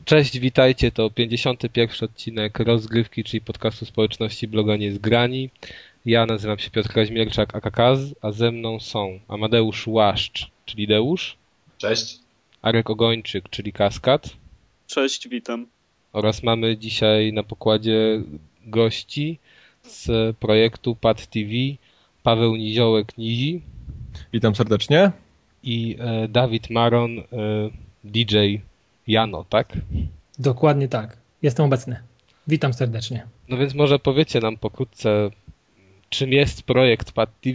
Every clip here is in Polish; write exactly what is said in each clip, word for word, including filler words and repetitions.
Cześć, witajcie, to pięćdziesiąty pierwszy odcinek Rozgrywki, czyli podcastu społeczności bloga Niezgrani. Ja nazywam się Piotr Kaźmierczak, aka Kaz, a ze mną są Amadeusz Łaszcz, czyli Deusz. Cześć. Arek Ogończyk, czyli Kaskad. Cześć, witam. Oraz mamy dzisiaj na pokładzie gości z projektu Pad T V, Paweł Niziołek-Nizi. Witam serdecznie. I e, Dawid Maron, e, D J Jano, tak? Dokładnie tak. Jestem obecny. Witam serdecznie. No więc może powiecie nam pokrótce, czym jest projekt Pad T V?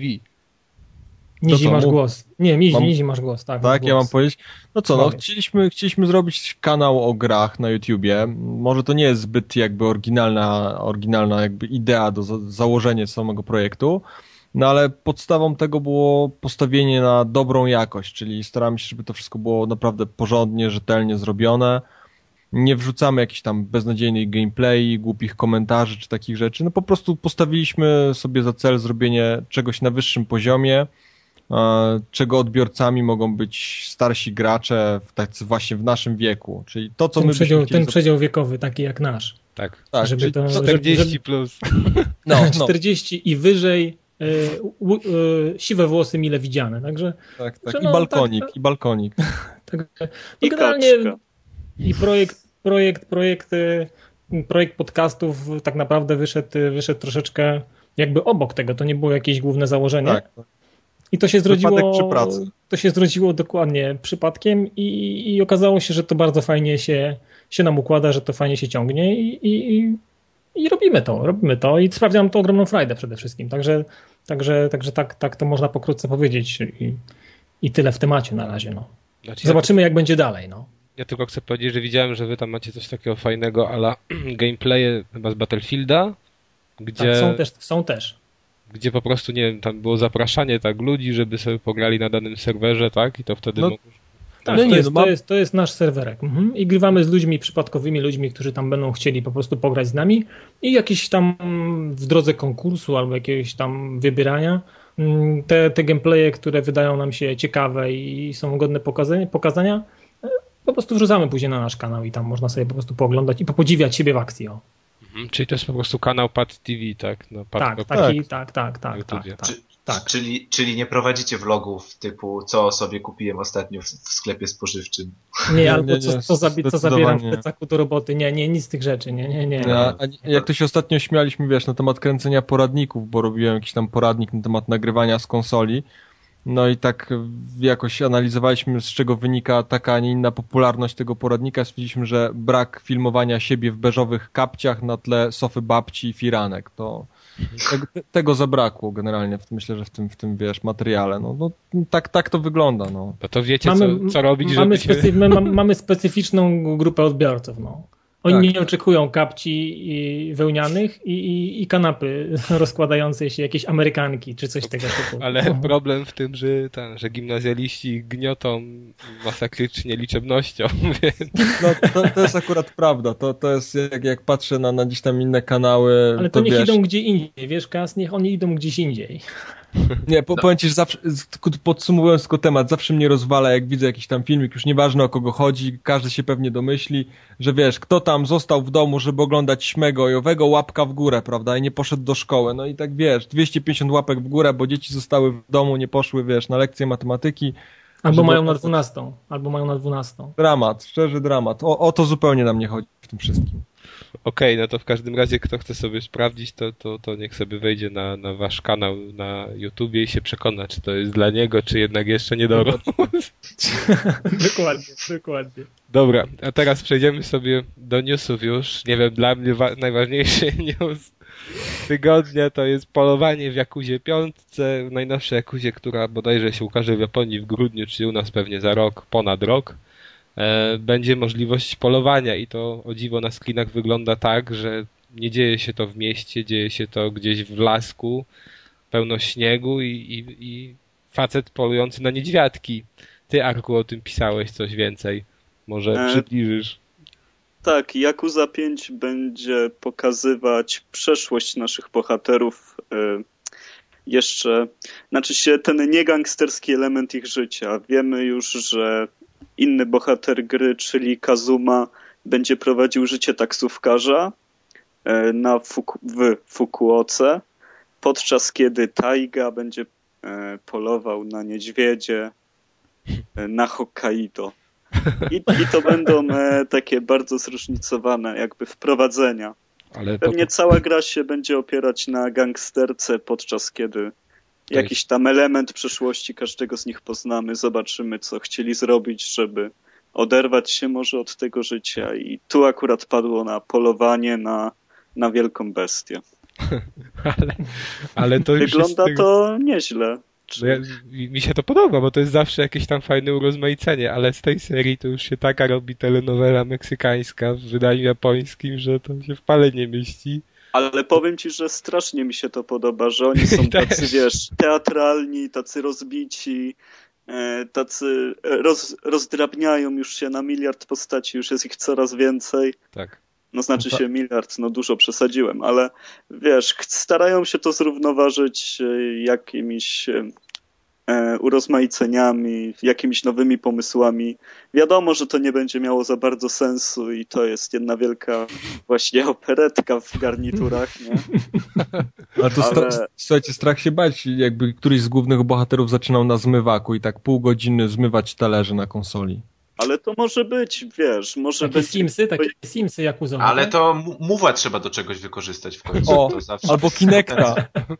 Nizi, masz mów? głos. Nie, Nizi, Mam... Nizi masz głos. Tak, tak głos. ja mam powiedzieć. No co, no Powiedz. chcieliśmy, chcieliśmy zrobić kanał o grach na YouTubie. Może to nie jest zbyt jakby oryginalna, oryginalna jakby idea do za- założenia samego projektu, no ale podstawą tego było postawienie na dobrą jakość, czyli staramy się, żeby to wszystko było naprawdę porządnie, rzetelnie zrobione. Nie wrzucamy jakichś tam beznadziejnych gameplay, głupich komentarzy czy takich rzeczy. No po prostu postawiliśmy sobie za cel zrobienie czegoś na wyższym poziomie, czego odbiorcami mogą być starsi gracze w tacy właśnie w naszym wieku. Czyli to, co ten my przedział, byśmy ten chcieli... przedział wiekowy, taki jak nasz. Tak, tak żeby to, czterdzieści żeby, plus. No, no. czterdzieści i wyżej, y, y, siwe włosy mile widziane. Także, Tak, tak. że I no, balkonik, tak, i balkonik. tak, no I generalnie kaczka. i projekt, projekt, projekt, y, projekt podcastów tak naprawdę wyszedł, wyszedł troszeczkę jakby obok tego. To nie było jakieś główne założenie. Tak. I to się Wypadek zrodziło, przy pracy. to się zrodziło dokładnie przypadkiem i, i okazało się, że to bardzo fajnie się, się nam układa, że to fajnie się ciągnie i, i, i robimy to, robimy to i sprawdziam to ogromną frajdę przede wszystkim. Także, także, także tak, tak to można pokrótce powiedzieć i, i tyle w temacie na razie. No. Znaczy, Zobaczymy jak będzie dalej. No. Ja tylko chcę powiedzieć, że widziałem, że wy tam macie coś takiego fajnego, ale gameplaye chyba z Battlefielda, gdzie... Tak, są też, są też. Gdzie po prostu, nie wiem, tam było zapraszanie tak ludzi, żeby sobie pograli na danym serwerze, tak? I to wtedy No, mogło... Tak, No to, nie, jest, no mam- to, jest, to jest nasz serwerek. Mhm. I grywamy z ludźmi, przypadkowymi ludźmi, którzy tam będą chcieli po prostu pograć z nami i jakieś tam w drodze konkursu albo jakiegoś tam wybierania mm, te, te gameplaye, które wydają nam się ciekawe i są godne pokazania, pokazania e, po prostu wrzucamy później na nasz kanał i tam można sobie po prostu pooglądać i popodziwiać siebie w akcji. O. Mhm, czyli to jest po prostu kanał Pad T V, tak? No, Pad Tak, Pad- taki, tak, tak, tak, YouTubie. tak, tak, Czy, tak. Czyli, czyli nie prowadzicie vlogów typu co sobie kupiłem ostatnio w, w sklepie spożywczym. Nie, albo nie, co, nie, co, zabi- co zabieram w zdecydowanie. plecaku do roboty. Nie, nie, nic z tych rzeczy. Nie, nie, nie. A, a jak to się ostatnio śmialiśmy, wiesz, na temat kręcenia poradników, bo robiłem jakiś tam poradnik na temat nagrywania z konsoli. No i tak jakoś analizowaliśmy, z czego wynika taka, a nie inna popularność tego poradnika. Stwierdziliśmy, że brak filmowania siebie w beżowych kapciach na tle sofy babci i firanek. To tego, tego zabrakło generalnie, w, myślę, że w tym, w tym wiesz, materiale. No, no tak, tak to wygląda. No. No to wiecie, Mamy, co, co robić, mamy, żeby się... specy- my, ma- mamy specyficzną grupę odbiorców. No. Oni Tak. nie oczekują kapci i wełnianych i, i, i kanapy rozkładającej się, jakieś amerykanki czy coś tego typu. Ale problem w tym, że, ten, że gimnazjaliści gniotą masakrycznie liczebnością, więc... No, to, to jest akurat prawda. To, to jest jak, jak patrzę na, na gdzieś tam inne kanały. Ale to, to niech wiesz, idą gdzie indziej, wiesz, Kas, niech oni idą gdzieś indziej. Nie, po, powiem ci, że zawsze, podsumowując tylko temat, zawsze mnie rozwala, jak widzę jakiś tam filmik, już nieważne o kogo chodzi, każdy się pewnie domyśli, że wiesz, kto tam został w domu, żeby oglądać Śmego i owego, łapka w górę, prawda, i nie poszedł do szkoły. No i tak wiesz, dwieście pięćdziesiąt łapek w górę, bo dzieci zostały w domu, nie poszły, wiesz, na lekcje matematyki. Albo żeby- mają na dwunastą, albo mają na dwunastą. Dramat, szczerze dramat. O, o to zupełnie nam nie chodzi w tym wszystkim. Okej, no to w każdym razie kto chce sobie sprawdzić, to, to, to niech sobie wejdzie na, na wasz kanał na YouTubie i się przekona, czy to jest dla niego, czy jednak jeszcze nie dorósł. Dokładnie, dokładnie. Dobra, a teraz przejdziemy sobie do newsów już. Nie wiem, dla mnie wa- najważniejszy news tygodnia to jest polowanie w Jakuzie piątce, najnowszej Jakuzie, która bodajże się ukaże w Japonii w grudniu, czyli u nas pewnie za rok, ponad rok. E, będzie możliwość polowania i to o dziwo na screenach wygląda tak, że nie dzieje się to w mieście, dzieje się to gdzieś w lasku, pełno śniegu i, i, i facet polujący na niedźwiadki. Ty, Arku, o tym pisałeś coś więcej. Może E, przybliżysz. Tak, Yakuza pięć będzie pokazywać przeszłość naszych bohaterów. y, Jeszcze, znaczy się ten niegangsterski element ich życia. Wiemy już, że inny bohater gry, czyli Kazuma, będzie prowadził życie taksówkarza na Fuku, w Fukuoce, podczas kiedy Taiga będzie polował na niedźwiedzie na Hokkaido. I, i to będą takie bardzo zróżnicowane jakby wprowadzenia. Ale pewnie to... cała gra się będzie opierać na gangsterce, podczas kiedy jakiś tam element przeszłości każdego z nich poznamy, zobaczymy, co chcieli zrobić, żeby oderwać się może od tego życia. I tu akurat padło na polowanie na, na wielką bestię. ale, ale to wygląda tego... to nieźle. No ja, mi się to podoba, bo to jest zawsze jakieś tam fajne urozmaicenie, ale z tej serii to już się taka robi telenowela meksykańska w wydaniu japońskim, że to się w pale nie mieści. Ale powiem ci, że strasznie mi się to podoba, że oni są tacy, wiesz, teatralni, tacy rozbici, tacy roz, rozdrabniają już się na miliard postaci, już jest ich coraz więcej. Tak. No znaczy się miliard, no dużo przesadziłem, ale wiesz, starają się to zrównoważyć jakimiś e, urozmaiceniami, jakimiś nowymi pomysłami. Wiadomo, że to nie będzie miało za bardzo sensu i to jest jedna wielka właśnie operetka w garniturach, nie? Ale to ale... sta- słuchajcie, strach się bać, jakby któryś z głównych bohaterów zaczynał na zmywaku i tak pół godziny zmywać talerze na konsoli. Ale to może być, wiesz, może takie być... Simsy, takie Simsy Yakuza. Ale to muwa trzeba do czegoś wykorzystać w końcu. O, to zawsze albo Kinecta.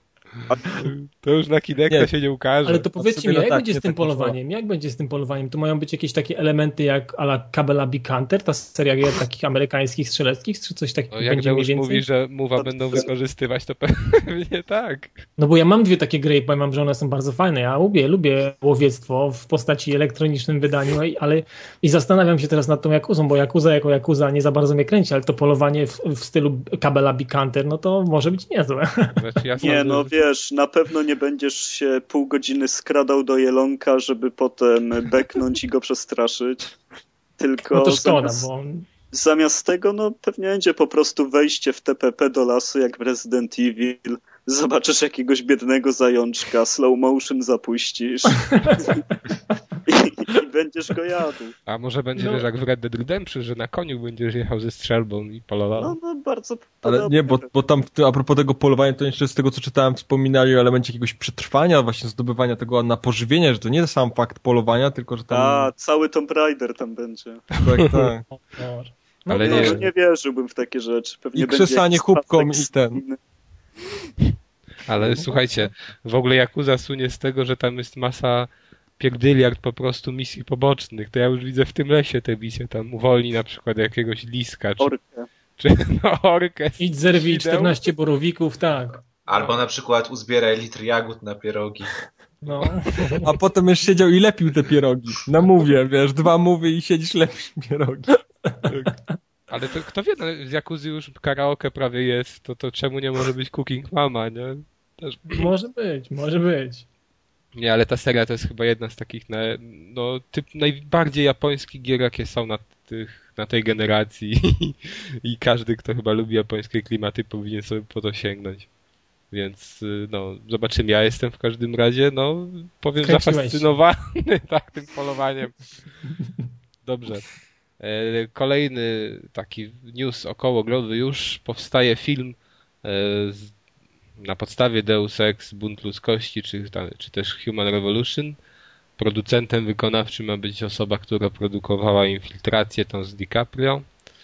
To już na Kinecta nie. się nie ukaże. Ale to powiedzcie mi, jak będzie z tym polowaniem? Jak będzie z tym polowaniem? To mają być jakieś takie elementy jak a la Cabela Bicanter, ta seria gier takich amerykańskich, strzeleckich, czy coś takiego no, będzie mniej więcej? mówi, że muwa będą wykorzystywać, to pewnie tak. No bo ja mam dwie takie gry i powiem wam, że one są bardzo fajne. Ja lubię, lubię łowiectwo w postaci elektronicznym wydaniu, ale i zastanawiam się teraz nad tą Yakuzą, bo Yakuza jako Yakuza nie za bardzo mnie kręci, ale to polowanie w, w stylu Cabela Bicanter, no to może być niezłe. Znaczy, ja nie, no wiesz, Wiesz, na pewno nie będziesz się pół godziny skradał do jelonka, żeby potem beknąć i go przestraszyć. Tylko no to szkoda, zamiast, bo... zamiast tego, no pewnie będzie po prostu wejście w T P P do lasu, jak w Resident Evil. Zobaczysz jakiegoś biednego zajączka, slow motion zapuścisz i, i będziesz go jadł. A może będzie no. wiesz, jak w Red Dead Redemption, że na koniu będziesz jechał ze strzelbą i polował. No, no bardzo Ale podobne. nie, bo, bo tam a propos tego polowania, to jeszcze z tego co czytałem wspominali o elemencie jakiegoś przetrwania, właśnie zdobywania tego na pożywienie, że to nie sam fakt polowania, tylko że tam... A, cały Tomb Raider tam będzie. Tak, tak. No, ale nie, nie, no, nie wierzyłbym w takie rzeczy. Pewnie i krzesanie chubką i ten... inny. Ale słuchajcie, w ogóle Yakuza słynie z tego, że tam jest masa pierdyliard po prostu misji pobocznych. To ja już widzę w tym lesie te misje. Tam uwolni na przykład jakiegoś liska. Czy, orkę. Czy, no, orkę. Idź zerwij czternaście borowików, tak. Albo na przykład uzbieraj litr jagód na pierogi. No. A potem już siedział i lepił te pierogi. Na mówie, wiesz, dwa mówy i siedzisz lepisz pierogi. Ale to kto wie, no, z Yakuzy już karaoke prawie jest, to, to czemu nie może być Cooking Mama, nie? Też... Może być, może być. Nie, ale ta seria to jest chyba jedna z takich na, no, typ najbardziej japońskich gier, jakie są na, tych, na tej generacji i każdy, kto chyba lubi japońskie klimaty, powinien sobie po to sięgnąć. Więc no, zobaczymy. Ja jestem w każdym razie, no, powiem, zafascynowany tak, tym polowaniem. Dobrze. Kolejny taki news okołogrowy, już powstaje film z, na podstawie Deus Ex Bunt Ludzkości, czy, czy też Human Revolution. Producentem wykonawczym ma być osoba, która produkowała Infiltrację, tą z DiCaprio.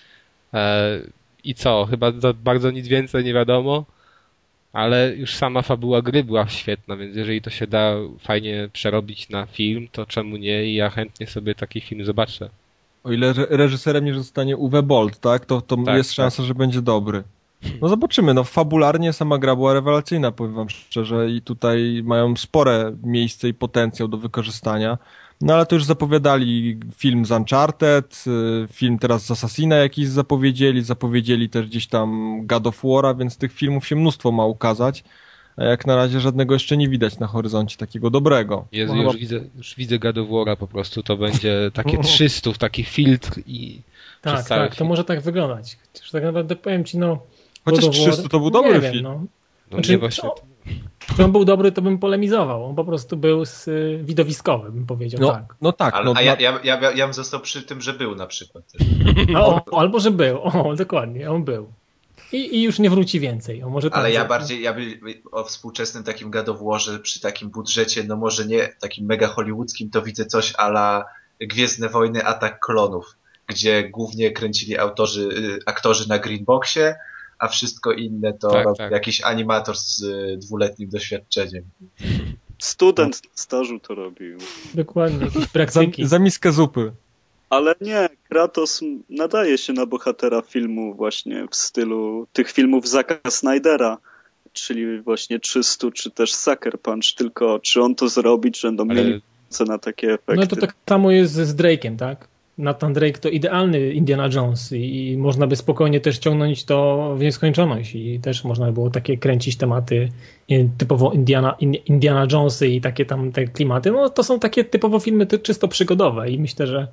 I co? Chyba za bardzo nic więcej nie wiadomo, ale już sama fabuła gry była świetna, więc jeżeli to się da fajnie przerobić na film, to czemu nie? I ja chętnie sobie taki film zobaczę. O ile reżyserem nie zostanie Uwe Boll, tak? To, to tak, jest szansa, tak. że będzie dobry. No zobaczymy. No fabularnie sama gra była rewelacyjna, powiem wam szczerze, i tutaj mają spore miejsce i potencjał do wykorzystania. No ale to już zapowiadali film z Uncharted, film teraz z Assassina jakiś zapowiedzieli, zapowiedzieli też gdzieś tam God of War'a, więc tych filmów się mnóstwo ma ukazać. A jak na razie żadnego jeszcze nie widać na horyzoncie takiego dobrego. Jezu, no, już, chyba... widzę, już widzę God of War'a po prostu, to będzie takie trzysta, taki filtr i... Tak, tak, film. To może tak wyglądać. Chociaż tak naprawdę powiem ci, no... Chociaż trzysta to był dobry wiem, film. No. No znaczy, nie właśnie... to, Czy on był dobry, to bym polemizował. On po prostu był z, y, widowiskowy, bym powiedział. No, tak. no tak. Ale, No, a ja, ja, ja, ja bym został przy tym, że był na przykład. Też. No, o, albo że był. O, dokładnie, on był. I, i już nie wróci więcej. O, może tak Ale ja zrobię. bardziej, ja by o współczesnym takim God of Warze przy takim budżecie, no może nie takim mega hollywoodzkim, to widzę coś a la Gwiezdne Wojny, Atak Klonów, gdzie głównie kręcili autorzy, aktorzy na greenboxie, a wszystko inne to Tak, robi tak. jakiś animator z dwuletnim doświadczeniem. Student stażu to robił. Dokładnie, jakieś za, praktyki. za miskę zupy. Ale nie, Kratos nadaje się na bohatera filmu właśnie w stylu tych filmów Zacka Snydera, czyli właśnie trzysta, czy też Sucker Punch, tylko czy on to zrobi, czy będą Ale- mieli co na takie efekty. No to tak samo jest z Drake'em, tak? Nathan Drake to idealny Indiana Jones i, i można by spokojnie też ciągnąć to w nieskończoność i też można by było takie kręcić tematy i typowo Indiana, In- Indiana Jonesy i takie tam te klimaty. No to są takie typowo filmy ty, czysto przygodowe i myślę, że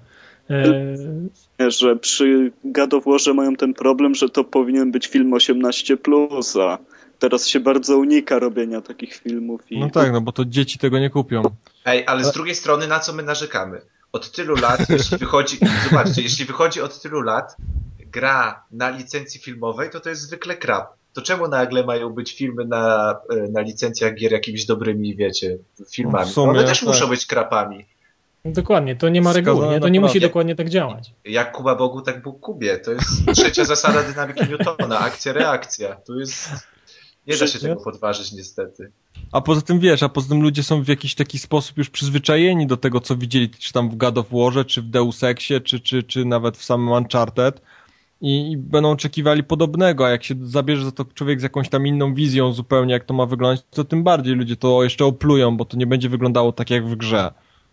e, Że przy God of Warze mają ten problem, że to powinien być film osiemnaście plus, a teraz się bardzo unika robienia takich filmów. I No tak, no bo to dzieci tego nie kupią. Ej, ale z drugiej strony na co my narzekamy? Od tylu lat, jeśli wychodzi, zobaczcie, jeśli wychodzi od tylu lat gra na licencji filmowej, to to jest zwykle krap. To czemu nagle mają być filmy na, na licencjach gier jakimiś dobrymi, wiecie, filmami? W sumie, One też tak. muszą być krapami. dokładnie, to nie ma Skazane reguły, nie? to na nie musi prawdę. dokładnie tak działać. Jak Kuba Bogu, tak Bóg Kubie. To jest trzecia zasada dynamiki Newtona. Akcja, reakcja. Tu jest... Nie da się tego podważyć niestety. A poza tym wiesz, a poza tym ludzie są w jakiś taki sposób już przyzwyczajeni do tego, co widzieli, czy tam w God of Warze, czy w Deus Exie, czy, czy, czy nawet w samym Uncharted i, i będą oczekiwali podobnego, a jak się zabierze za to człowiek z jakąś tam inną wizją zupełnie, jak to ma wyglądać, to tym bardziej ludzie to jeszcze oplują, bo to nie będzie wyglądało tak jak w grze.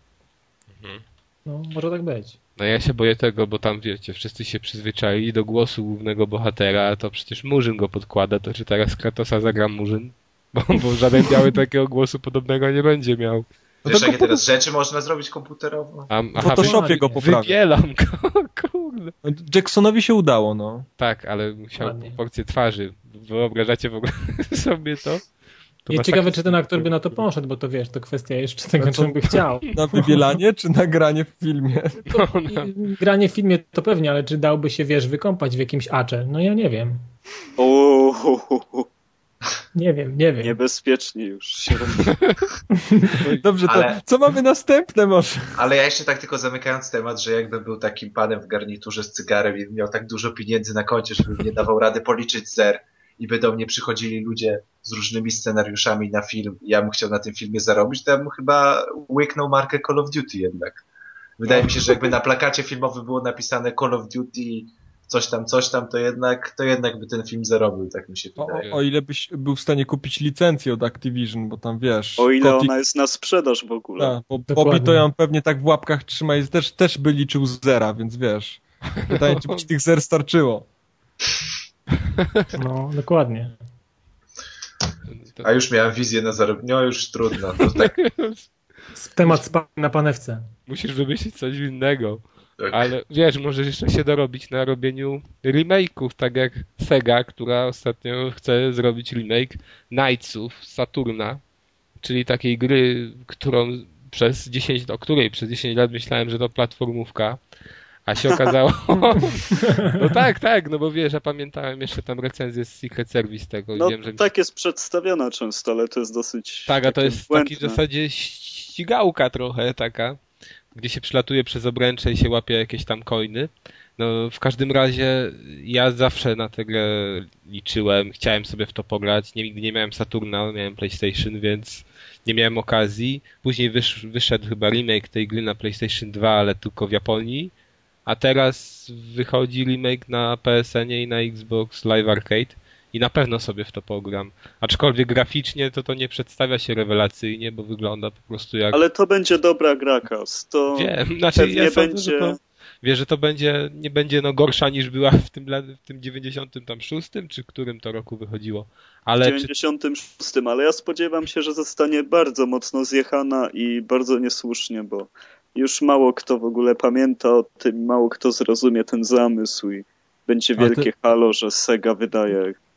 No, może tak być. No ja się boję tego, bo tam wiecie, wszyscy się przyzwyczaili do głosu głównego bohatera, a to przecież Murzyn go podkłada, to czy teraz Kratosa zagra Murzyn? Bo, bo żaden biały takiego głosu podobnego nie będzie miał. No Wiesz, to jakie go teraz rzeczy można zrobić komputerowo? A, W aha, Photoshopie go poprawia. Wybielam go, kurde. Jacksonowi się udało, no. Tak, ale musiał Ładnie. proporcje twarzy. Wyobrażacie w ogóle sobie to? To Jest masz ciekawe, taki- czy ten aktor by na to poszedł, bo to wiesz, to kwestia jeszcze tego, A co- czym by chciał. Na wybielanie, czy nagranie w filmie? No, no. I granie w filmie to pewnie, ale czy dałby się, wiesz, wykąpać w jakimś acze? No ja nie wiem. O, Nie wiem, nie wiem. niebezpiecznie już się robi. Dobrze, to Ale- co mamy następne może? Ale ja jeszcze tak tylko zamykając temat, że jakbym był takim panem w garniturze z cygarem i miał tak dużo pieniędzy na koncie, żebym nie dawał rady policzyć zer i by do mnie przychodzili ludzie z różnymi scenariuszami na film i ja bym chciał na tym filmie zarobić, to ja bym chyba łyknął markę Call of Duty jednak. Wydaje mi się, że jakby na plakacie filmowym było napisane Call of Duty coś tam, coś tam, to jednak, to jednak by ten film zarobił, tak mi się O, wydaje. o, o ile byś był w stanie kupić licencję od Activision, bo tam wiesz... O ile Kotick- ona jest na sprzedaż w ogóle. Tak, bo Dokładnie. Bobby to ją pewnie tak w łapkach trzyma i też, też by liczył z zera, więc wiesz. Pytanie, czy by ci tych zer starczyło. No, dokładnie. To- A już miałem wizję na zarobienie, no już trudno. To tak, Temat spadł na panewce. Musisz wymyślić coś innego. tak. Ale wiesz, możesz jeszcze się dorobić na robieniu remake'ów, tak jak Sega, która ostatnio chce zrobić remake Knightsów z Saturna, czyli takiej gry, którą przez dziesięć, o której przez dziesięć lat myślałem, że to platformówka, a się okazało... No tak, tak, no bo wiesz, ja pamiętałem jeszcze tam recenzję z Secret Service tego i No wiem, że... tak jest przedstawiona często, ale to jest dosyć Tak, a to takie jest taki w błędne. zasadzie ścigałka trochę taka, gdzie się przylatuje przez obręcze i się łapie jakieś tam coiny. No w każdym razie ja zawsze na tę grę liczyłem, chciałem sobie w to pograć, nie, nigdy nie miałem Saturna, miałem PlayStation, więc nie miałem okazji. Później wysz, wyszedł chyba remake tej gry na PlayStation dwa, ale tylko w Japonii, a teraz wychodzi remake na P S N ie i na Xbox Live Arcade. I na pewno sobie w to pogram. Aczkolwiek graficznie to to nie przedstawia się rewelacyjnie, bo wygląda po prostu jak... Ale to będzie dobra gra, Chaos. To Wiem, znaczy pewnie ja sądzę, będzie... że to, wiesz, że to będzie, nie będzie no gorsza niż była w tym, la- w tym dziewięćdziesiątym szóstym, czy którym to roku wychodziło. w Ale czy, dziewięćdziesiątym szóstym, ale ja spodziewam się, że zostanie bardzo mocno zjechana i bardzo niesłusznie, bo już mało kto w ogóle pamięta o tym, mało kto zrozumie ten zamysł i będzie Ale wielkie ty- halo, że Sega wydaje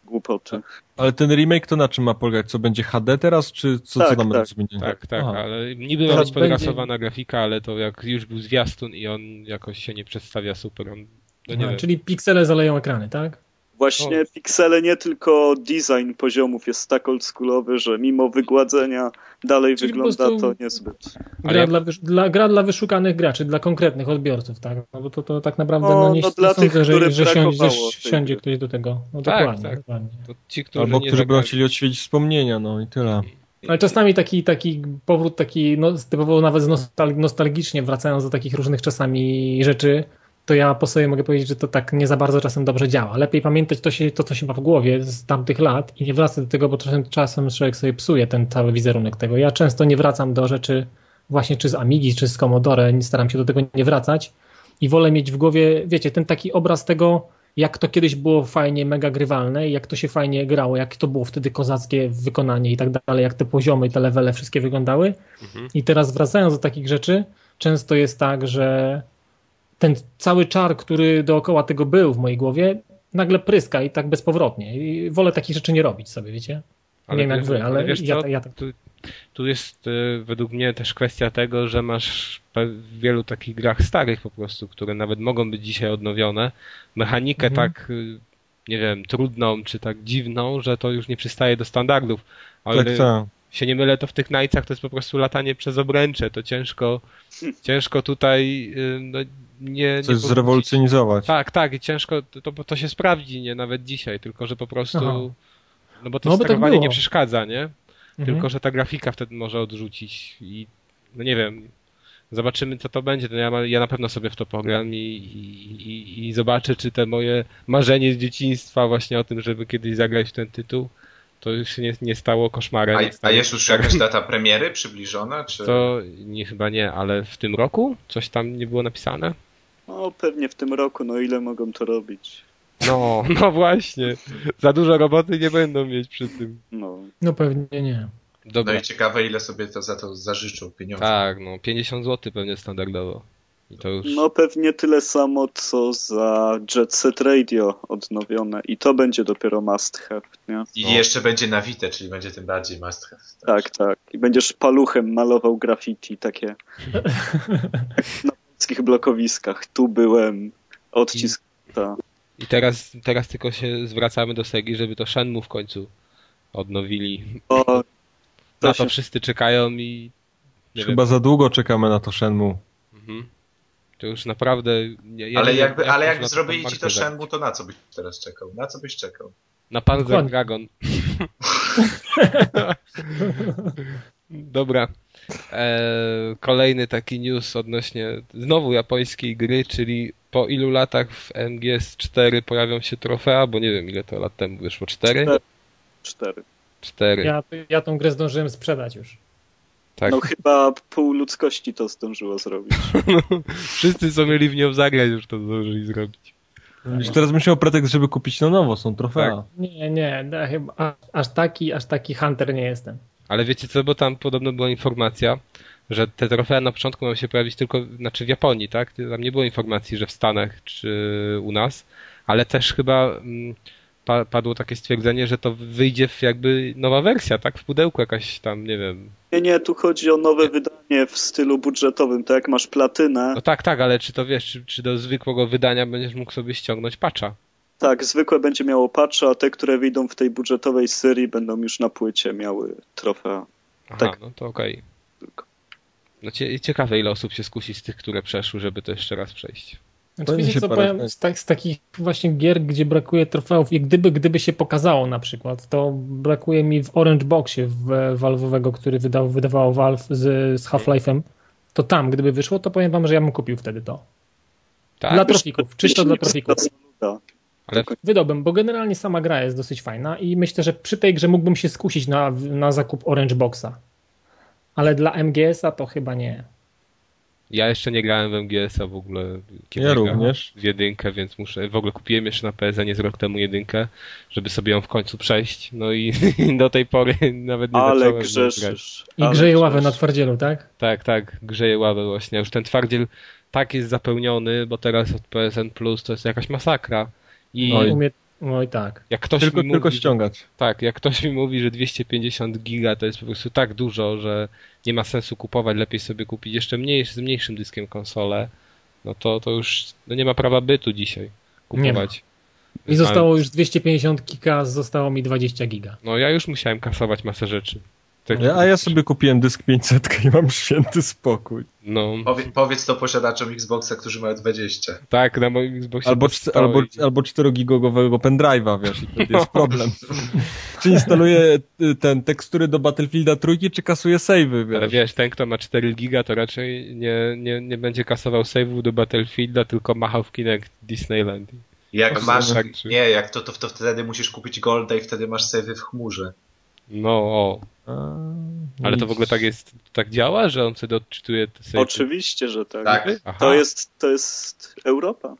głupoty. Ale ten remake to na czym ma polegać? Co będzie H D teraz, czy co, Tak, co tam tak. będzie zmienione? Tak, tak, Aha. ale niby ma Teraz być podrasowana będzie- grafika, ale to jak już był zwiastun i on jakoś się nie przedstawia super, on, no nie Aha, wiem. czyli piksele zaleją ekrany, tak? Właśnie piksele, nie tylko design poziomów jest tak oldschoolowy, że mimo wygładzenia dalej Czyli po wygląda prostu- to niezbyt. Ale Gra, jak- dla, wysz- dla, gra dla wyszukanych graczy, dla konkretnych odbiorców, tak? No bo to, to tak naprawdę No, no, nie, no nie dla sądzę, tych, że, którym że, siądzie, że brakowało tej siądzie gry. ktoś do tego. No Tak, dokładnie, tak. dokładnie. To ci, którzy Albo nie którzy będą zagrali- chcieli odświeżyć wspomnienia, no i tyle. Ale czasami taki, taki powrót, taki no, typowo nawet nostal- nostalgicznie wracając do takich różnych czasami rzeczy, to ja po sobie mogę powiedzieć, że to tak nie za bardzo czasem dobrze działa. Lepiej pamiętać to, się, to co się ma w głowie z tamtych lat i nie wracać do tego, bo czasem, czasem człowiek sobie psuje ten cały wizerunek tego. Ja często nie wracam do rzeczy właśnie czy z Amigi, czy z Commodore, nie staram się do tego nie wracać i wolę mieć w głowie, wiecie, ten taki obraz tego, jak to kiedyś było fajnie, mega grywalne i jak to się fajnie grało, jak to było wtedy kozackie wykonanie i tak dalej, jak te poziomy i te levele wszystkie wyglądały. Mhm. I teraz wracając do takich rzeczy, często jest tak, że ten cały czar, który dookoła tego był w mojej głowie, nagle pryska i tak bezpowrotnie. I wolę takich rzeczy nie robić sobie, wiecie? Nie wiem jak wiesz- wy, ale wiesz ja, co? ja tak. Tu, tu jest y, według mnie też kwestia tego, że masz pe- w wielu takich grach starych po prostu, które nawet mogą być dzisiaj odnowione, mechanikę Mhm. tak, y, nie wiem, trudną czy tak dziwną, że to już nie przystaje do standardów. Ale Tak, tak. się nie mylę, to w tych najcach to jest po prostu latanie przez obręcze, to ciężko, ciężko tutaj y, no, nie... Coś nie zrewolucjonizować. Tak, tak, i ciężko, to, to się sprawdzi, nie, nawet dzisiaj, tylko że po prostu, Aha. no bo to No, by tak sterowanie było. nie przeszkadza, nie? Mhm. Tylko że ta grafika wtedy może odrzucić i, no nie wiem, zobaczymy co to będzie, to ja, ma- ja na pewno sobie w to pogram i, i, i, i zobaczę, czy te moje marzenie z dzieciństwa właśnie o tym, żeby kiedyś zagrać w ten tytuł, to już się nie, nie stało koszmarem. A, nie a stało jest już koszmarem. jakaś data premiery przybliżona? Czy... To nie, chyba nie, ale w tym roku coś tam nie było napisane? No pewnie w tym roku, no ile mogą to robić? No, no właśnie. Za dużo roboty nie będą mieć przy tym. No. No pewnie nie. No Dobra. i ciekawe, ile sobie to za to zażyczą pieniądze. Tak, no pięćdziesiąt złotych pewnie standardowo. I to już. no pewnie tyle samo, co za Jet Set Radio odnowione i to będzie dopiero must have, nie? I No. jeszcze będzie na Vita, czyli będzie tym bardziej must have. Tak, tak. I będziesz paluchem malował graffiti takie na polskich blokowiskach. Tu byłem, odcisk ta. I teraz, teraz tylko się zwracamy do Segi, żeby to Shenmue w końcu odnowili. O, Na to się- wszyscy czekają i. Nie Chyba za długo czekamy na to Shenmue. wiem. Mhm. To już naprawdę. Nie, ja Ale nie wiem, jakby, jak ale można jakby to zrobili markę ci to zabić. Shenmue, to na co byś teraz czekał? Na co byś czekał? Na Panzer Dokładnie. Dragon. Dobra. Eee, kolejny taki news odnośnie znowu japońskiej gry, czyli po ilu latach w M G S cztery pojawią się trofea, bo nie wiem ile to lat temu wyszło. cztery? Cztery. Cztery. cztery. Ja, ja tą grę zdążyłem sprzedać już. Tak. No chyba pół ludzkości to zdążyło zrobić. Wszyscy co mieli w nią zagrać już to zdążyli zrobić. Już teraz bym miał pretekst, żeby kupić na nowo, są trofea. Tak. Nie, nie, da, chyba a- aż taki, aż taki hunter nie jestem. Ale wiecie co, bo tam podobno była informacja, że te trofea na początku mają się pojawić tylko, znaczy w Japonii, tak? Tam nie było informacji, że w Stanach czy u nas, ale też chyba mm, pa, padło takie stwierdzenie, że to wyjdzie w jakby nowa wersja, tak? W pudełku jakaś tam, nie wiem. Nie, nie, tu chodzi o nowe wydanie w stylu budżetowym, tak jak masz platynę. No tak, tak, ale czy to wiesz, czy, czy do zwykłego wydania będziesz mógł sobie ściągnąć patcha? Tak, zwykłe będzie miało patcha, a te, które wyjdą w tej budżetowej serii będą już na płycie miały trofea. Aha, Tak. no to okej. No cie, ciekawe ile osób się skusi z tych, które przeszły, żeby to jeszcze raz przejść. Znaczy, Powinien wiecie się co, parę powiem, znać. z, tak, z takich właśnie gier, gdzie brakuje trofeów i gdyby, gdyby się pokazało na przykład, to brakuje mi w Orange Boxie w, Valve'owego, który wydał, wydawało Valve z, z Half-Life'em, to tam gdyby wyszło, to powiem wam, że ja bym kupił wtedy to. Tak, Dla trofików, czysto dla trofików. ale Wydałbym, bo generalnie sama gra jest dosyć fajna i myślę, że przy tej grze mógłbym się skusić na, na zakup Orange Boxa. Ale dla M G S-a to chyba nie. ja jeszcze nie grałem w M G S-a w ogóle. Kiedy Ja grałem również. W jedynkę, więc muszę, w ogóle kupiłem jeszcze na P S N z rok temu jedynkę, żeby sobie ją w końcu przejść. No i do tej pory nawet nie Ale zacząłem w nią grać. grzeszysz. I ale grzeje ławę na grzeszysz. twardzielu, tak? Tak, tak, grzeje ławę właśnie. Już ten twardziel tak jest zapełniony, bo teraz od P S N Plus to jest jakaś masakra. I Oj. U mnie, Oj tak. Jak ktoś Tylko, mi tylko mówi, ściągać. Tak, jak ktoś mi mówi, że dwieście pięćdziesiąt giga to jest po prostu tak dużo, że nie ma sensu kupować, lepiej sobie kupić jeszcze mniejszy, z mniejszym dyskiem konsolę, no to, to już no nie ma prawa bytu dzisiaj kupować. Mi zostało już dwieście pięćdziesiąt giga, zostało mi dwadzieścia giga. No ja już musiałem kasować masę rzeczy. Tak, A ja sobie kupiłem dysk pięćset i mam święty spokój. No, Powie, powiedz to posiadaczom Xboxa, którzy mają dwadzieścia. tak, na moim Xboxie Albo, to czty, stoi. albo, albo czterogigowego pendrive'a, wiesz, i wtedy jest problem. Czy instaluję ten tekstury do Battlefielda trójki, czy kasuje save'y, wiesz? Ale wiesz, ten kto ma cztery giga to raczej nie, nie, nie będzie kasował save'ów do Battlefielda, tylko machał w Kinect Disneyland. Jak To masz, tak, czy- nie, jak to, to, to wtedy musisz kupić Golda i wtedy masz save'y w chmurze. No, o. A, Ale to nic. w ogóle tak jest, tak działa, że on sobie odczytuje te save'y? Oczywiście, że tak. Tak. Aha. To jest, to jest Europa.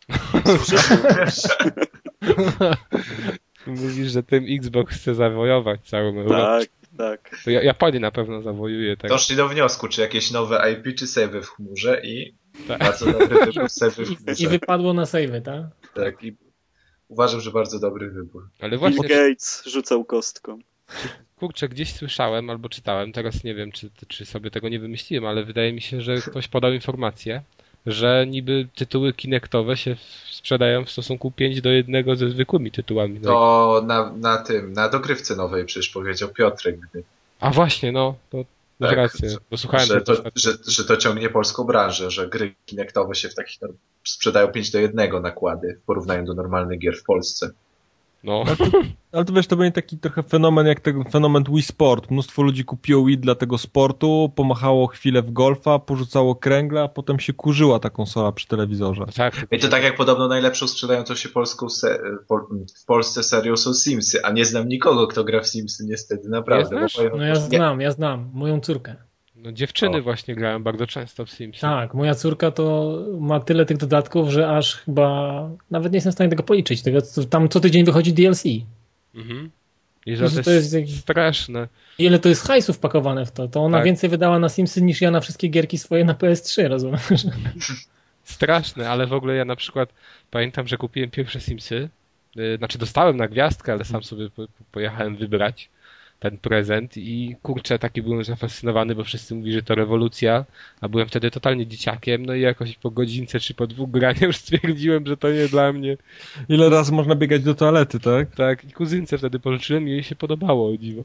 Mówisz, że tym Xbox chce zawojować całą Europę. Tak, tak. To ja- Japonię na pewno zawojuje. Tak. Doszli do wniosku, czy jakieś nowe I P, czy save'y w chmurze i Tak. bardzo dobry wybór save'y w I, I chmurze. wypadło na save'y, tak? Tak, i uważam, że bardzo dobry wybór. Ale Bill właśnie, Gates rzucał kostką. kurczę, gdzieś słyszałem albo czytałem, teraz nie wiem, czy, czy sobie tego nie wymyśliłem, ale wydaje mi się, że ktoś podał informację, że niby tytuły Kinectowe się w- sprzedają w stosunku pięć do jednego ze zwykłymi tytułami. No. To na, na tym, na dogrywce nowej przecież powiedział Piotrek, gdy, A właśnie, no, to masz Tak, rację, bo słuchałem że, tego to, że, że to ciągnie polską branżę, że gry Kinectowe się w takich norm- sprzedają pięć do jednego nakłady w porównaniu do normalnych gier w Polsce. No, Ale to wiesz, to będzie taki trochę fenomen jak ten fenomen Wii Sport. Mnóstwo ludzi kupiło Wii dla tego sportu, pomachało chwilę w golfa, porzucało kręgla, a potem się kurzyła ta konsola przy telewizorze. tak. I to tak jak podobno najlepszą sprzedającą się polską se- po- w Polsce serią są Simsy, a nie znam nikogo, kto gra w Simsy niestety, naprawdę. Nie bo znasz? powiem- No ja znam, ja znam. Moją córkę. No, dziewczyny O. właśnie grają bardzo często w Sims. Tak, moja córka to ma tyle tych dodatków, że aż chyba nawet nie jestem w stanie tego policzyć. Tego, tam co tydzień wychodzi D L C. Mhm. I To że jest to jest jakiś- straszne. Ile to jest hajsów wpakowane w to? To ona Tak. więcej wydała na Simsy niż ja na wszystkie gierki swoje na P S trzy, rozumiesz? Straszne, ale w ogóle ja na przykład pamiętam, że kupiłem pierwsze Simsy. Yy, Znaczy dostałem na gwiazdkę, ale sam sobie po, pojechałem wybrać ten prezent i kurczę, taki byłem zafascynowany, bo wszyscy mówili, że to rewolucja, a byłem wtedy totalnie dzieciakiem, no i jakoś po godzince czy po dwóch graniach już stwierdziłem, że to nie dla mnie. Ile razy można biegać do toalety, tak? Tak, i kuzynce wtedy pożyczyłem i jej się podobało, o dziwo.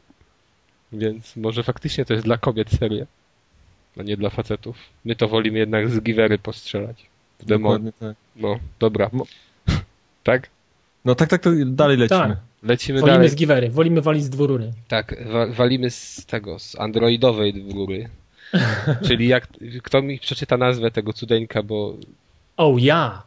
Więc może faktycznie to jest dla kobiet seria, a nie dla facetów. My to wolimy jednak z givery postrzelać. W demon. Dokładnie tak. No, dobra. Mo- Tak? No tak, tak, to dalej lecimy. Tak. Lecimy Wolimy dalej. z giwery, wolimy walić z dwurury. Tak, wa- walimy z tego, z androidowej dwury. Czyli jak, kto mi przeczyta nazwę tego cudeńka, bo Oh ja!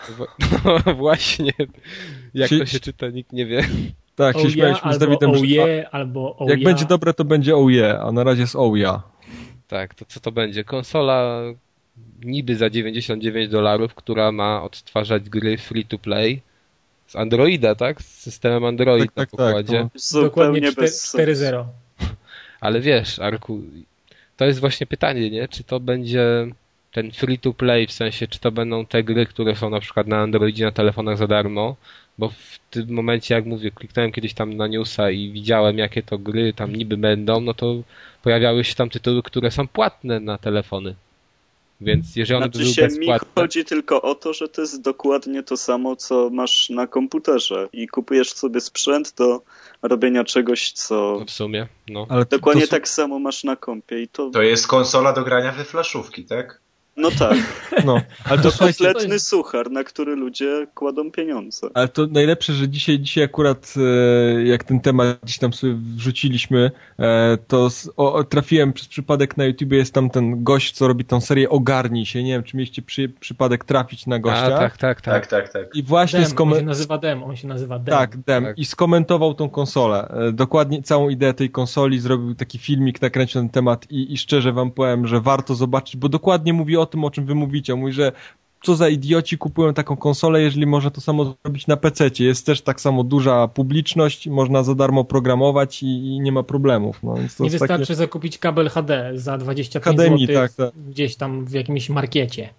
no, właśnie, jak Ci- to się czyta, nikt nie wie. Tak, Oh się ja, śmialiśmy z albo Dawidem, oh że yeah, albo oh jak ja. będzie dobre, to będzie oh yeah, a na razie jest oh yeah. Tak, to co to będzie? Konsola niby za dziewięćdziesiąt dziewięć dolarów, która ma odtwarzać gry free to play z Androida, tak? Z systemem Android Tak, tak, na tak, pokładzie. no. Dokładnie Zupełnie bez cztery sensu. zero. Ale wiesz, Arku, to jest właśnie pytanie, nie? Czy to będzie ten free to play, w sensie, czy to będą te gry, które są na przykład na Androidzie, na telefonach za darmo, bo w tym momencie, jak mówię, kliknąłem kiedyś tam na newsa i widziałem, jakie to gry tam niby będą, no to pojawiały się tam tytuły, które są płatne na telefony. Więc jeżeli one by Znaczy były się, mi bezpłatne... chodzi tylko o to, że to jest dokładnie to samo, co masz na komputerze i kupujesz sobie sprzęt do robienia czegoś, co No w sumie, no. Ale to, dokładnie to, tak samo masz na kompie i to, To jest konsola do grania we flaszówki, tak? no tak, No, ale to to słuchajcie, kompletny suchar, na który ludzie kładą pieniądze. ale to najlepsze, że dzisiaj, dzisiaj akurat e, jak ten temat gdzieś tam sobie wrzuciliśmy, e, to z, o, trafiłem przez przypadek na YouTubie, jest tam ten gość, co robi tą serię Ogarnij się, nie wiem, czy mieliście przy, przypadek trafić na gościa. A, tak, tak, tak. Tak, tak, tak. I właśnie Dem, on się skomentował. nazywa Dem, on się nazywa Dem. Tak, Dem. Tak. I skomentował tą konsolę. E, Dokładnie całą ideę tej konsoli, zrobił taki filmik, nakręcił ten temat i, i szczerze wam powiem, że warto zobaczyć, bo dokładnie mówi o tym, o czym wy mówicie. Mówi, że co za idioci kupują taką konsolę, jeżeli można to samo zrobić na pececie. Jest też tak samo duża publiczność, można za darmo programować i, i nie ma problemów. No, więc to Nie jest wystarczy takie... zakupić kabel H D za dwadzieścia pięć H D M I, złotych tak, tak. gdzieś tam w jakimś markiecie.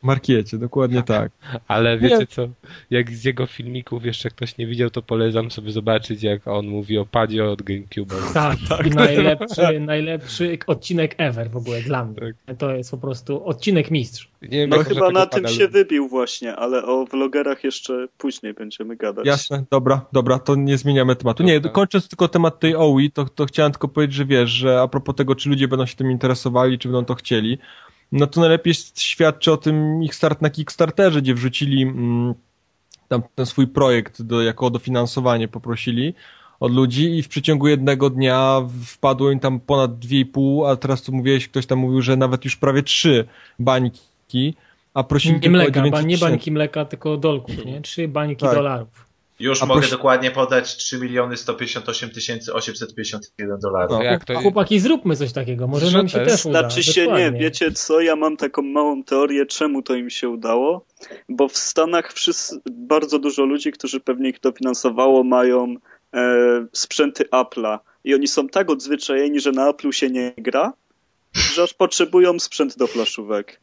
Markiecie, dokładnie tak. Ale wiecie Nie. co, jak z jego filmików jeszcze ktoś nie widział, to polecam sobie zobaczyć, jak on mówi o padzie od GameCube'a. Tak, tak. Najlepszy, najlepszy odcinek ever w ogóle dla mnie. Tak. To jest po prostu odcinek mistrz. Nie wiem, No jak chyba można na tego tym pada się lubić. wybił właśnie, ale o vlogerach jeszcze później będziemy gadać. Jasne, dobra, dobra, to nie zmieniamy tematu. Nie, Dobra. kończąc tylko temat tej O I, to, to chciałem tylko powiedzieć, że wiesz, że a propos tego, czy ludzie będą się tym interesowali, czy będą to chcieli, no to najlepiej świadczy o tym ich start na Kickstarterze, gdzie wrzucili mm, tam ten swój projekt do, jako dofinansowanie poprosili od ludzi i w przeciągu jednego dnia wpadło im tam ponad dwie i pół, a teraz tu mówiłeś, ktoś tam mówił, że nawet już prawie trzy bańki, a prosili Nie tylko o mleka, dziewięćset ba, nie tysięcy. bańki mleka, tylko dolków, nie? Trzy bańki Tak. dolarów. Już A mogę prosi- dokładnie podać trzy miliony sto pięćdziesiąt osiem tysięcy osiemset pięćdziesiąt jeden dolarów. No, jak to Chłopaki, zróbmy coś takiego, może nam się Zrzutem. też uda. Znaczy się Dokładnie. nie, wiecie co, ja mam taką małą teorię, czemu to im się udało, bo w Stanach wszyscy, bardzo dużo ludzi, którzy pewnie ich dofinansowało, mają e, sprzęty Apple'a i oni są tak odzwyczajeni, że na Apple'u się nie gra, że aż potrzebują sprzęt do flaszówek.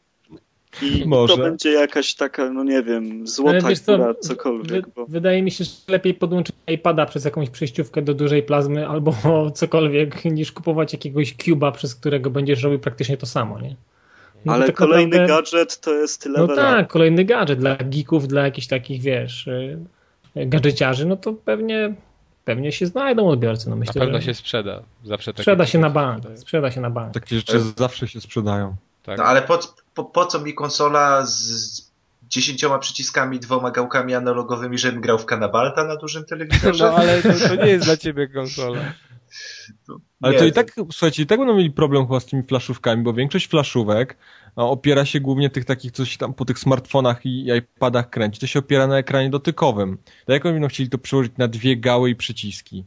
I Może. to będzie jakaś taka, no nie wiem, Ale złota wiesz co, góra, cokolwiek. wy- Bo... Wydaje mi się, że lepiej podłączyć iPada przez jakąś przejściówkę do dużej plazmy albo cokolwiek, niż kupować jakiegoś cube'a, przez którego będziesz robił praktycznie to samo, nie? No Ale tak kolejny naprawdę- gadżet to jest No level up. tak, kolejny gadżet dla geeków, dla jakichś takich, wiesz, y, gadżeciarzy, no to pewnie, pewnie się znajdą odbiorcy. No Na myślę, pewno że się sprzeda. Zawsze takie sprzeda się na coś bank, sprzedaje. sprzeda się na bank. Takie rzeczy zawsze się sprzedają. Tak. No ale po, po, po co mi konsola z dziesięcioma przyciskami, dwoma gałkami analogowymi, żebym grał w Kanabalta na dużym telewizorze? No ale to, to nie jest dla ciebie konsola. Ale Nie, to i tak, słuchajcie, i tak będą mieli problem chyba z tymi flaszówkami, bo większość flaszówek a, opiera się głównie tych takich, co się tam po tych smartfonach i iPadach kręci, to się opiera na ekranie dotykowym. To jak oni będą chcieli to przełożyć na dwie gały i przyciski?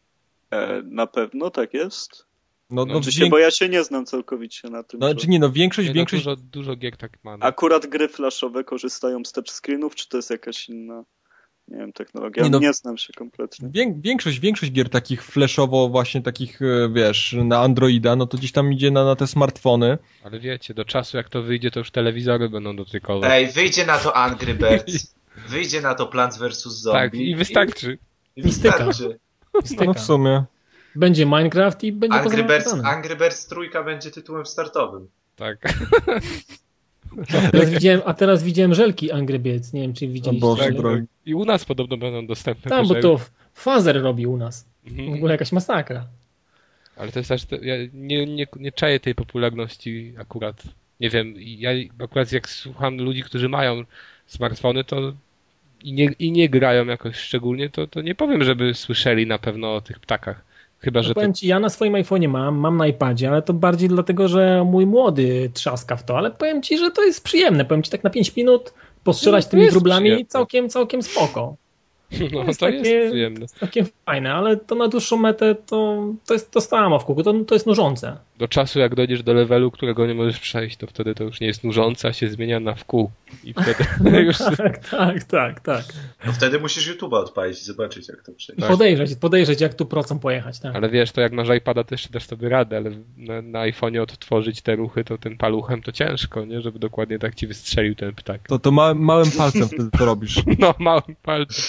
E, na pewno tak jest. No, No, no, Czy wiek- się, bo ja się nie znam całkowicie na tym. no że... czy nie, no większość, Nie, no, większość dużo, dużo gier tak ma. No. Akurat gry flashowe korzystają z touchscreenów, czy to jest jakaś inna, nie wiem, technologia? Nie Nie, no- nie znam się kompletnie. Wię, większość, większość gier takich flashowo właśnie takich, e, wiesz, na Androida, no to gdzieś tam idzie na, na te smartfony. Ale wiecie, do czasu jak to wyjdzie, to już telewizory będą dotykowe. Ej, wyjdzie na to Angry Birds, wyjdzie na to Plants versus. Zombie. Tak, i wystarczy. I, i I styka. wystarczy. Styka. No w sumie. Będzie Minecraft i będzie Angry Birds, pozamiatane. Angry Birds trójka będzie tytułem startowym. Tak. Teraz widziałem, a teraz widziałem żelki Angry Birds, nie wiem czy widzieliście. Boże, ale- drogi. I u nas podobno będą dostępne. Tam, te bo to Fazer robi u nas. W Mhm. ogóle jakaś masakra. Ale to jest aż... Te, ja nie, nie, nie czaję tej popularności akurat. Nie wiem, ja akurat jak słucham ludzi, którzy mają smartfony, to i nie, i nie grają jakoś szczególnie, to, to nie powiem, żeby słyszeli na pewno o tych ptakach. Chyba, No że to... powiem ci, ja na swoim iPhone'ie mam, mam na iPadzie, ale to bardziej dlatego, że mój młody trzaska w to, ale powiem ci, że to jest przyjemne. Powiem ci tak na pięć minut postrzelać No, to tymi jest wróblami przyjemne. całkiem, całkiem spoko. No, jest to jest takie- przyjemne. Całkiem fajne, ale to na dłuższą metę to, to jest to samo w kółku, to, to jest nużące. Do czasu, jak dojdziesz do levelu, którego nie możesz przejść, to wtedy to już nie jest nużące, a się zmienia na wkół. I wtedy już... Tak, tak, tak, tak. No wtedy musisz YouTube'a odpalić i zobaczyć, jak to przejdzie. Tak. Podejrzeć, podejrzeć jak tu procą pojechać, tak. Ale wiesz, to jak masz iPada, to jeszcze dasz sobie radę, ale na, na iPhone'ie odtworzyć te ruchy, to tym paluchem to ciężko, nie? Żeby dokładnie tak ci wystrzelił ten ptak. To, to ma, małym palcem wtedy to robisz. No, małym palcem.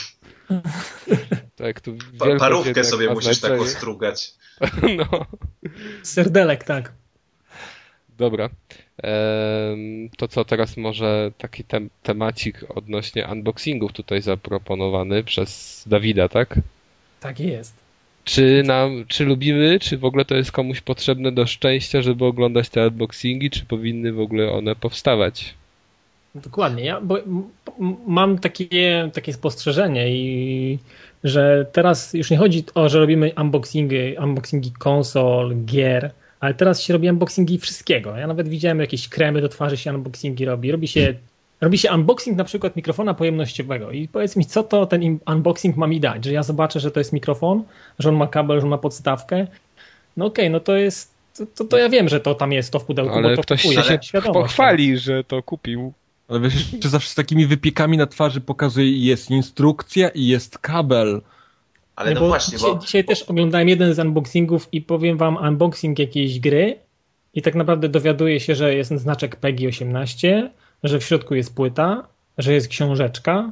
Tak, tu Pa, wielkość parówkę jednak sobie ma musisz tak znaczenie. ostrugać. No, Serdelek, tak. dobra. Ehm, to co, teraz może taki tem temacik odnośnie unboxingów tutaj zaproponowany przez Dawida, tak? Tak jest. Czy nam, czy lubimy, czy w ogóle to jest komuś potrzebne do szczęścia, żeby oglądać te unboxingi, czy powinny w ogóle one powstawać? Dokładnie. Ja bo, m, m, mam takie, takie spostrzeżenie, i że teraz już nie chodzi o, że robimy unboxingi, unboxingi konsol, gier, ale teraz się robi unboxingi wszystkiego. Ja nawet widziałem jakieś kremy do twarzy się unboxingi robi. Robi się, robi się unboxing na przykład mikrofona pojemnościowego i powiedz mi, co to ten im- unboxing ma mi dać? Że ja zobaczę, że to jest mikrofon, że on ma kabel, że on ma podstawkę. No okej, okay, no to jest, to, to, to ja wiem, że to tam jest to w pudełku, Ale bo to ktoś kupuję, się tak, świadomo. pochwali, że to kupił. Ale wiesz, czy zawsze z takimi wypiekami na twarzy pokazuje i jest instrukcja i jest kabel. Ale Nie, no bo właśnie, dzisiaj, bo dzisiaj też oglądałem jeden z unboxingów i powiem wam unboxing jakiejś gry i tak naprawdę dowiaduję się, że jest znaczek PEGI osiemnaście, że w środku jest płyta, że jest książeczka,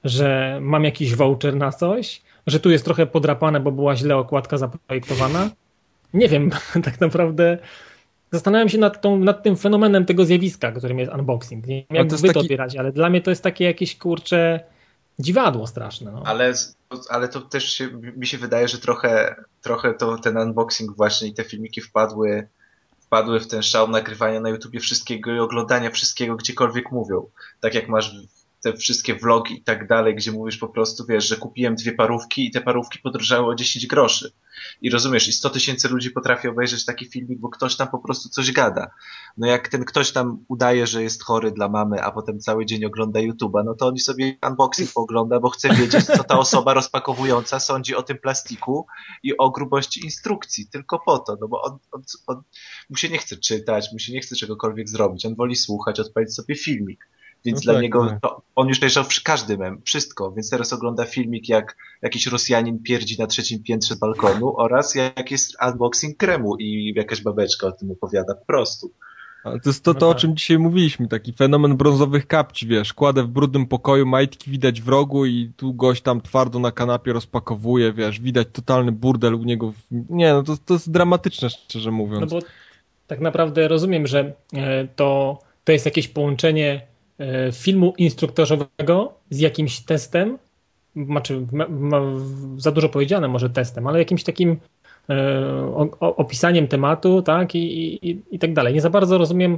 że mam jakiś voucher na coś, że tu jest trochę podrapane, bo była źle okładka zaprojektowana. Nie wiem, tak naprawdę zastanawiam się nad, tą, nad tym fenomenem tego zjawiska, którym jest unboxing. Nie wiem, jak to wy to taki... odbierać, ale dla mnie to jest takie jakieś, kurcze, dziwadło straszne. No. Ale, ale to też się, mi się wydaje, że trochę, trochę to ten unboxing właśnie i te filmiki wpadły, wpadły w ten szał nagrywania na YouTubie wszystkiego i oglądania wszystkiego, gdziekolwiek mówią. Tak jak masz te wszystkie vlogi i tak dalej, gdzie mówisz po prostu, wiesz, że kupiłem dwie parówki i te parówki podrożały o dziesięć groszy. I rozumiesz, i sto tysięcy ludzi potrafi obejrzeć taki filmik, bo ktoś tam po prostu coś gada. No jak ten ktoś tam udaje, że jest chory dla mamy, a potem cały dzień ogląda YouTube'a, no to oni sobie unboxing poogląda, bo chce wiedzieć, co ta osoba rozpakowująca sądzi o tym plastiku i o grubości instrukcji. Tylko po to, no bo on, on, on, mu się nie chce czytać, mu się nie chce czegokolwiek zrobić. On woli słuchać, odpalić sobie filmik. Więc No dla tak, niego tak. to, on już leżał przy każdym, wszystko, więc teraz ogląda filmik, jak jakiś Rosjanin pierdzi na trzecim piętrze balkonu oraz jak jest unboxing kremu i jakaś babeczka o tym opowiada po prostu. Ale to jest to, No to o tak. czym dzisiaj mówiliśmy, taki fenomen brązowych kapci, wiesz, kładę w brudnym pokoju, majtki widać w rogu i tu gość tam twardo na kanapie rozpakowuje, wiesz, widać totalny burdel u niego. W... Nie, no to, to jest dramatyczne, szczerze mówiąc. No bo tak naprawdę rozumiem, że e, to, to jest jakieś połączenie e, filmu instruktażowego z jakimś testem, znaczy ma, ma, za dużo powiedziane może testem, ale jakimś takim e, o, o, opisaniem tematu, tak, i, i, i tak dalej. Nie za bardzo rozumiem,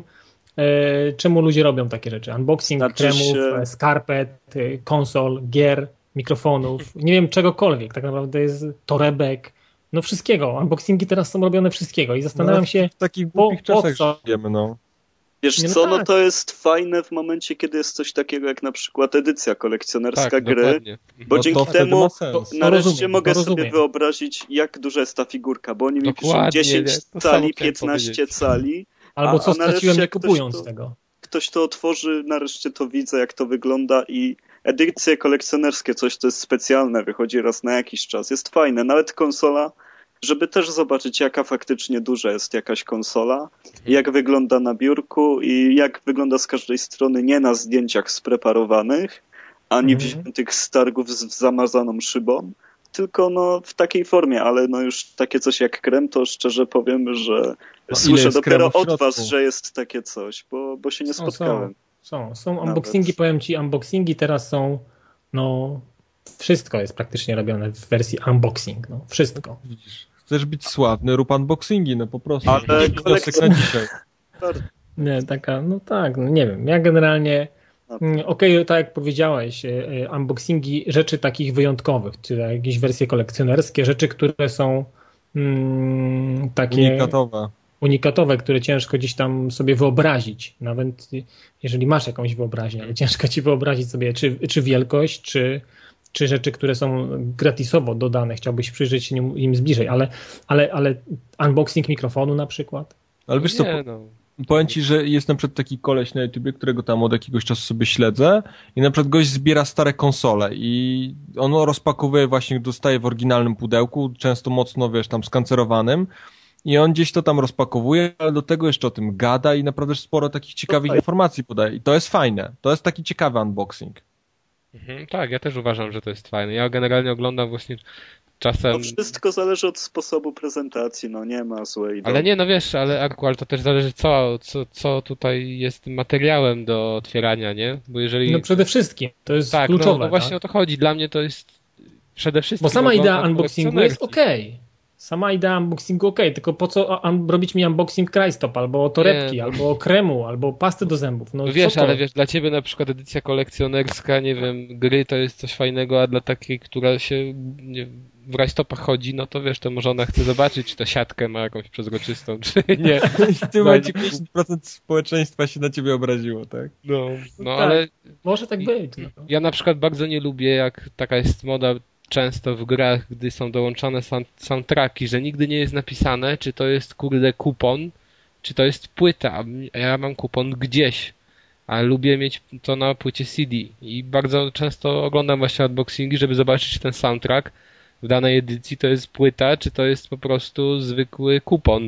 e, czemu ludzie robią takie rzeczy. Unboxing Znaczy kremów, się- e, skarpet, e, konsol, gier, mikrofonów, nie wiem czegokolwiek, tak naprawdę jest torebek, no wszystkiego. Unboxingi teraz są robione wszystkiego i zastanawiam No, się, w takich po- głupich po czasach co? żyjemy, no. Wiesz Nie, no co, no tak. to jest fajne w momencie, kiedy jest coś takiego jak na przykład edycja kolekcjonerska Tak, gry, dokładnie. bo No dzięki to wtedy temu ma sens. No nareszcie rozumiem, mogę no sobie rozumiem. wyobrazić, jak duża jest ta figurka, bo oni mi piszą Dokładnie, dziesięć nie? To samo cali, chciałem piętnaście powiedzieć. cali, albo a- co a straciłem nareszcie nie ktoś kupując to- tego. ktoś to otworzy, nareszcie to widzę, jak to wygląda i edycje kolekcjonerskie, coś to jest specjalne, wychodzi raz na jakiś czas, jest fajne, nawet konsola, żeby też zobaczyć, jaka faktycznie duża jest jakaś konsola, jak wygląda na biurku i jak wygląda z każdej strony, nie na zdjęciach spreparowanych, ani Mhm. wziętych z targów z z zamazaną szybą, tylko no w takiej formie, ale no już takie coś jak krem, to szczerze powiem, że ile słyszę jest dopiero kremu w od was, środku? że jest takie coś, bo, bo się nie Są, spotkałem. Są, są Nawet. unboxingi, powiem ci, unboxingi teraz są, no wszystko jest praktycznie robione w wersji unboxing, no wszystko. Widzisz, chcesz być sławny, rób unboxingi, no po prostu. Ale Wniosek kolekcja- na dzisiaj. Nie, taka, no tak, no nie wiem, ja generalnie No. mm, okej, tak jak powiedziałeś, e, e, unboxingi rzeczy takich wyjątkowych, czyli jakieś wersje kolekcjonerskie, rzeczy, które są mm, takie Unikatowa. unikatowe, które ciężko gdzieś tam sobie wyobrazić, nawet jeżeli masz jakąś wyobraźnię, ale ciężko ci wyobrazić sobie, czy, czy wielkość, czy, czy rzeczy, które są gratisowo dodane, chciałbyś przyjrzeć się im, im z bliżej, ale, ale, ale unboxing mikrofonu na przykład. Ale wiesz co, Nie, no. powiem ci, że jest na przykład taki koleś na YouTubie, którego tam od jakiegoś czasu sobie śledzę i na przykład gość zbiera stare konsole i on rozpakowuje właśnie, dostaje w oryginalnym pudełku, często mocno, wiesz, tam skancerowanym i on gdzieś to tam rozpakowuje, ale do tego jeszcze o tym gada i naprawdę sporo takich ciekawych informacji podaje i to jest fajne. To jest taki ciekawy unboxing. Mhm, tak, ja też uważam, że to jest fajne. Ja generalnie oglądam właśnie czasem... To wszystko zależy od sposobu prezentacji, no nie ma złej. Ale nie, no wiesz, ale Arku, ale to też zależy co, co, co tutaj jest tym materiałem do otwierania, nie? Bo jeżeli... No przede wszystkim, to jest tak, kluczowe. no, no właśnie tak? o to chodzi. Dla mnie to jest przede wszystkim... Bo sama idea oglądam unboxingu jest kolekcjonerki. okej. Sama idea unboxingu okej, tylko po co un- robić mi unboxing Krajstop, albo torebki, Nie, no. albo kremu, albo pasty do zębów. No, No wiesz, co to? ale wiesz, dla ciebie na przykład edycja kolekcjonerska, nie wiem, gry to jest coś fajnego, a dla takiej, która się nie, w rajstopach chodzi, no to wiesz, to może ona chce zobaczyć, czy to siatkę ma jakąś przezroczystą, czy nie. W tym momencie pięćdziesiąt procent społeczeństwa się na ciebie obraziło, tak? No, no tak. ale Może tak być. No. ja na przykład bardzo nie lubię, jak taka jest moda często w grach, gdy są dołączane sound, soundtracki, że nigdy nie jest napisane, czy to jest kurde kupon, czy to jest płyta, a ja mam kupon gdzieś, a lubię mieć to na płycie C D i bardzo często oglądam właśnie unboxingi, żeby zobaczyć, czy ten soundtrack w danej edycji to jest płyta, czy to jest po prostu zwykły kupon.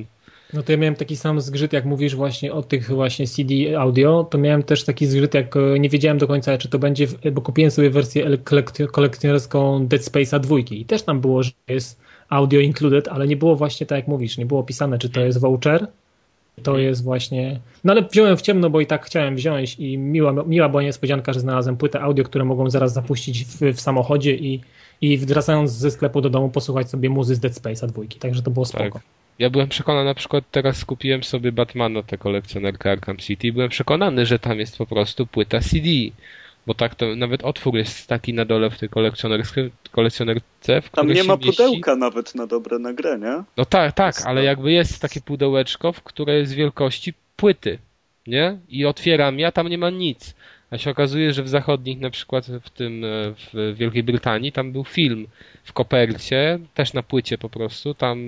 No to ja miałem taki sam zgrzyt, jak mówisz właśnie o tych właśnie C D audio, to miałem też taki zgrzyt, jak nie wiedziałem do końca, czy to będzie, bo kupiłem sobie wersję kolekcjonerską Dead Space'a dwójki i też tam było, że jest audio included, ale nie było właśnie tak jak mówisz, nie było pisane, czy to jest voucher, to jest właśnie... No ale wziąłem w ciemno, bo i tak chciałem wziąć i miła, miła była niespodzianka, że znalazłem płytę audio, które mogą zaraz zapuścić w, w samochodzie i, i wracając ze sklepu do domu posłuchać sobie muzy z Dead Space'a dwójki, także to było spoko. Tak. Ja byłem przekonany, na przykład teraz kupiłem sobie Batmana, tę kolekcjonerkę Arkham City i byłem przekonany, że tam jest po prostu płyta C D. Bo tak to nawet otwór jest taki na dole w tej kolekcjonerce, kolekcjonerce w Tam nie ma mieści... pudełka nawet na dobre nagranie. No tak, tak, ale jakby jest takie pudełeczko, w które jest wielkości płyty, nie? I otwieram ja, tam nie ma nic. A się okazuje, że w zachodnich, na przykład w tym, w Wielkiej Brytanii, tam był film w kopercie, też na płycie po prostu, tam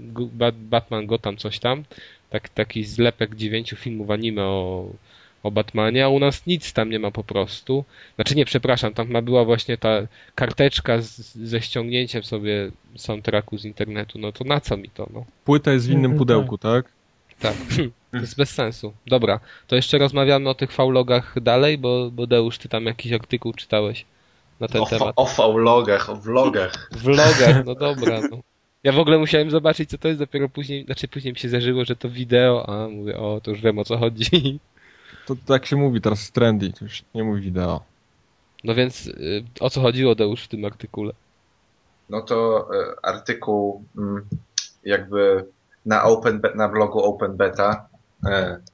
Batman Gotham coś tam, tak, taki zlepek dziewięciu filmów anime o, o Batmanie, a u nas nic tam nie ma po prostu. Znaczy nie, przepraszam, tam ma była właśnie ta karteczka z, ze ściągnięciem sobie soundtracku z internetu, no to na co mi to, no? Płyta jest w innym Mhm, pudełku, tak? Tak, to jest bez sensu. Dobra, to jeszcze rozmawiamy o tych faulogach dalej, bo, bo Deusz, ty tam jakiś artykuł czytałeś na ten o, temat. O faulogach, o vlogach. W vlogach, no dobra. No. Ja w ogóle musiałem zobaczyć, co to jest, dopiero później, znaczy później mi się zdarzyło, że to wideo, a mówię, o, to już wiem, o co chodzi. To tak się mówi teraz trendy, to już nie mówi wideo. No więc y, o co chodziło, Deusz, w tym artykule? No to y, artykuł y, jakby na, open, na blogu Open Beta, y,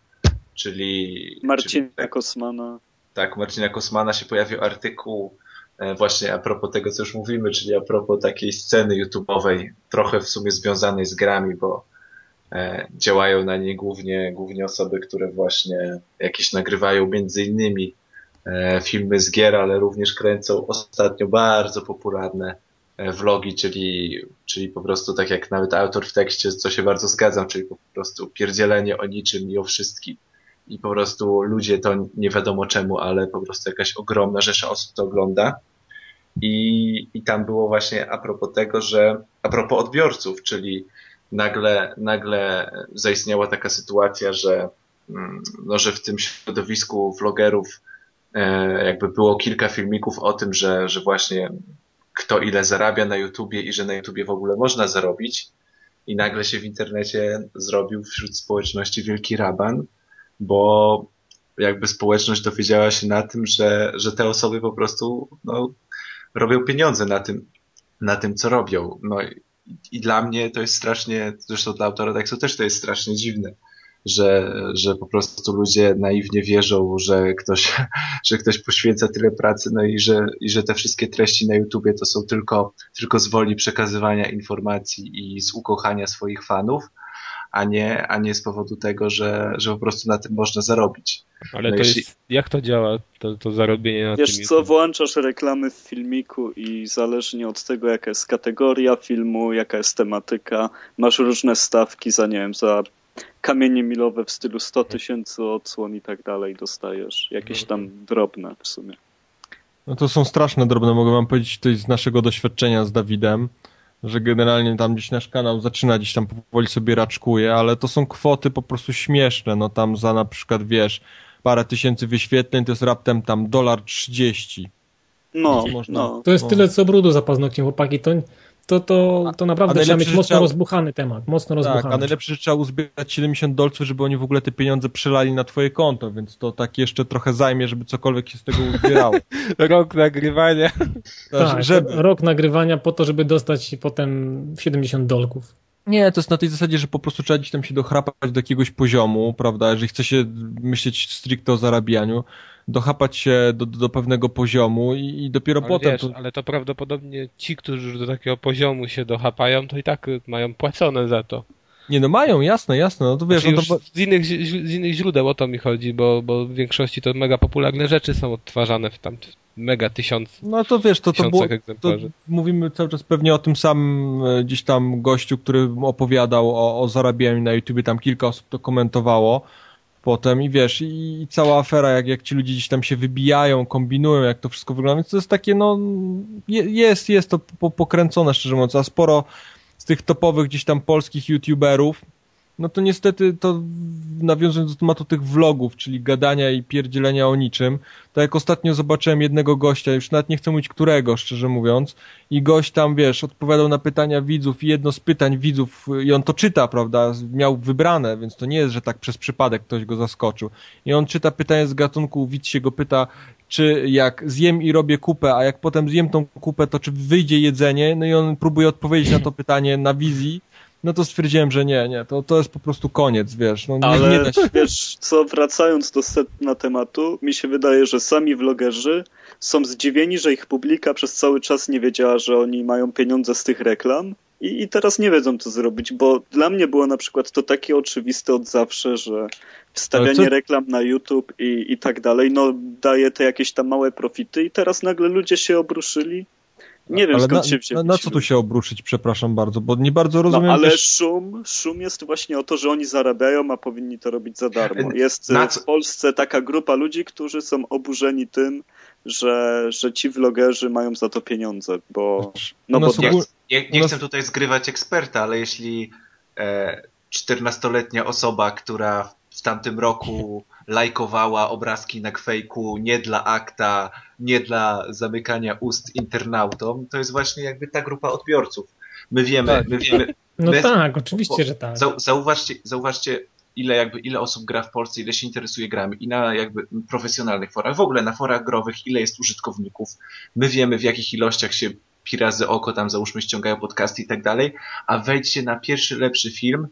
czyli... Marcina czyli, Kosmana. Tak, Marcina Kosmana się pojawił artykuł y, właśnie a propos tego, co już mówimy, czyli a propos takiej sceny YouTube'owej, trochę w sumie związanej z grami, bo y, działają na niej głównie, głównie osoby, które właśnie jakieś nagrywają między innymi y, filmy z gier, ale również kręcą ostatnio bardzo popularne vlogi, czyli, czyli po prostu tak jak nawet autor w tekście, co się bardzo zgadzam, czyli po prostu pierdzielenie o niczym i o wszystkim. I po prostu ludzie to nie wiadomo czemu, ale po prostu jakaś ogromna rzesza osób to ogląda. I, i tam było właśnie a propos tego, że a propos odbiorców, czyli nagle, nagle zaistniała taka sytuacja, że, no, że w tym środowisku vlogerów e, jakby było kilka filmików o tym, że, że właśnie kto ile zarabia na YouTubie i że na YouTubie w ogóle można zarobić. I nagle się w internecie zrobił wśród społeczności wielki raban, bo jakby społeczność dowiedziała się na tym, że, że te osoby po prostu no, robią pieniądze na tym, na tym, co robią. No i, i dla mnie to jest strasznie, zresztą dla autora tekstu też to jest strasznie dziwne, że, że po prostu ludzie naiwnie wierzą, że ktoś, że ktoś poświęca tyle pracy, no i że, i że te wszystkie treści na YouTubie to są tylko, tylko z woli przekazywania informacji i z ukochania swoich fanów, a nie, a nie z powodu tego, że, że po prostu na tym można zarobić. Ale no to jeśli... jest, jak to działa, to, to zarobienie na Wiesz tym co, YouTube? włączasz reklamy w filmiku i zależnie od tego, jaka jest kategoria filmu, jaka jest tematyka, masz różne stawki za, nie wiem, za kamienie milowe w stylu sto tysięcy odsłon i tak dalej dostajesz. Jakieś tam drobne w sumie. No to są straszne drobne, mogę wam powiedzieć tutaj z naszego doświadczenia z Dawidem, że generalnie tam gdzieś nasz kanał zaczyna gdzieś tam powoli sobie raczkuje, ale to są kwoty po prostu śmieszne, no tam za na przykład, wiesz, parę tysięcy wyświetleń to jest raptem tam dolar trzydzieści. No, można, no. To jest no. tyle co brudu za paznokciem, chłopaki, to, to, to, to naprawdę trzeba mieć że mocno trzeba... rozbuchany temat, mocno rozbuchany. Tak, a najlepsze, że trzeba uzbierać siedemdziesiąt dolców, żeby oni w ogóle te pieniądze przelali na twoje konto, więc to tak jeszcze trochę zajmie, żeby cokolwiek się z tego uzbierało. Rok nagrywania. Tak, żeby... rok nagrywania po to, żeby dostać potem siedemdziesiąt dolków. Nie, to jest na tej zasadzie, że po prostu trzeba gdzieś tam się dochrapać do jakiegoś poziomu, prawda, jeżeli chce się myśleć stricte o zarabianiu, dochapać się do, do pewnego poziomu i, i dopiero Ale potem... wiesz, to... ale to prawdopodobnie ci, którzy już do takiego poziomu się dochapają, to i tak mają płacone za to. Nie no, mają, jasne, jasne, no to wiesz... Znaczy no to... z, innych, z innych źródeł o to mi chodzi, bo, bo w większości to mega popularne rzeczy są odtwarzane w tam mega tysiąc, No to wiesz, to, to było... To egzemplarzy. mówimy cały czas pewnie o tym samym e, gdzieś tam gościu, który opowiadał o, o zarabianiu na YouTubie, tam kilka osób to komentowało potem i wiesz, i, i cała afera, jak, jak ci ludzie gdzieś tam się wybijają, kombinują, jak to wszystko wygląda, więc to jest takie, no, je, jest, jest to po, pokręcone, szczerze mówiąc, a sporo z tych topowych gdzieś tam polskich YouTuberów, No to niestety to nawiązując do tematu tych vlogów, czyli gadania i pierdzielenia o niczym, to jak ostatnio zobaczyłem jednego gościa, już nawet nie chcę mówić którego, szczerze mówiąc, i gość tam, wiesz, odpowiadał na pytania widzów i jedno z pytań widzów, i on to czyta, prawda, miał wybrane, więc to nie jest, że tak przez przypadek ktoś go zaskoczył. I on czyta pytanie z gatunku, widz się go pyta, czy jak zjem i robię kupę, a jak potem zjem tą kupę, to czy wyjdzie jedzenie? No i on próbuje odpowiedzieć na to pytanie na wizji. No to stwierdziłem, że nie, nie, to, to jest po prostu koniec, wiesz. No, ale nie da się. Wiesz co, wracając do sedna tematu, mi się wydaje, że sami vlogerzy są zdziwieni, że ich publika przez cały czas nie wiedziała, że oni mają pieniądze z tych reklam i, i teraz nie wiedzą, co zrobić, bo dla mnie było na przykład to takie oczywiste od zawsze, że wstawianie reklam na YouTube i, i tak dalej, no daje te jakieś tam małe profity i teraz nagle ludzie się obruszyli. Nie wiem, ale skąd na, się wzięli. Na, na co tu się obruszyć, przepraszam bardzo, bo nie bardzo rozumiem. No, ale też... szum, szum jest właśnie o to, że oni zarabiają, a powinni to robić za darmo. Jest w Polsce taka grupa ludzi, którzy są oburzeni tym, że, że ci vlogerzy mają za to pieniądze, bo... No bo nie, nie, nie chcę tutaj zgrywać eksperta, ale jeśli e, czternastoletnia osoba, która w tamtym roku lajkowała obrazki na Quake'u nie dla akta, nie dla zamykania ust internautom, to jest właśnie jakby ta grupa odbiorców. My wiemy, tak. my wiemy. No my, tak, oczywiście, bo, że tak. Zauważcie, zauważcie ile jakby ile osób gra w Polsce, ile się interesuje grami i na jakby profesjonalnych forach, w ogóle na forach growych, ile jest użytkowników. My wiemy, w jakich ilościach się pi razy oko tam załóżmy ściągają podcasty i tak dalej, a wejdźcie na pierwszy lepszy film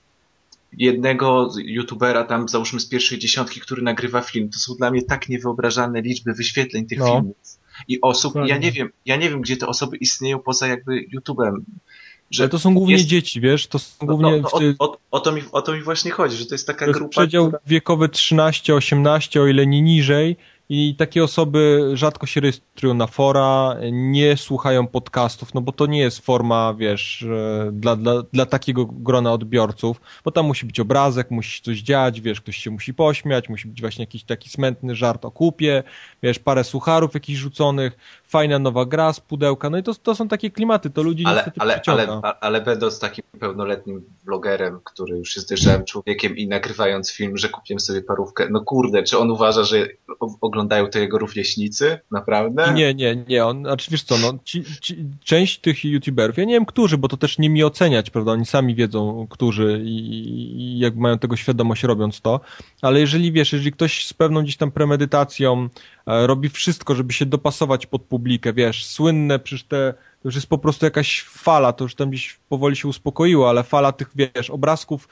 jednego youtubera tam załóżmy z pierwszej dziesiątki, który nagrywa film. To są dla mnie tak niewyobrażalne liczby wyświetleń tych no. filmów i osób. Ja nie wiem, ja nie wiem, gdzie te osoby istnieją poza jakby YouTube'em. Że ale to są głównie jest... dzieci, wiesz? To są głównie... No, no, o, o, o, to mi, o to mi właśnie chodzi, że to jest taka to grupa... Jest przedział która... wiekowy trzynaście osiemnaście, o ile nie niżej. I takie osoby rzadko się rejestrują na fora, nie słuchają podcastów, no bo to nie jest forma, wiesz, dla, dla, dla takiego grona odbiorców, bo tam musi być obrazek, musi się coś dziać, wiesz, ktoś się musi pośmiać, musi być właśnie jakiś taki smętny żart o kupie, wiesz, parę sucharów jakichś rzuconych, fajna nowa gra z pudełka, no i to, to są takie klimaty, to ludzi ale, niestety ale, przyciąga. Ale, ale będąc takim pełnoletnim vlogerem, który już jest dojrzałym człowiekiem i nagrywając film, że kupiłem sobie parówkę, no kurde, czy on uważa, że oglądają to jego rówieśnicy? Naprawdę? Nie, nie, nie. On, znaczy wiesz co, no, ci, ci, część tych youtuberów, ja nie wiem którzy, bo to też nie mi oceniać, prawda, oni sami wiedzą, którzy i, i jak mają tego świadomość robiąc to, ale jeżeli wiesz, jeżeli ktoś z pewną gdzieś tam premedytacją e, robi wszystko, żeby się dopasować pod publikę, wiesz, słynne przecież te to już jest po prostu jakaś fala, to już tam gdzieś powoli się uspokoiło, ale fala tych, wiesz, obrazków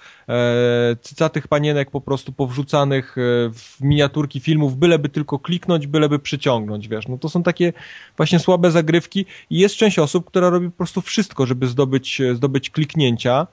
e, cycatych panienek po prostu powrzucanych e, w miniaturki filmów, byleby tylko kliknąć, byleby przyciągnąć, wiesz, no to są takie właśnie słabe zagrywki i jest część osób, która robi po prostu wszystko, żeby zdobyć, zdobyć kliknięcia.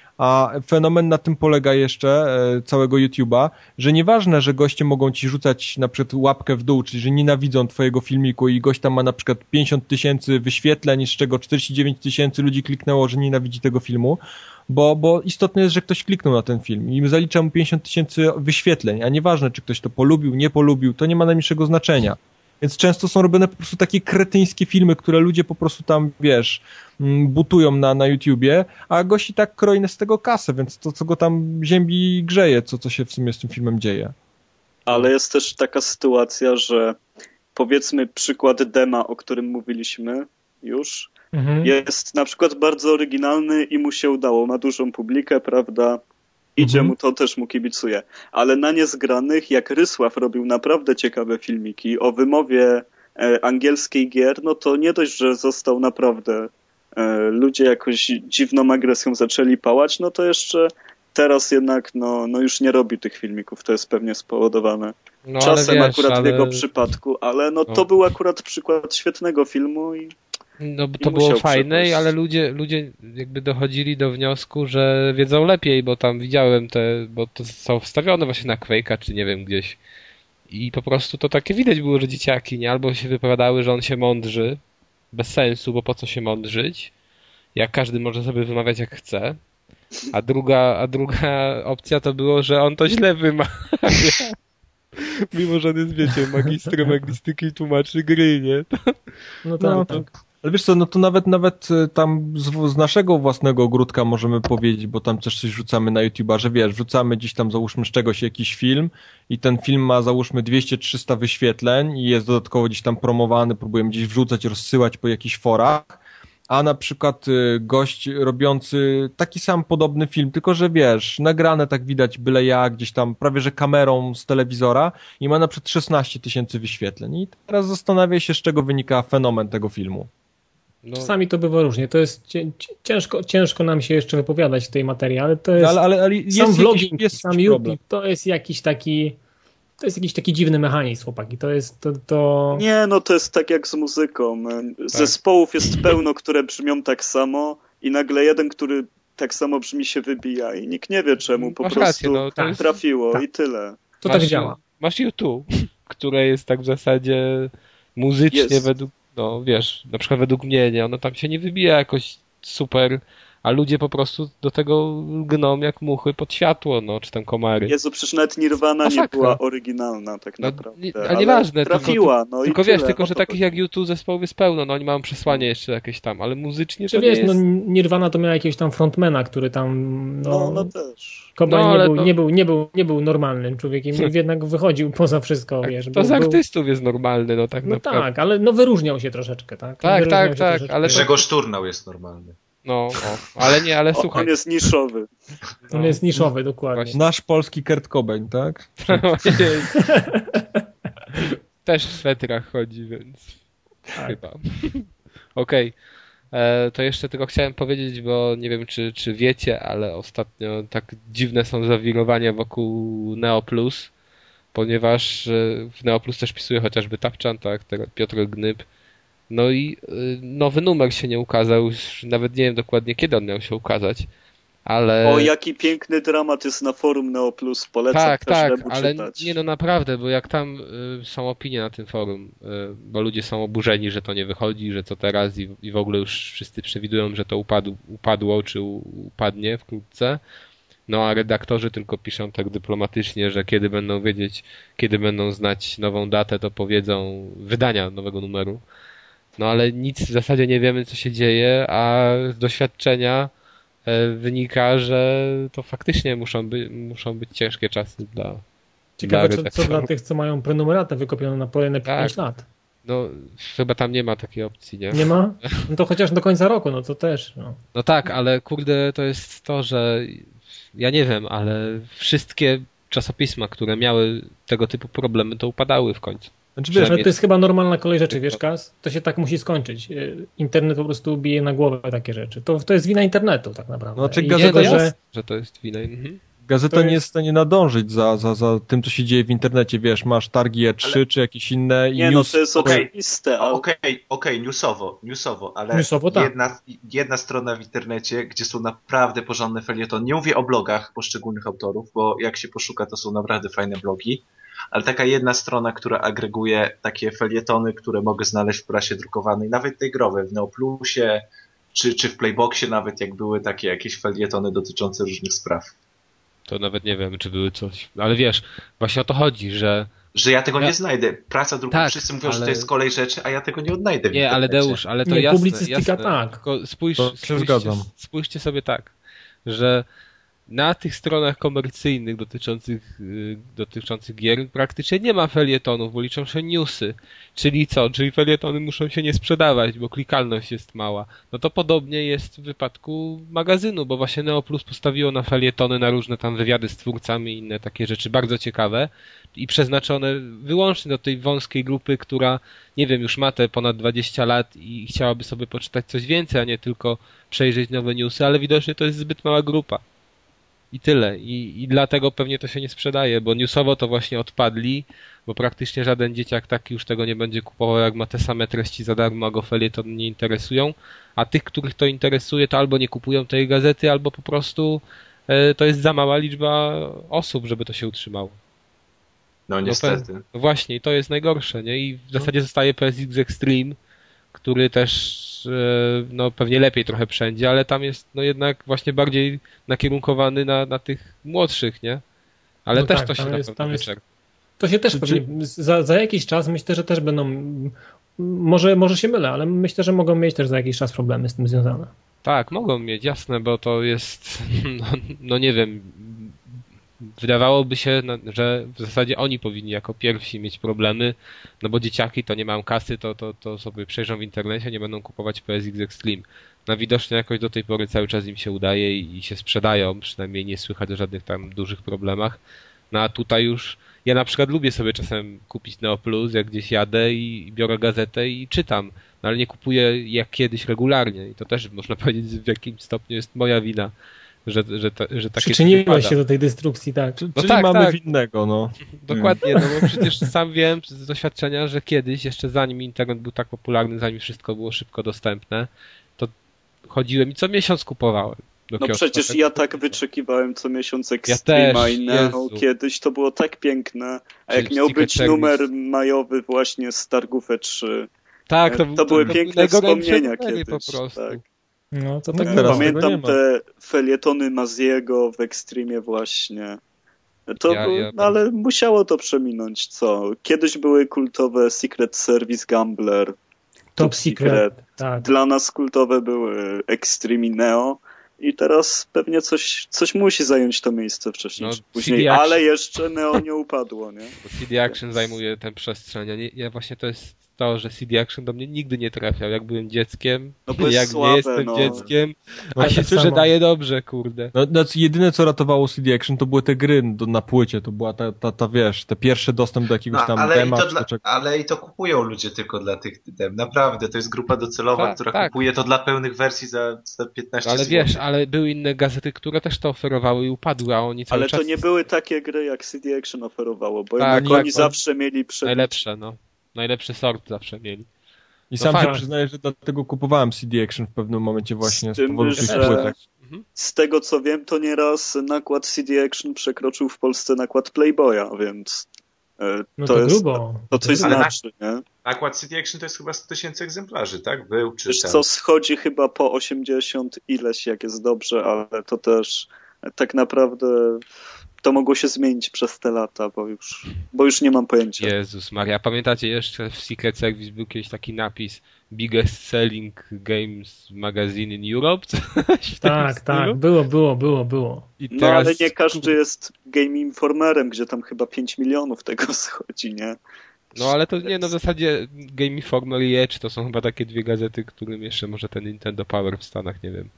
A fenomen na tym polega jeszcze, e, całego YouTube'a, że nieważne, że goście mogą ci rzucać na przykład łapkę w dół, czyli że nienawidzą twojego filmiku i gość tam ma na przykład pięćdziesiąt tysięcy wyświetleń, z czego czterdzieści dziewięć tysięcy ludzi kliknęło, że nienawidzi tego filmu, bo, bo istotne jest, że ktoś kliknął na ten film i zalicza mu pięćdziesiąt tysięcy wyświetleń, a nieważne, czy ktoś to polubił, nie polubił, to nie ma najmniejszego znaczenia. Więc często są robione po prostu takie kretyńskie filmy, które ludzie po prostu tam, wiesz, butują na, na YouTubie, a gość i tak kroi z tego kasę, więc to, co go tam ziębi i grzeje, co, co się w sumie z tym filmem dzieje. Ale jest też taka sytuacja, że powiedzmy przykład dema, o którym mówiliśmy już, mhm. jest na przykład bardzo oryginalny i mu się udało, ma dużą publikę, prawda? Idzie mhm. mu, to też mu kibicuje. Ale na niezgranych, jak Rysław robił naprawdę ciekawe filmiki o wymowie e, angielskiej gier, no to nie dość, że został naprawdę e, ludzie jakoś dziwną agresją zaczęli pałać, no to jeszcze teraz jednak no, no już nie robi tych filmików, to jest pewnie spowodowane no, czasem wiesz, akurat ale... w jego przypadku, ale no to no. był akurat przykład świetnego filmu i No bo to było fajne, przepaść. Ale ludzie, ludzie jakby dochodzili do wniosku, że wiedzą lepiej, bo tam widziałem te, bo to zostało wstawione właśnie na Quake'a, czy nie wiem, gdzieś. I po prostu to takie widać było, że dzieciaki, nie? Albo się wypowiadały, że on się mądrzy, bez sensu, bo po co się mądrzyć, jak każdy może sobie wymawiać jak chce. A druga, a druga opcja to było, że on to źle wymawia. Mimo, że on jest, wiecie, magistrem anglistyki i tłumaczy gry, nie? No tak, no, tak. Ale wiesz co, no to nawet nawet tam z, z naszego własnego ogródka możemy powiedzieć, bo tam też coś rzucamy na YouTube'a, że wiesz, wrzucamy gdzieś tam załóżmy z czegoś jakiś film i ten film ma załóżmy dwieście trzysta wyświetleń i jest dodatkowo gdzieś tam promowany, próbujemy gdzieś wrzucać, rozsyłać po jakichś forach, a na przykład gość robiący taki sam podobny film, tylko że wiesz, nagrane tak widać byle jak, gdzieś tam prawie że kamerą z telewizora i ma na przykład szesnaście tysięcy wyświetleń i teraz zastanawia się, z czego wynika fenomen tego filmu. No. Czasami to bywa różnie. To jest ciężko, ciężko nam się jeszcze wypowiadać w tej materii, ale to jest. Ale, ale, ale jest sam jakiś, vlogging, jest sam YouTube, to jest jakiś taki. To jest jakiś taki dziwny mechanizm, chłopaki. To jest to. to... Nie, no to jest tak jak z muzyką. Zespołów jest pełno, które brzmią tak samo, i nagle jeden, który tak samo brzmi, się wybija. I nikt nie wie czemu. Po masz prostu rację, no, to jest... trafiło tak. i tyle. To masz, tak działa. Masz YouTube, które jest tak w zasadzie muzycznie jest. według. No wiesz, na przykład według mnie, nie, ono tam się nie wybija jakoś super, a ludzie po prostu do tego lgną jak muchy pod światło, no, czy tam komary. Jezu, przecież nawet Nirvana Masakra. nie była oryginalna tak No, naprawdę. nie, ale ale nieważne, trafiła, tylko, no tylko i wiesz, tyle. tylko No że to takich jak YouTube zespołów jest pełno, no oni mają przesłanie jeszcze jakieś tam, ale muzycznie Czy to wiesz, nie jest... no Nirvana to miała jakiegoś tam frontmana, który tam no, No, no też. Cobain No, nie, ale był, to- nie, był, nie, był, nie był normalnym człowiekiem i jednak wychodził poza wszystko, Tak, wiesz. to był- z był- artystów jest normalny, no tak No naprawdę. tak, ale no wyróżniał się troszeczkę, tak? Tak, Wyróżniał tak, się tak, troszeczkę. ale to- Grzegorz Turnał jest normalny. No, o, ale nie, ale O, słuchaj. on jest niszowy. On jest niszowy, dokładnie. Właśnie. Nasz polski Kurt Cobain, tak? Też w swetrach chodzi, więc Tak. chyba. Okej. E, To jeszcze tylko chciałem powiedzieć, bo nie wiem, czy, czy wiecie, ale ostatnio tak dziwne są zawirowania wokół Neo Plus, ponieważ e, w Neo Plus też pisuje chociażby Tapczan, tak, teraz Piotr Gnyb. No i y, nowy numer się nie ukazał, już nawet nie wiem dokładnie kiedy on miał się ukazać, ale... O, jaki piękny dramat jest na forum Neo Plus. Polecam Tak, tak, każdemu ale czytać. nie no naprawdę, bo jak tam y, są opinie na tym forum, y, bo ludzie są oburzeni, że to nie wychodzi, że co teraz i, i w ogóle już wszyscy przewidują, że to upadł, upadło czy u, upadnie wkrótce. No a redaktorzy tylko piszą tak dyplomatycznie, że kiedy będą wiedzieć, kiedy będą znać nową datę, to powiedzą wydania nowego numeru. No ale nic w zasadzie nie wiemy, co się dzieje, a z doświadczenia e, wynika, że to faktycznie muszą, by, muszą być ciężkie czasy dla Ciekawe, dla co, co redaktorów. dla tych, co mają prenumeratę wykupioną na kolejne Tak. pięć lat. No chyba tam nie ma takiej opcji, nie? Nie ma? No to chociaż do końca roku, no to też. No. No tak, ale kurde, to jest to, że ja nie wiem, ale wszystkie czasopisma, które miały tego typu problemy, to upadały w końcu. Znaczy, Wiesz, wiesz, ale to jest chyba normalna kolej rzeczy, wiesz, Kas? To się tak musi skończyć. Internet po prostu bije na głowę takie rzeczy. To, to jest wina internetu tak naprawdę. No, czy I gazeta tego, Nie, no że jasne, że to jest wina. Mhm. gazeta to nie jest- jest w stanie nadążyć za, za, za tym, co się dzieje w internecie. Wiesz, masz targi E trzy Ale- czy jakieś inne i Nie, no news... to jest Okej. oczywiste, A, ale Okej, okej, newsowo, newsowo, ale Newsowo, tak. jedna, jedna strona w internecie, gdzie są naprawdę porządne felietony. Nie mówię o blogach poszczególnych autorów, bo jak się poszuka, to są naprawdę fajne blogi, ale taka jedna strona, która agreguje takie felietony, które mogę znaleźć w prasie drukowanej, nawet tej growej, w Neoplusie, czy, czy w Playboxie nawet, jak były takie jakieś felietony dotyczące różnych spraw. To nawet nie wiem, czy były coś. Ale wiesz, właśnie o to chodzi, że Że ja tego Ja- nie znajdę. Praca drukowa, Tak, wszyscy mówią, że ale- to jest kolej rzeczy, a ja tego nie odnajdę w nie, ale internecie. Deusz, ale to Nie, jasne, publicystyka jasne. tak. Tylko spójrz, To się spójrzcie, zgadzam. spójrzcie sobie tak, że na tych stronach komercyjnych dotyczących, y, dotyczących gier praktycznie nie ma felietonów, bo liczą się newsy. Czyli co? Czyli felietony muszą się nie sprzedawać, bo klikalność jest mała. No to podobnie jest w wypadku magazynu, bo właśnie Neo Plus postawiło na felietony, na różne tam wywiady z twórcami i inne takie rzeczy bardzo ciekawe i przeznaczone wyłącznie do tej wąskiej grupy, która, nie wiem, już ma te ponad dwadzieścia lat i chciałaby sobie poczytać coś więcej, a nie tylko przejrzeć nowe newsy, ale widocznie to jest zbyt mała grupa. I tyle. I, I dlatego pewnie to się nie sprzedaje, bo newsowo to właśnie odpadli, bo praktycznie żaden dzieciak taki już tego nie będzie kupował, jak ma te same treści za darmo, a go felietony nie interesują. A tych, których to interesuje, to albo nie kupują tej gazety, albo po prostu e, to jest za mała liczba osób, żeby to się utrzymało. No No niestety. pe- No właśnie, i to jest najgorsze, nie? I w zasadzie zostaje P S X Extreme, który też e, no pewnie lepiej trochę wszędzie, ale tam jest no jednak właśnie bardziej nakierunkowany na, na tych młodszych, nie? Ale No też tak, to się tam na jest- pewno tam jest- wyczerpa. To się też Czy- pewnie, za, za jakiś czas myślę, że też będą może, może się mylę, ale myślę, że mogą mieć też za jakiś czas problemy z tym związane. Tak, mogą mieć, jasne, bo to jest, no, no nie wiem, wydawałoby się, że w zasadzie oni powinni jako pierwsi mieć problemy, no bo dzieciaki to nie mają kasy, to, to, to sobie przejrzą w internecie, nie będą kupować P S X Extreme. No widocznie jakoś do tej pory cały czas im się udaje i, i się sprzedają, przynajmniej nie słychać o żadnych tam dużych problemach. No a tutaj już, ja na przykład lubię sobie czasem kupić Neo Plus, jak gdzieś jadę i, i biorę gazetę i czytam, no ale nie kupuję jak kiedyś regularnie i to też można powiedzieć, że w jakimś stopniu jest moja wina, że, że, ta, że takie przyczyniłeś się do tej destrukcji, tak. Czyli no tak, mamy tak. winnego, no. Dokładnie, no bo przecież sam wiem z doświadczenia, że kiedyś, jeszcze zanim internet był tak popularny, zanim wszystko było szybko dostępne, to chodziłem i co miesiąc kupowałem. Do No kiosku, przecież tak ja tak wyczekiwałem co miesiąc Ja Extrema też, i Neo Jezu. kiedyś, to było tak piękne, a Czyli jak miał Secret być Service. numer majowy właśnie z targów E trzy, Tak, to, to były to piękne najgorętsze wspomnienia numery kiedyś. po prostu. Tak. No to No tak teraz było. tego nie Pamiętam ma. te felietony Maziego w Extremie właśnie. To Ja- było, ja no, ale musiało to przeminąć, co? Kiedyś były kultowe Secret Service Gambler, Top Secret. Tak. Dla nas kultowe były Extreme i Neo i teraz pewnie coś, coś musi zająć to miejsce wcześniej No, czy później, C D Action. ale jeszcze Neo nie upadło, nie? Bo C D Action zajmuje tę przestrzeń. Ja, nie, ja właśnie to jest to, że C D Action do mnie nigdy nie trafiał. Jak byłem dzieckiem, No bo jest jak słabe, nie jestem no. dzieckiem, No a się tak czuję, że samo. daje dobrze, kurde. No, znaczy jedyne co ratowało C D Action to były te gry do, na płycie, to była ta, ta, ta wiesz, te pierwszy dostęp do jakiegoś No, tam ale, i dema, to czy dla, do czego. ale i to kupują ludzie tylko dla tych dem. Naprawdę, to jest grupa docelowa, Tak, która tak. kupuje to dla pełnych wersji za, za piętnaście Ale złotych. wiesz, ale były inne gazety, które też to oferowały i upadły, a oni cały Ale czas... to nie były takie gry, jak C D Action oferowało, bo Tak, jednak tak, oni tak. zawsze mieli przed... Najlepsze, no. Najlepszy sort zawsze mieli. I No sam się fajnie. przyznaję, że dlatego kupowałem C D Action w pewnym momencie właśnie z, tym, powodu tych że- płytek. Mhm. Z tego co wiem, to nieraz nakład C D Action przekroczył w Polsce nakład Playboya, więc e, No to, to, jest, grubo. to coś Ale na- znaczy, nie? Nakład C D Action to jest chyba sto tysięcy egzemplarzy, tak? Był czy Wiesz ten. co, schodzi chyba po osiemdziesiąt ileś, jak jest dobrze, ale to też e, tak naprawdę to mogło się zmienić przez te lata, bo już, bo już nie mam pojęcia. Jezus Maria, pamiętacie jeszcze w Secret Service był kiedyś taki napis Biggest Selling Games Magazine in Europe? Coś w tym Tak, stylu? tak, było, było, było, było. I No teraz, ale nie każdy jest Game Informerem, gdzie tam chyba pięć milionów tego schodzi, nie? No ale to nie, no w zasadzie Game Informer i Edge to są chyba takie dwie gazety, którym jeszcze może ten Nintendo Power w Stanach, nie wiem.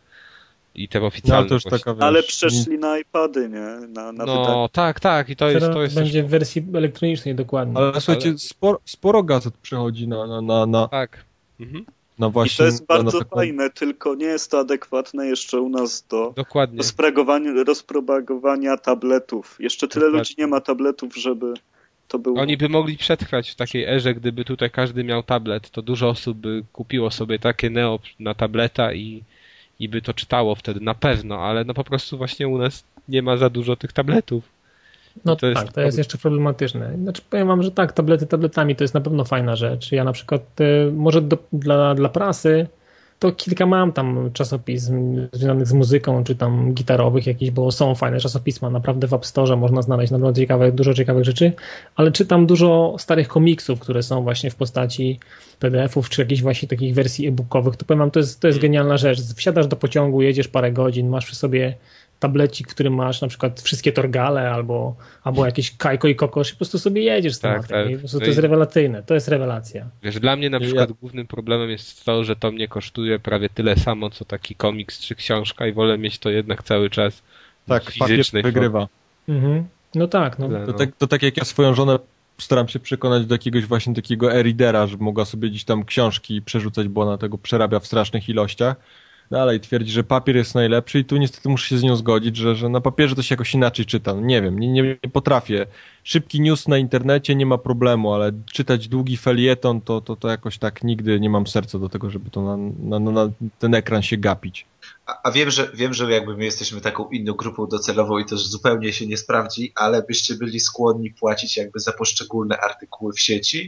I te No oficjalne ale to już właśnie. taka, wiesz, Ale przeszli na iPady, nie? Na, na wydanie. No tak, tak i to jest, Teraz to jest będzie też... w wersji elektronicznej dokładnie. Ale słuchajcie, sporo, sporo gazet przechodzi na, na, na, na, Tak. Mhm. na I właśnie... to jest na, bardzo na taką- fajne, tylko nie jest to adekwatne jeszcze u nas do Dokładnie. rozpropagowania, rozpropagowania tabletów. Jeszcze tyle Dokładnie. ludzi nie ma tabletów, żeby to było... Oni by mogli przetrwać w takiej erze, gdyby tutaj każdy miał tablet, to dużo osób by kupiło sobie takie Neo na tableta i, i by to czytało wtedy, na pewno, ale no po prostu właśnie u nas nie ma za dużo tych tabletów. No to jest tak, to jest jeszcze problematyczne. Znaczy powiem wam, że tak, tablety tabletami to jest na pewno fajna rzecz. Ja na przykład e, może do, dla, dla prasy to kilka mam tam czasopism związanych z muzyką, czy tam gitarowych jakichś, bo są fajne czasopisma, naprawdę w App Store można znaleźć naprawdę ciekawe, dużo ciekawych rzeczy, ale czytam dużo starych komiksów, które są właśnie w postaci P D F ów, czy jakichś właśnie takich wersji e-bookowych. To powiem wam, to jest, to jest genialna rzecz. Wsiadasz do pociągu, jedziesz parę godzin, masz przy sobie tablecik, w którym masz na przykład wszystkie Torgale albo, albo jakieś Kajko i Kokosz i po prostu sobie jedziesz z Tak, tematem. tak. I po prostu No to jest i- rewelacyjne, to jest rewelacja. Wiesz, dla mnie na Ja- przykład głównym problemem jest to, że to mnie kosztuje prawie tyle samo, co taki komiks czy książka i wolę mieć to jednak cały czas Tak, w papier fizycznej wygrywa. Mhm. No tak, no. formie. To No. tak, to tak jak ja swoją żonę staram się przekonać do jakiegoś właśnie takiego e-readera, żeby mogła sobie gdzieś tam książki przerzucać, bo ona tego przerabia w strasznych ilościach. Dalej twierdzi, że papier jest najlepszy i tu niestety muszę się z nią zgodzić, że, że na papierze to się jakoś inaczej czyta. No nie wiem, nie, nie, nie potrafię. Szybki news na internecie nie ma problemu, ale czytać długi felieton to, to, to jakoś tak nigdy nie mam serca do tego, żeby to na, na, na, na ten ekran się gapić. A, a wiem, że wiem, że jakby my jesteśmy taką inną grupą docelową i to zupełnie się nie sprawdzi, ale byście byli skłonni płacić jakby za poszczególne artykuły w sieci?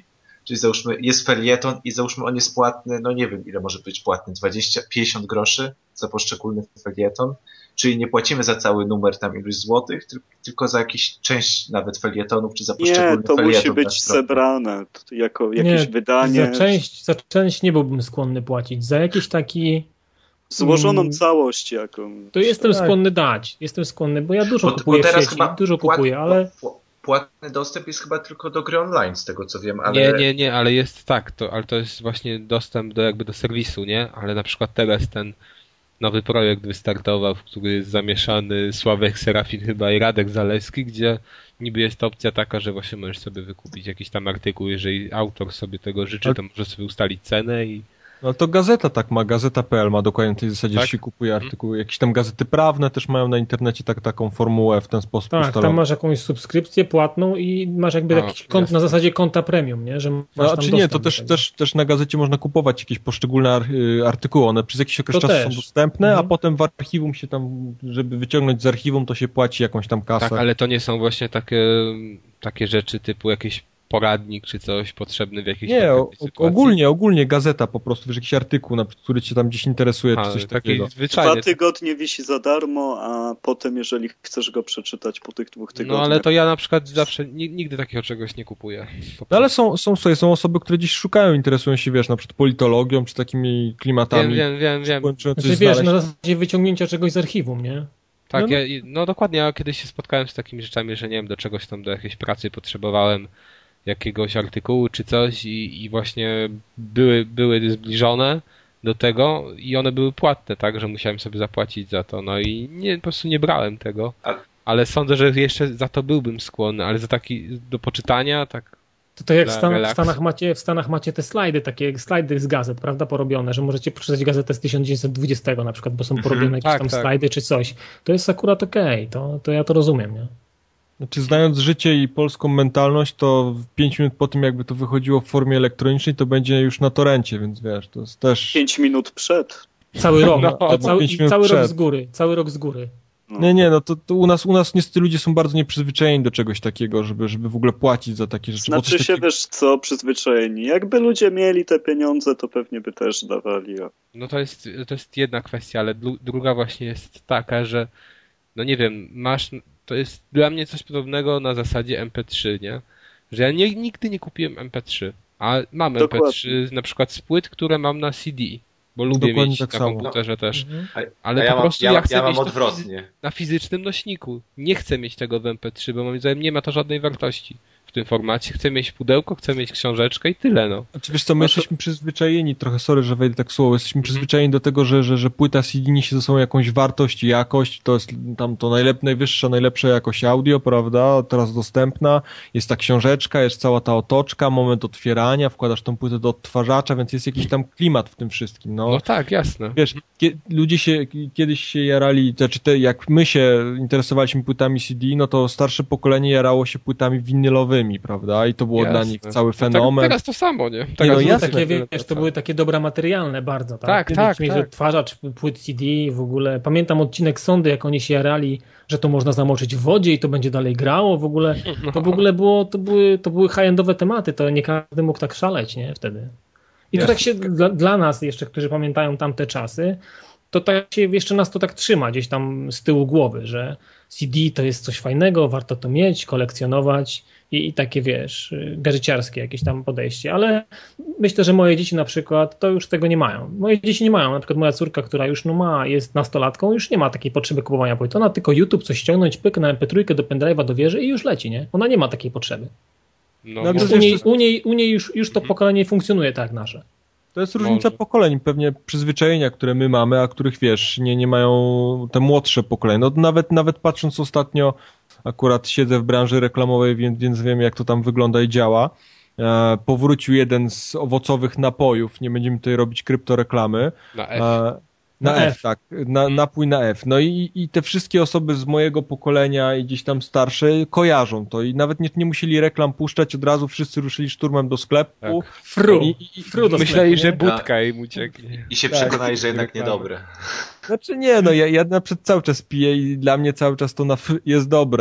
Czyli załóżmy, jest felieton i załóżmy on jest płatny, no nie wiem ile może być płatny, dwadzieścia pięćdziesiąt groszy za poszczególny felieton, czyli nie płacimy za cały numer tam iluś złotych, tylko za jakąś część nawet felietonów, czy za poszczególny Nie, to felieton. musi być zebrane to jako jakieś nie, wydanie. Za część, za część nie byłbym skłonny płacić, za jakiś taki... Złożoną mm, całość jaką. To jestem tak. skłonny dać, jestem skłonny, bo ja dużo Bo, kupuję bo teraz w sieci, chyba dużo płat, kupuję, ale... Płatny dostęp jest chyba tylko do gry online, z tego co wiem, ale... Nie, nie, nie, ale jest tak, to, ale to jest właśnie dostęp do jakby do serwisu, nie? Ale na przykład teraz ten nowy projekt wystartował, w który jest zamieszany Sławek Serafin chyba i Radek Zaleski, gdzie niby jest opcja taka, że właśnie możesz sobie wykupić jakiś tam artykuł, jeżeli autor sobie tego życzy, to może sobie ustalić cenę i... No to gazeta tak ma, gazeta kropka p l ma dokładnie w tej zasadzie, Tak? że się kupuje artykuły. Jakieś tam gazety prawne też mają na internecie tak, taką formułę w ten sposób Tak, ustaloną. tam masz jakąś subskrypcję płatną i masz jakby A, jakiś kont jasne. na zasadzie konta premium, nie? Że masz No, tam czy nie, to dostęp do też, tego. też, też na gazecie można kupować jakieś poszczególne ar- y, artykuły. One przez jakiś okres To czasu też. są dostępne, Mhm. a potem w archiwum się tam, żeby wyciągnąć z archiwum, to się płaci jakąś tam kasę. Tak, ale to nie są właśnie takie, takie rzeczy typu jakiś poradnik czy coś potrzebny w jakiejś Nie, o, konkretnej sytuacji. ogólnie, ogólnie gazeta po prostu, wiesz, jakiś artykuł, na przykład, który cię tam gdzieś interesuje, A, czy coś taki takiego. zwyczajny. Dwa tygodnie wisi za darmo, a potem jeżeli chcesz go przeczytać po tych dwóch tygodniach... No ale to ja na przykład zawsze ni- nigdy takiego czegoś nie kupuję. Po No ale prostu. są, są, słuchaj, są osoby, które gdzieś szukają, interesują się, wiesz, na przykład politologią, czy takimi klimatami. Wiem, wiem, wiem, wiem. Kończą coś Znaczy wiesz, znaleźć. na zasadzie wyciągnięcia czegoś z archiwum, nie? Tak, No, no. ja, no dokładnie, ja kiedyś się spotkałem z takimi rzeczami, że nie wiem, do czegoś tam, do jakiejś pracy potrzebowałem jakiegoś artykułu czy coś i, i właśnie były, były zbliżone do tego i one były płatne, tak, że musiałem sobie zapłacić za to, no i nie, po prostu nie brałem tego, A- ale sądzę, że jeszcze za to byłbym skłonny, ale za taki, do poczytania, tak, To tak jak w Dla Stanach, w, relaksu. Stanach macie, w Stanach macie te slajdy, takie slajdy z gazet, prawda, porobione, że możecie przeczytać gazetę z tysiąc dziewięćset dwudziestego na przykład, bo są porobione jakieś tak, tam tak. slajdy czy coś. To jest akurat okej, to, to ja to rozumiem, nie? Znaczy, znając życie i polską mentalność, to w pięć minut po tym, jakby to wychodziło w formie elektronicznej, to będzie już na torencie, więc wiesz, to jest też... Pięć minut przed. Cały rok, No, to cały, pięć i minut cały rok przed. z góry, cały rok z góry. No. Nie, nie, no to, to u nas, u nas niestety ludzie są bardzo nieprzyzwyczajeni do czegoś takiego, żeby, żeby w ogóle płacić za takie rzeczy. bo Znaczy coś się, takiego... wiesz co, przyzwyczajeni. Jakby ludzie mieli te pieniądze, to pewnie by też dawali. A... no to jest, to jest jedna kwestia, ale dru- druga właśnie jest taka, że no nie wiem, masz, to jest dla mnie coś podobnego na zasadzie em pe trzy, nie? Że ja nie, nigdy nie kupiłem em pe trzy, a mam Dokładnie. em pe trzy na przykład z płyt, które mam na C D, bo lubię Dokładnie mieć tak na samo. komputerze też, Mhm. A, ale a po ja mam, prostu ja, ja chcę ja mam mieć to odwrotnie. na fizycznym nośniku. Nie chcę mieć tego w em pe trzy, bo moim zdaniem nie ma to żadnej wartości w tym formacie. Chcę mieć pudełko, chcę mieć książeczkę i tyle, no. Znaczy, wiesz co, my No to- jesteśmy przyzwyczajeni, trochę sorry, że wejdę tak słowo, jesteśmy przyzwyczajeni do tego, że, że, że płyta C D niesie ze sobą jakąś wartość i jakość, to jest tam to najlep, najwyższa, najlepsza jakość audio, prawda, teraz dostępna, jest ta książeczka, jest cała ta otoczka, moment otwierania, wkładasz tą płytę do odtwarzacza, więc jest jakiś tam klimat w tym wszystkim, no. No tak, jasne. Wiesz, kie, ludzie się kiedyś się jarali, znaczy te, jak my się interesowaliśmy płytami C D, no to starsze pokolenie jarało się płytami winylowymi, prawda, i to było Jasne. dla nich cały No tak, fenomen. teraz to samo, nie? no, Teraz To, jasne, takie, tyle wiesz, to wraca. były takie dobra materialne bardzo, tak? Tak, Kiedyś tak, mieć tak. odtwarzacz płyt C D w ogóle. Pamiętam odcinek Sondy, jak oni się jarali, że to można zamoczyć w wodzie i to będzie dalej grało w ogóle. To w ogóle było, to były, to były high-endowe tematy, to nie każdy mógł tak szaleć, nie? Wtedy. I to Jasne. tak się dla, dla nas jeszcze, którzy pamiętają tamte czasy, to tak się jeszcze nas to tak trzyma gdzieś tam z tyłu głowy, że C D to jest coś fajnego, warto to mieć, kolekcjonować i, i takie, wiesz, gadżeciarskie jakieś tam podejście, ale myślę, że moje dzieci na przykład to już tego nie mają. Moje dzieci nie mają, na przykład moja córka, która już no ma, jest nastolatką, już nie ma takiej potrzeby kupowania płyt. Ona tylko YouTube coś ściągnąć, pyk na em pe trzy do pendrive'a do wieży i już leci, nie? Ona nie ma takiej potrzeby. No, No, może- Już u niej, u niej, u niej już, już to pokolenie funkcjonuje tak jak nasze. To jest różnica Może. pokoleń, pewnie przyzwyczajenia, które my mamy, a których, wiesz, nie, nie mają te młodsze pokolenia. No nawet, nawet patrząc ostatnio, akurat siedzę w branży reklamowej, więc, więc wiem, jak to tam wygląda i działa. E, powrócił jeden z owocowych napojów, nie będziemy tutaj robić kryptoreklamy. na F. E, na Na F, F. tak. Na, napój na F. No i, i te wszystkie osoby z mojego pokolenia i gdzieś tam starsze kojarzą to i nawet nie, nie musieli reklam puszczać, od razu wszyscy ruszyli szturmem do sklepu. Fru. I, i, Fru do Myśleli, że sklepu, nie? budka im ucieknie. I się Tak. przekonali, że jednak Reklamy. niedobre. Znaczy nie, no ja, ja na przykład cały czas piję i dla mnie cały czas to na F jest dobre.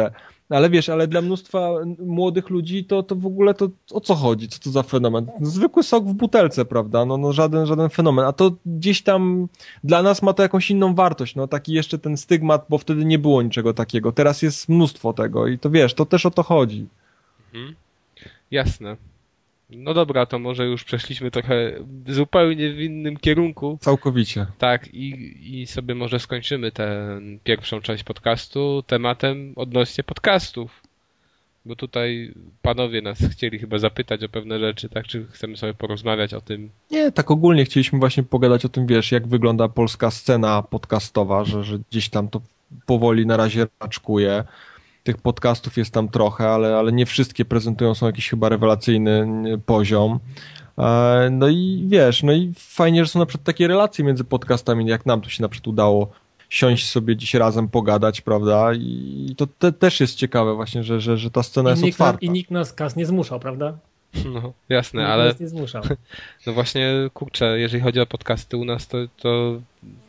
Ale wiesz, ale dla mnóstwa młodych ludzi to, to w ogóle to o co chodzi? Co to za fenomen? Zwykły sok w butelce, prawda? No, no żaden, żaden fenomen. A to gdzieś tam dla nas ma to jakąś inną wartość. No taki jeszcze ten stygmat, bo wtedy nie było niczego takiego. Teraz jest mnóstwo tego i to wiesz, to też o to chodzi. Mhm. Jasne. No dobra, to może już przeszliśmy trochę zupełnie w innym kierunku. Całkowicie. Tak, i, i sobie może skończymy tę pierwszą część podcastu tematem odnośnie podcastów. Bo tutaj panowie nas chcieli chyba zapytać o pewne rzeczy, tak? Czy chcemy sobie porozmawiać o tym? Nie, tak ogólnie chcieliśmy właśnie pogadać o tym, wiesz, jak wygląda polska scena podcastowa, że, że gdzieś tam to powoli na razie raczkuje. Tych podcastów jest tam trochę, ale, ale nie wszystkie prezentują są jakiś chyba rewelacyjny poziom. No i wiesz, no i fajnie, że są na przykład takie relacje między podcastami, jak nam to się na przykład udało siąść sobie dziś razem, pogadać, prawda? I to te, też jest ciekawe właśnie, że, że, że ta scena I jest nikt otwarta. Na, I nikt nas kas nie zmuszał, prawda? No jasne, nikt ale nas nie zmuszał. no właśnie, kurczę, jeżeli chodzi o podcasty u nas, to, to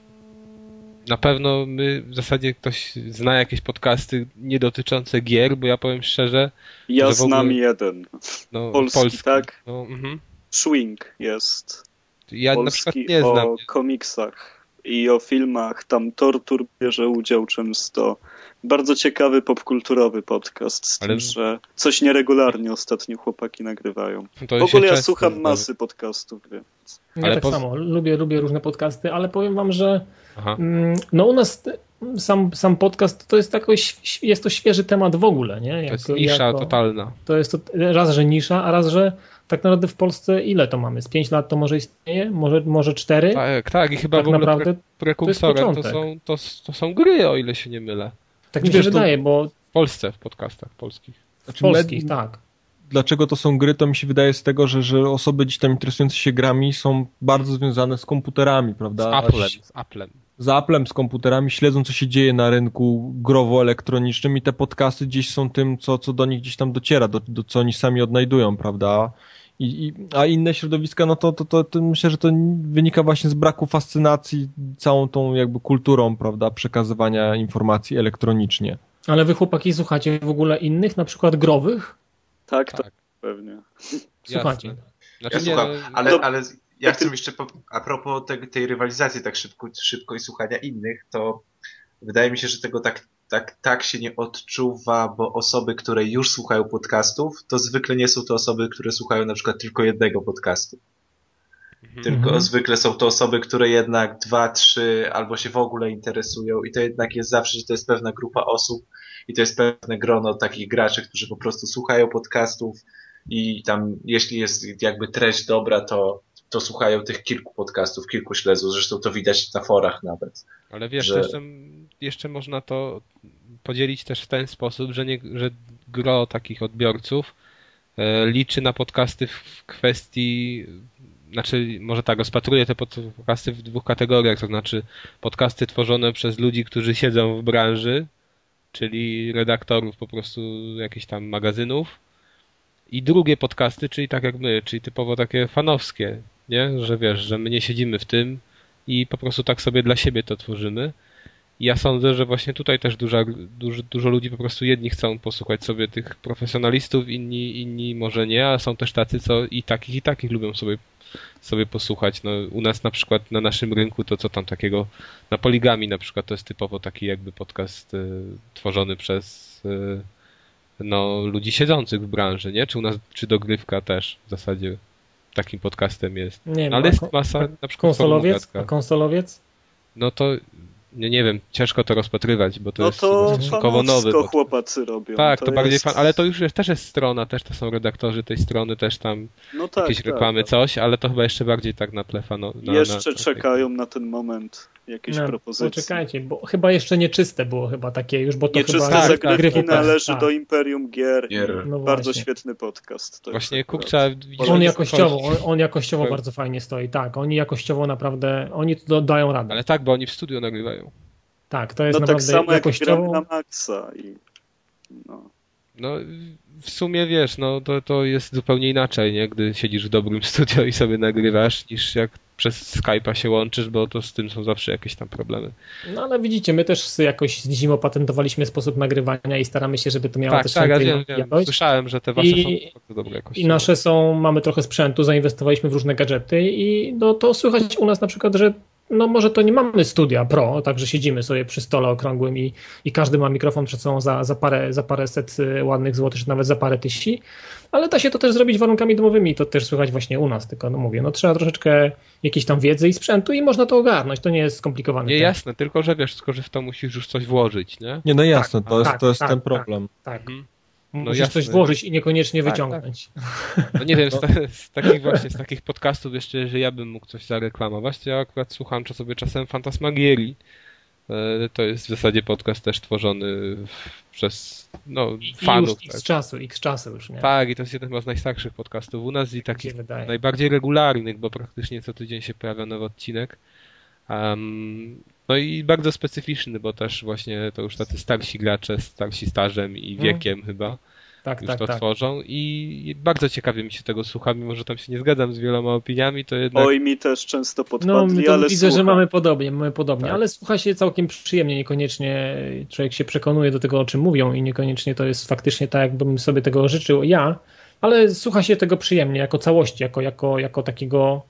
na pewno my, w zasadzie ktoś zna jakieś podcasty nie dotyczące gier, bo ja powiem szczerze, Ja że w ogóle, znam jeden. no, Polski, polski, tak? No, mhm. Swing jest. Ja Polski na przykład nie o znam. komiksach i o filmach. Tam Tortur bierze udział często. Bardzo ciekawy popkulturowy podcast, z Ale... tym, że coś nieregularnie ostatnio chłopaki nagrywają. To w ogóle ja często słucham zdarza. masy podcastów, więc... Ja Ale tak po- samo, lubię, lubię różne podcasty, ale powiem wam, że Aha. mm, no u nas sam, sam podcast to jest jakoś, jest to świeży temat w ogóle, nie? To jest nisza totalna. To jest to raz, że nisza, a raz, że tak naprawdę w Polsce ile to mamy? Z pięć lat to może istnieje? Może, może cztery? Tak, tak, i chyba Tak w ogóle naprawdę pre- prekursorem to, początek. są, to, to są gry, o ile się nie mylę. Tak mi się Wiesz, to- wydaje, bo W Polsce, w podcastach polskich. Znaczy, polskich, med- tak. Dlaczego to są gry, to mi się wydaje z tego, że, że osoby gdzieś tam interesujące się grami są bardzo związane z komputerami, Z prawda? Applem, z Applem. Z Applem, z komputerami, śledzą, co się dzieje na rynku growo-elektronicznym i te podcasty gdzieś są tym, co, co do nich gdzieś tam dociera, do, do co oni sami odnajdują, prawda? I, i, a inne środowiska, no to, to, to, to myślę, że to wynika właśnie z braku fascynacji całą tą jakby kulturą, prawda, przekazywania informacji elektronicznie. Ale wy chłopaki słuchacie w ogóle innych, na przykład growych? Tak, tak, Tak. pewnie. Słuchacie. Jasne. Ja Znaczy, nie, słucham, no, ale, to- ale ja chcę jeszcze, po, a propos te, tej rywalizacji tak szybko, szybko i słuchania innych, to wydaje mi się, że tego tak, tak, tak się nie odczuwa, bo osoby, które już słuchają podcastów, to zwykle nie są to osoby, które słuchają na przykład tylko jednego podcastu. Mhm. Tylko Mhm. zwykle są to osoby, które jednak dwa, trzy albo się w ogóle interesują i to jednak jest zawsze, że to jest pewna grupa osób i to jest pewne grono takich graczy, którzy po prostu słuchają podcastów i tam jeśli jest jakby treść dobra, to, to słuchają tych kilku podcastów, kilku śledzów, zresztą to widać na forach nawet. Ale wiesz, że- jeszcze, jeszcze można to podzielić też w ten sposób, że, nie, że gro takich odbiorców e, liczy na podcasty w kwestii, znaczy może tak, rozpatruje te podcasty w dwóch kategoriach, to znaczy podcasty tworzone przez ludzi, którzy siedzą w branży, czyli redaktorów po prostu jakichś tam magazynów, i drugie podcasty, czyli tak jak my, czyli typowo takie fanowskie, nie? Że wiesz, że my nie siedzimy w tym i po prostu tak sobie dla siebie to tworzymy. I ja sądzę, że właśnie tutaj też duża, dużo, dużo ludzi po prostu jedni chcą posłuchać sobie tych profesjonalistów, inni, inni może nie, a są też tacy, co i takich, i takich lubią sobie, sobie posłuchać. No, u nas na przykład na naszym rynku to co tam takiego, na Poligami na przykład to jest typowo taki jakby podcast y, tworzony przez y, no, ludzi siedzących w branży, nie? Czy u nas, czy Dogrywka też w zasadzie takim podcastem jest. Nie wiem, Ale a jest kon- masa a na przykład Konsolowiec? formułatka. A konsolowiec? No to nie, nie wiem, ciężko to rozpatrywać, bo to No jest to stosunkowo nowy. fanowsko Bo... chłopacy robią. Tak, to, to bardziej jest... fan, ale to już jest, też jest strona, też to są redaktorzy tej strony, też tam no tak, jakieś tak, reklamy, tak. coś, ale to chyba jeszcze bardziej tak na tle fano, na, Jeszcze na, czekają na ten moment jakieś No, propozycje. poczekajcie, bo chyba jeszcze nieczyste było chyba takie już, bo to Nieczyste chyba... tak, zagrywki tak, należy tak. do Imperium Gier. Gier. No Bardzo właśnie. świetny podcast. To Właśnie jest akurat. kurczę, widzisz, On oni jakościowo, chodzi- on, on jakościowo Tak. bardzo fajnie stoi, tak, oni jakościowo naprawdę, oni to dają radę. Ale tak, bo oni w studio nagrywają. Tak, to jest No tak naprawdę samo jak jakościowo... gram na Maxa. I, no. No w sumie wiesz, no to, to jest zupełnie inaczej, nie? Gdy siedzisz w dobrym studio i sobie nagrywasz, niż jak przez Skype'a się łączysz, bo to z tym są zawsze jakieś tam problemy. No ale widzicie, my też jakoś z zimą patentowaliśmy sposób nagrywania i staramy się, żeby to miało Tak, też tak, ja więcej wiem, wiem. Słyszałem, że te wasze I, są bardzo dobre jakości. I nasze są, mamy trochę sprzętu, zainwestowaliśmy w różne gadżety i no to słychać u nas na przykład, że no może to nie mamy studia pro, także siedzimy sobie przy stole okrągłym i, i każdy ma mikrofon przed sobą za, za, parę, za parę set ładnych złotych, czy nawet za parę tysięcy, ale da się to też zrobić warunkami domowymi i to też słychać właśnie u nas, tylko no mówię, no trzeba troszeczkę jakiejś tam wiedzy i sprzętu i można to ogarnąć, to nie jest skomplikowane. Nie, jasne, tylko że wiesz, tylko że w to musisz już coś włożyć, nie? Nie, no jasne, to jest, tak, to jest tak, ten tak, problem. Tak, Mhm. musisz No jasne. coś włożyć i niekoniecznie Tak, wyciągnąć. No nie wiem, z, ta, z takich właśnie, z takich podcastów jeszcze, że ja bym mógł coś zareklamować, to ja akurat słucham co sobie czasem Fantasmagierii. To jest w zasadzie podcast też tworzony przez no, I fanów. już x czasu, x czasu już, nie? Tak, i to jest jeden z najstarszych podcastów u nas i takich wydaje. najbardziej regularnych, bo praktycznie co tydzień się pojawia nowy odcinek. Um, no i bardzo specyficzny, bo też właśnie to już tacy starsi gracze, starsi stażem i wiekiem hmm. chyba tak, już tak, to tak. tworzą i bardzo ciekawie mi się tego słucha, mimo że tam się nie zgadzam z wieloma opiniami, to jednak... Oj, mi też często podpadli, no, my to ale widzę, słucham. że mamy podobnie, mamy podobnie, Tak. ale słucha się całkiem przyjemnie, niekoniecznie człowiek się przekonuje do tego, o czym mówią i niekoniecznie to jest faktycznie tak, jakbym sobie tego życzył ja, ale słucha się tego przyjemnie, jako całości, jako, jako, jako takiego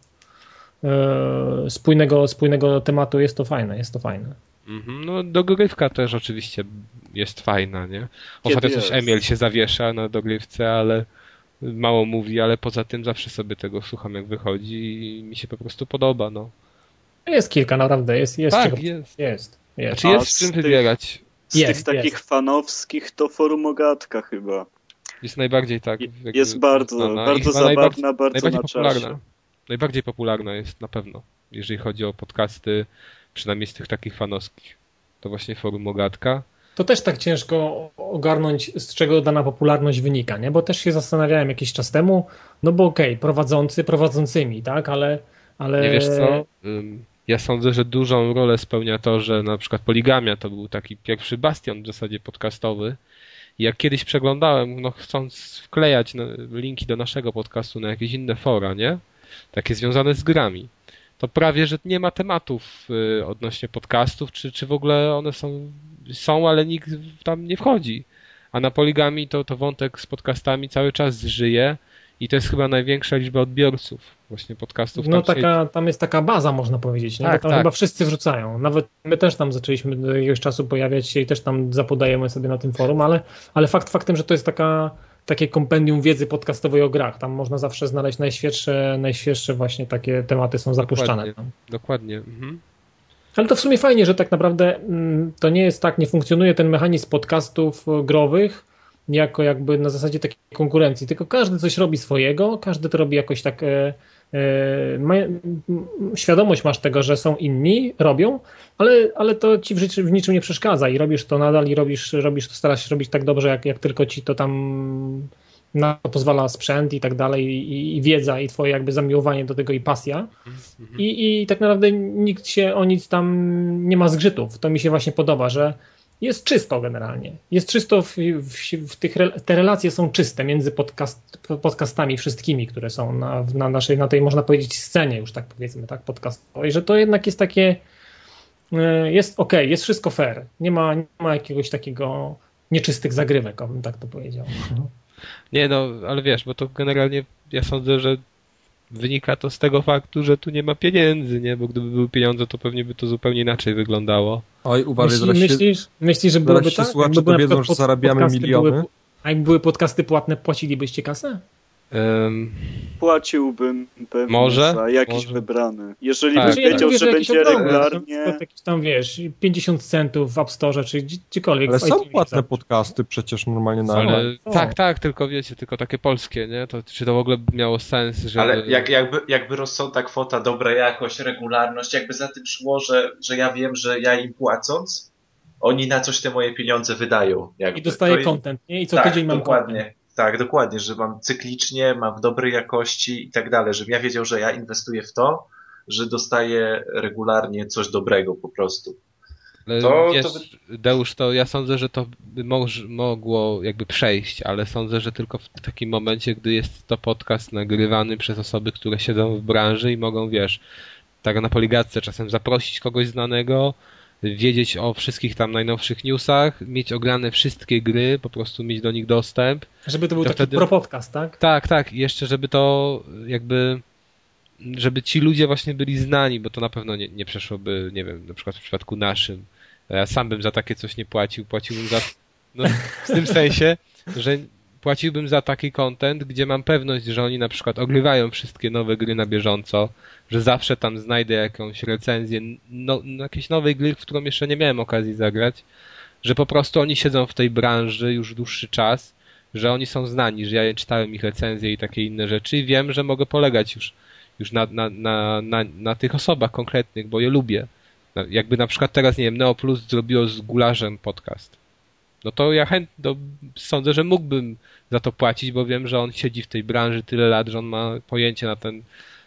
e, spójnego, spójnego tematu jest to fajne, jest to fajne. Mhm, no dogrywka też oczywiście jest fajna, nie? Ostatnio coś Emil się zawiesza na dogrywce, ale mało mówi, ale poza tym zawsze sobie tego słucham jak wychodzi i mi się po prostu podoba, no. Jest kilka, naprawdę, jest. jest tak, czego... jest. Jest, jest. Czy jest z czym wybierać? Z jest, tych takich jest. fanowskich to Forum Ogatka chyba. Jest najbardziej tak. Jest bardzo, znana. bardzo zabawna, najbardziej, bardzo najbardziej na popularna. czasie. Najbardziej popularna jest na pewno, jeżeli chodzi o podcasty, przynajmniej z tych takich fanowskich. To właśnie Forum Ogatka. To też tak ciężko ogarnąć, z czego dana popularność wynika, nie? Bo też się zastanawiałem jakiś czas temu, no bo okej, okay, prowadzący prowadzącymi, tak, ale... ale... Nie wiesz co? Ja sądzę, że dużą rolę spełnia to, że na przykład Poligamia to był taki pierwszy bastion w zasadzie podcastowy. I jak kiedyś przeglądałem, no chcąc wklejać linki do naszego podcastu na jakieś inne fora, nie? Takie związane z grami. To prawie, że nie ma tematów y, odnośnie podcastów, czy, czy w ogóle one są, są, ale nikt tam nie wchodzi. A na Poligami to, to wątek z podcastami cały czas żyje i to jest chyba największa liczba odbiorców właśnie podcastów. No tam, taka, tam jest taka baza, można powiedzieć, nie? Tak, Bo tam tak. chyba wszyscy wrzucają. Nawet my też tam zaczęliśmy do jakiegoś czasu pojawiać się i też tam zapodajemy sobie na tym forum, ale, ale fakt faktem, że to jest taka takie kompendium wiedzy podcastowej o grach. Tam można zawsze znaleźć najświeższe, najświeższe właśnie takie tematy są zapuszczane. Dokładnie. Dokładnie. Mhm. Ale to w sumie fajnie, że tak naprawdę mm, to nie jest tak, nie funkcjonuje ten mechanizm podcastów growych jako jakby na zasadzie takiej konkurencji, tylko każdy coś robi swojego, każdy to robi jakoś tak e, e, ma, świadomość masz tego, że są inni, robią, ale, ale to ci w, życiu, w niczym nie przeszkadza i robisz to nadal i robisz, robisz to, starasz się robić tak dobrze, jak, jak tylko ci to tam na to pozwala sprzęt i tak dalej i, i wiedza i twoje jakby zamiłowanie do tego i pasja Mhm. I, i tak naprawdę nikt się o nic tam nie ma zgrzytów. To mi się właśnie podoba, że jest czysto generalnie. Jest czysto, w, w, w tych, te relacje są czyste między podcast, podcastami wszystkimi, które są na, na naszej, na tej można powiedzieć scenie już tak powiedzmy, tak, podcastowej, że to jednak jest takie jest okej, okay, jest wszystko fair. Nie ma, nie ma jakiegoś takiego nieczystych zagrywek, bym tak to powiedział. Nie no, ale wiesz, bo to generalnie ja sądzę, że wynika to z tego faktu, że tu nie ma pieniędzy, nie? Bo gdyby były pieniądze, to pewnie by to zupełnie inaczej wyglądało. Oj, uważaj, Myśli, zaraz myślisz, się, myślisz, że byłoby tak? słuchacze Jakby dowiedzą, że zarabiamy miliony. Były, a jakby były podcasty płatne, płacilibyście kasę? Um, Płaciłbym pewnie może, za jakiś może. wybrany. Jeżeli Tak, bym tak. wiedział, Ja że mówię, będzie ogromne, regularnie... na przykład jakieś tam, wiesz, pięćdziesiąt centów w App Store, czy gdzie- gdziekolwiek. Ale w są iTunesie. płatne podcasty przecież normalnie na... ale, O. tak, tak, tylko wiecie, tylko takie polskie, nie? To czy to w ogóle miało sens, że... Ale jak, jakby, jakby rozsądna kwota, dobra jakość, regularność, jakby za tym szło, że, że ja wiem, że ja im płacąc, oni na coś te moje pieniądze wydają. Jakby. I dostaję To- content, nie? I co tak, tydzień mam dokładnie. content. Tak, dokładnie, że mam cyklicznie, mam w dobrej jakości i tak dalej, żebym ja wiedział, że ja inwestuję w to, że dostaję regularnie coś dobrego po prostu. Ale to- wiesz, to Deusz, to ja sądzę, że to by moż, mogło jakby przejść, ale sądzę, że tylko w takim momencie, gdy jest to podcast nagrywany przez osoby, które siedzą w branży i mogą, wiesz, tak na Poligatce czasem zaprosić kogoś znanego, wiedzieć o wszystkich tam najnowszych newsach, mieć ograne wszystkie gry, po prostu mieć do nich dostęp. Żeby to był to taki wtedy... pro-podcast, tak? Tak, tak. I jeszcze żeby to jakby, żeby ci ludzie właśnie byli znani, bo to na pewno nie, nie przeszłoby, nie wiem, na przykład w przypadku naszym. Ja sam bym za takie coś nie płacił. Płaciłbym za, no w tym sensie, że płaciłbym za taki content, gdzie mam pewność, że oni na przykład ogrywają wszystkie nowe gry na bieżąco, że zawsze tam znajdę jakąś recenzję no, jakiejś nowej gry, w którą jeszcze nie miałem okazji zagrać, że po prostu oni siedzą w tej branży już dłuższy czas, że oni są znani, że ja czytałem ich recenzje i takie inne rzeczy i wiem, że mogę polegać już, już na, na, na, na, na tych osobach konkretnych, bo je lubię. Jakby na przykład teraz, nie wiem, Neoplus zrobiło z Gularzem podcast. No to ja chętnie, to sądzę, że mógłbym za to płacić, bo wiem, że on siedzi w tej branży tyle lat, że on ma pojęcie na ten,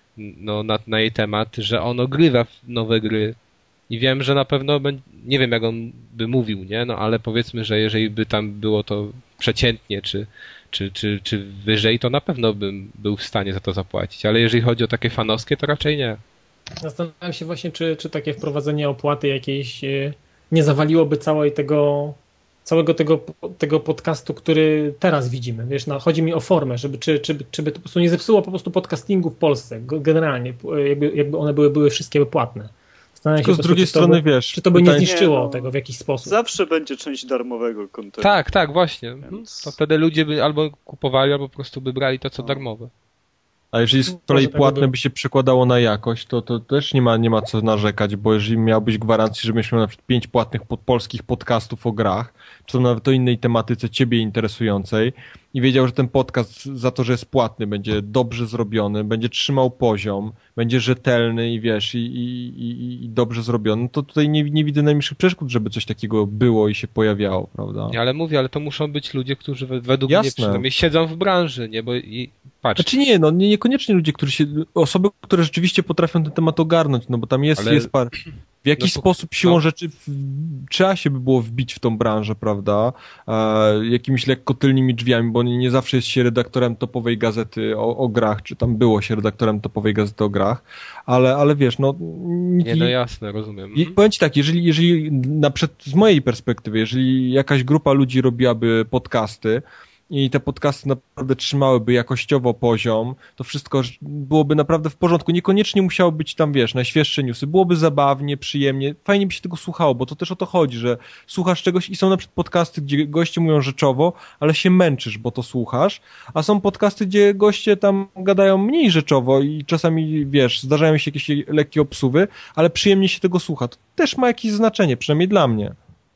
no, na, na jej temat, że on ogrywa w nowe gry i wiem, że na pewno, będzie, nie wiem jak on by mówił, nie, no ale powiedzmy, że jeżeli by tam było to przeciętnie, czy, czy, czy, czy wyżej, to na pewno bym był w stanie za to zapłacić, ale jeżeli chodzi o takie fanowskie, to raczej nie. Zastanawiam się właśnie, czy, czy takie wprowadzenie opłaty jakiejś nie zawaliłoby całej tego całego tego, tego podcastu, który teraz widzimy. Wiesz, no, chodzi mi o formę, żeby czy, czy, czy by to po prostu nie zepsuło po prostu podcastingu w Polsce. Generalnie, jakby, jakby one były, były wszystkie płatne. Zastanawiam się, z drugiej prostu, strony, by, wiesz... Czy to by nie zniszczyło nie, no, tego w jakiś sposób? Zawsze będzie część darmowego kontentu. Tak, tak, właśnie. Więc... To wtedy ludzie by albo kupowali, albo po prostu by brali to, co darmowe. A jeżeli z kolei płatne by się przekładało na jakość, to, to też nie ma, nie ma co narzekać, bo jeżeli miałbyś gwarancję, że będziesz miał na przykład pięć płatnych pod polskich podcastów o grach, czy to nawet o innej tematyce ciebie interesującej i wiedział, że ten podcast za to, że jest płatny, będzie dobrze zrobiony, będzie trzymał poziom, będzie rzetelny i wiesz, i, i, i, i dobrze zrobiony, to tutaj nie, nie widzę najmniejszych przeszkód, żeby coś takiego było i się pojawiało, prawda? Nie, ale mówię, ale to muszą być ludzie, którzy według Jasne. mnie przynajmniej siedzą w branży, nie, bo i patrz. Znaczy nie, no nie, niekoniecznie ludzie, którzy się, osoby, które rzeczywiście potrafią ten temat ogarnąć, no bo tam jest, ale... jest par... W jakiś no, sposób siłą no. rzeczy w, trzeba się by było wbić w tą branżę, prawda? E, jakimiś lekko tylnymi drzwiami, bo nie, nie zawsze jest się redaktorem topowej gazety o, o grach, czy tam było się redaktorem topowej gazety o grach, ale, ale wiesz, no... Nie, no jasne, rozumiem. I powiem ci tak, jeżeli, jeżeli na przed, z mojej perspektywy, jeżeli jakaś grupa ludzi robiłaby podcasty, i te podcasty naprawdę trzymałyby jakościowo poziom, to wszystko byłoby naprawdę w porządku. Niekoniecznie musiało być tam, wiesz, najświeższe newsy. Byłoby zabawnie, przyjemnie, fajnie by się tego słuchało, bo to też o to chodzi, że słuchasz czegoś i są na przykład podcasty, gdzie goście mówią rzeczowo, ale się męczysz, bo to słuchasz, a są podcasty, gdzie goście tam gadają mniej rzeczowo i czasami, wiesz, zdarzają się jakieś lekkie obsuwy, ale przyjemnie się tego słucha. To też ma jakieś znaczenie, przynajmniej dla mnie.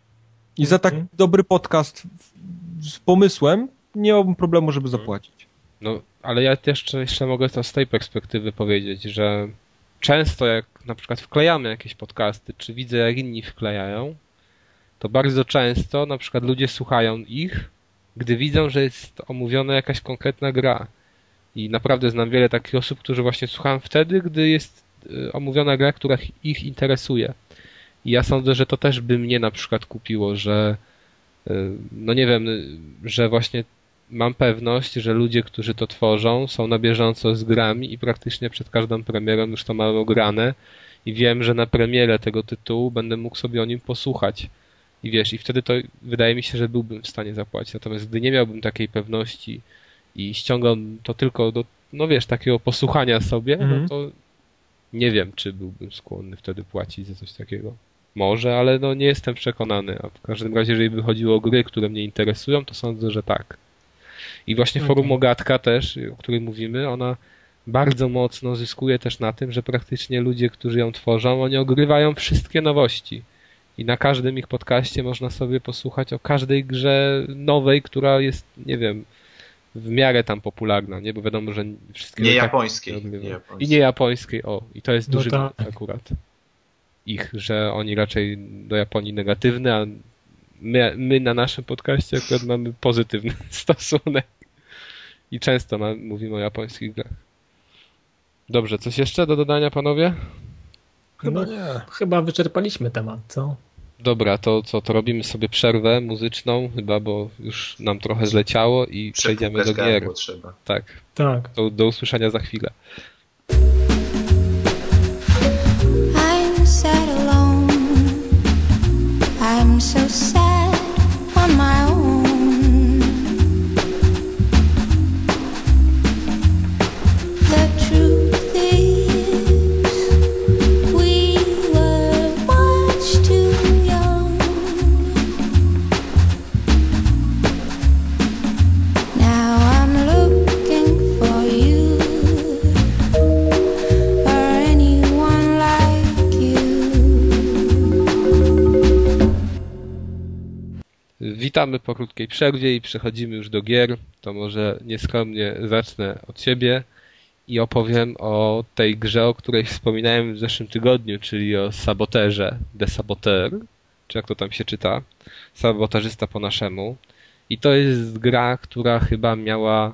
I za taki dobry podcast z pomysłem nie miałbym problemu, żeby zapłacić. No, ale ja też jeszcze mogę to z tej perspektywy powiedzieć, że często jak na przykład wklejamy jakieś podcasty, czy widzę jak inni wklejają, to bardzo często na przykład ludzie słuchają ich, gdy widzą, że jest omówiona jakaś konkretna gra. I naprawdę znam wiele takich osób, którzy właśnie słuchają wtedy, gdy jest omówiona gra, która ich interesuje. I ja sądzę, że to też by mnie na przykład kupiło, że no nie wiem, że właśnie mam pewność, że ludzie, którzy to tworzą, są na bieżąco z grami i praktycznie przed każdą premierą już to mają ograne i wiem, że na premierę tego tytułu będę mógł sobie o nim posłuchać. I wiesz, i wtedy to wydaje mi się, że byłbym w stanie zapłacić. Natomiast gdy nie miałbym takiej pewności i ściągał to tylko do, no wiesz, takiego posłuchania sobie, mhm. no to nie wiem, czy byłbym skłonny wtedy płacić za coś takiego. Może, ale no nie jestem przekonany. A w każdym razie, jeżeli by chodziło o gry, które mnie interesują, to sądzę, że tak. I właśnie okay. Forum Ogatka też, o której mówimy, ona bardzo mocno zyskuje też na tym, że praktycznie ludzie, którzy ją tworzą, oni ogrywają wszystkie nowości. I na każdym ich podcaście można sobie posłuchać o każdej grze nowej, która jest, nie wiem, w miarę tam popularna, nie? Bo wiadomo, że wszystkie... Nie tak japońskiej. Nie japońskiej. I nie japońskiej, o. I to jest no duży tak. minus akurat ich, że oni raczej do Japonii negatywny, a my, my na naszym podcaście akurat mamy pozytywny stosunek. I często ma, mówimy o japońskich grach. Dobrze, coś jeszcze do dodania, panowie? Chyba no, nie. Chyba wyczerpaliśmy temat, co? Dobra, to co, to robimy sobie przerwę muzyczną, chyba, bo już nam trochę zleciało i przejdziemy do gier. Trzeba. Tak. Tak. Do, do usłyszenia za chwilę. so sad on my own. The truth is, we were much too young. Now I'm looking for you, or anyone like you. Witamy po krótkiej przerwie i przechodzimy już do gier. To może nieskromnie zacznę od siebie i opowiem o tej grze, o której wspominałem w zeszłym tygodniu, czyli o Saboterze, The Saboteur, czy jak to tam się czyta, sabotażysta po naszemu. I to jest gra, która chyba miała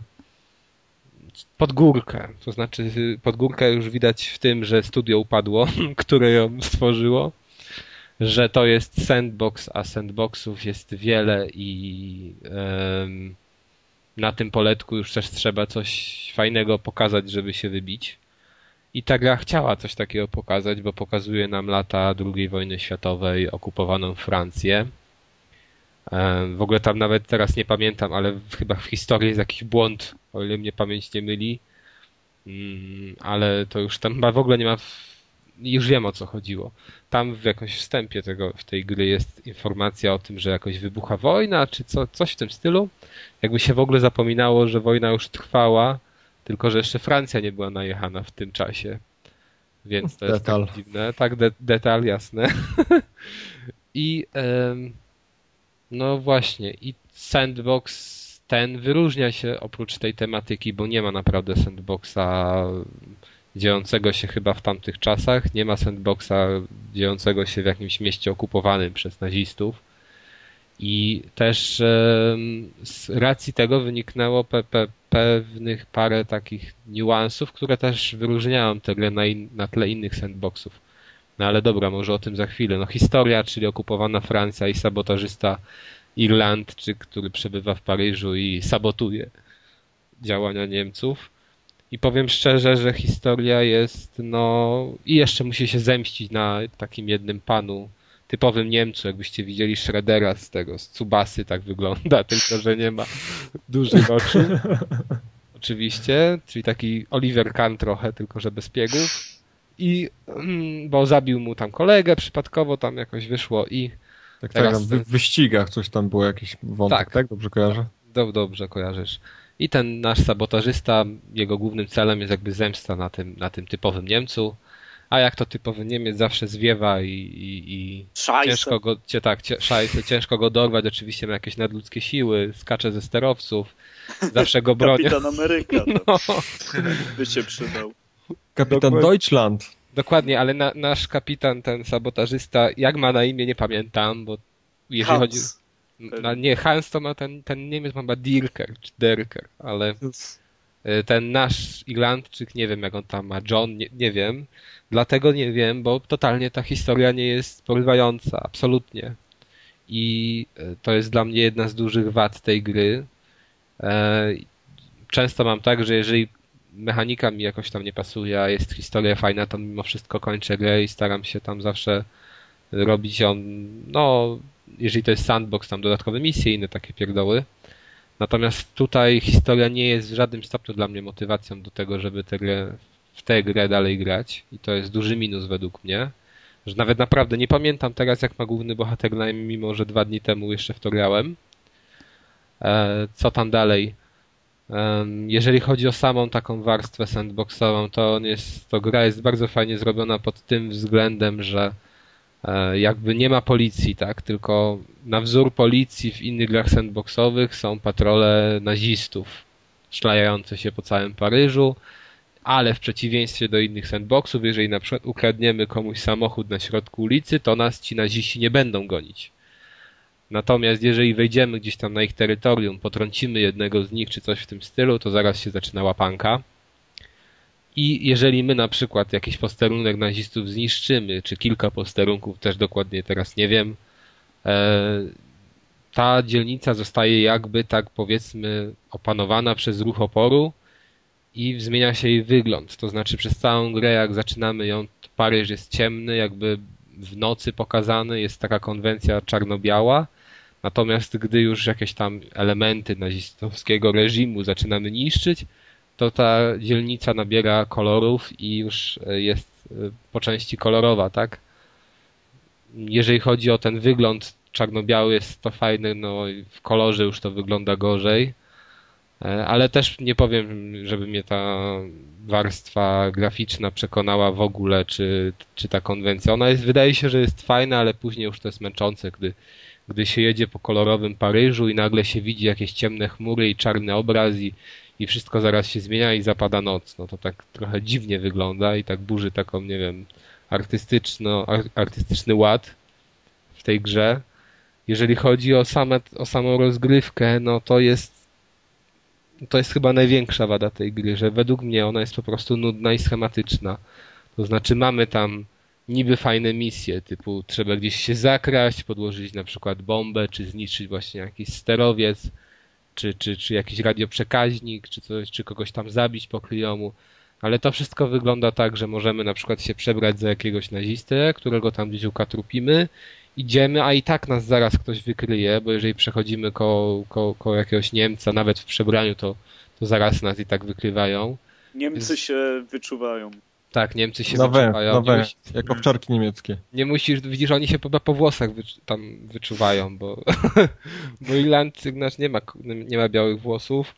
podgórkę, to znaczy podgórkę już widać w tym, że studio upadło, które ją stworzyło, że to jest sandbox, a sandboxów jest wiele i em, na tym poletku już też trzeba coś fajnego pokazać, żeby się wybić. I ta gra chciała coś takiego pokazać, bo pokazuje nam lata drugiej wojny światowej, okupowaną Francję. Em, w ogóle tam nawet teraz nie pamiętam, ale w, chyba w historii jest jakiś błąd, o ile mnie pamięć nie myli. Mm, ale to już tam chyba w ogóle nie ma... W, już wiem, o co chodziło. Tam w jakimś wstępie tego, w tej gry jest informacja o tym, że jakoś wybucha wojna, czy co, coś w tym stylu. Jakby się w ogóle zapominało, że wojna już trwała, tylko że jeszcze Francja nie była najechana w tym czasie. Więc to jest Detal. tak dziwne. Tak, de- detal, jasne. I em, no właśnie, i sandbox ten wyróżnia się oprócz tej tematyki, bo nie ma naprawdę sandboxa dziejącego się chyba w tamtych czasach. Nie ma sandboxa dziejącego się w jakimś mieście okupowanym przez nazistów. I też em, z racji tego wyniknęło pe, pe, pewnych parę takich niuansów, które też wyróżniają tę grę na, in, na tle innych sandboxów. No ale dobra, może o tym za chwilę. No historia, czyli okupowana Francja i sabotażysta Irlandczyk, który przebywa w Paryżu i sabotuje działania Niemców. I powiem szczerze, że historia jest, no... I jeszcze musi się zemścić na takim jednym panu, typowym Niemcu, jakbyście widzieli Schroedera z tego, z Tsubasy, tak wygląda, tylko że nie ma dużych oczu. Oczywiście, czyli taki Oliver Kahn trochę, tylko że bez piegów. I, bo zabił mu tam kolegę przypadkowo, tam jakoś wyszło i... Tak, tak, teraz w wy- wyścigach coś tam było, jakiś wątek, Tak. tak? Dobrze kojarzę? Dob- dobrze kojarzysz. I ten nasz sabotażysta, jego głównym celem jest jakby zemsta na tym, na tym typowym Niemcu, a jak to typowy Niemiec zawsze zwiewa i, i, i Szajse. ciężko go, cie, tak, cie, szajse, ciężko go dorwać, oczywiście ma jakieś nadludzkie siły, skacze ze sterowców, zawsze go bronią. Kapitan Ameryka to No, by się przydał. Kapitan Dokładnie. Deutschland. dokładnie, ale na, nasz kapitan, ten sabotażysta, jak ma na imię, nie pamiętam, bo jeżeli chodzi... Hans. No, nie, Hans to ma ten, ten Niemiec ma chyba Dirker, czy Derker, ale y, ten nasz Irlandczyk, nie wiem jak on tam ma, John, nie, nie wiem. Dlatego nie wiem, bo totalnie ta historia nie jest porywająca, absolutnie. I y, to jest dla mnie jedna z dużych wad tej gry. E, Często mam tak, że jeżeli mechanika mi jakoś tam nie pasuje, a jest historia fajna, to mimo wszystko kończę grę i staram się tam zawsze robić ją, no, jeżeli to jest sandbox, tam dodatkowe misje i inne takie pierdoły. Natomiast tutaj historia nie jest w żadnym stopniu dla mnie motywacją do tego, żeby tę grę, w tę grę dalej grać. I to jest duży minus według mnie. Że nawet naprawdę nie pamiętam teraz, jak ma główny bohater na imię, mimo że dwa dni temu jeszcze w to grałem. E, co tam dalej? E, jeżeli chodzi o samą taką warstwę sandboxową, to on jest, to gra jest bardzo fajnie zrobiona pod tym względem, że jakby nie ma policji, tak, tylko na wzór policji w innych grach sandboxowych są patrole nazistów szlajające się po całym Paryżu, ale w przeciwieństwie do innych sandboxów, jeżeli na przykład ukradniemy komuś samochód na środku ulicy, to nas ci naziści nie będą gonić. Natomiast jeżeli wejdziemy gdzieś tam na ich terytorium, potrącimy jednego z nich czy coś w tym stylu, to zaraz się zaczyna łapanka. I jeżeli my na przykład jakiś posterunek nazistów zniszczymy, czy kilka posterunków, też dokładnie teraz nie wiem, ta dzielnica zostaje jakby, tak powiedzmy, opanowana przez ruch oporu i zmienia się jej wygląd. To znaczy przez całą grę, jak zaczynamy ją, Paryż jest ciemny, jakby w nocy pokazany, jest taka konwencja czarno-biała, natomiast gdy już jakieś tam elementy nazistowskiego reżimu zaczynamy niszczyć, to ta dzielnica nabiera kolorów i już jest po części kolorowa, tak? Jeżeli chodzi o ten wygląd czarno-biały, jest to fajny, no w kolorze już to wygląda gorzej, ale też nie powiem, żeby mnie ta warstwa graficzna przekonała w ogóle, czy, czy ta konwencja. Ona jest, wydaje się, że jest fajna, ale później już to jest męczące, gdy, gdy się jedzie po kolorowym Paryżu i nagle się widzi jakieś ciemne chmury i czarny obraz i, i wszystko zaraz się zmienia i zapada noc. No to tak trochę dziwnie wygląda i tak burzy taką, nie wiem, artystyczno, artystyczny ład w tej grze. Jeżeli chodzi o, same, o samą rozgrywkę, no to jest to jest chyba największa wada tej gry, że według mnie ona jest po prostu nudna i schematyczna. To znaczy mamy tam niby fajne misje, typu trzeba gdzieś się zakraść, podłożyć na przykład bombę, czy zniszczyć właśnie jakiś sterowiec, czy, czy, czy jakiś radioprzekaźnik, czy coś, czy kogoś tam zabić po kryjomu. Ale to wszystko wygląda tak, że możemy na przykład się przebrać za jakiegoś nazistę, którego tam gdzieś ukatrupimy, idziemy, a i tak nas zaraz ktoś wykryje, bo jeżeli przechodzimy koło, koło, koło jakiegoś Niemca, nawet w przebraniu, to, to zaraz nas i tak wykrywają. Niemcy Więc... się wyczuwają. Tak, Niemcy się nowe, wyczuwają. Nowe, musi... jak owczarki niemieckie. Nie musisz, widzisz, oni się po, po włosach wycz, tam wyczuwają, bo, bo Irlandczyk nasz nie ma, nie ma białych włosów.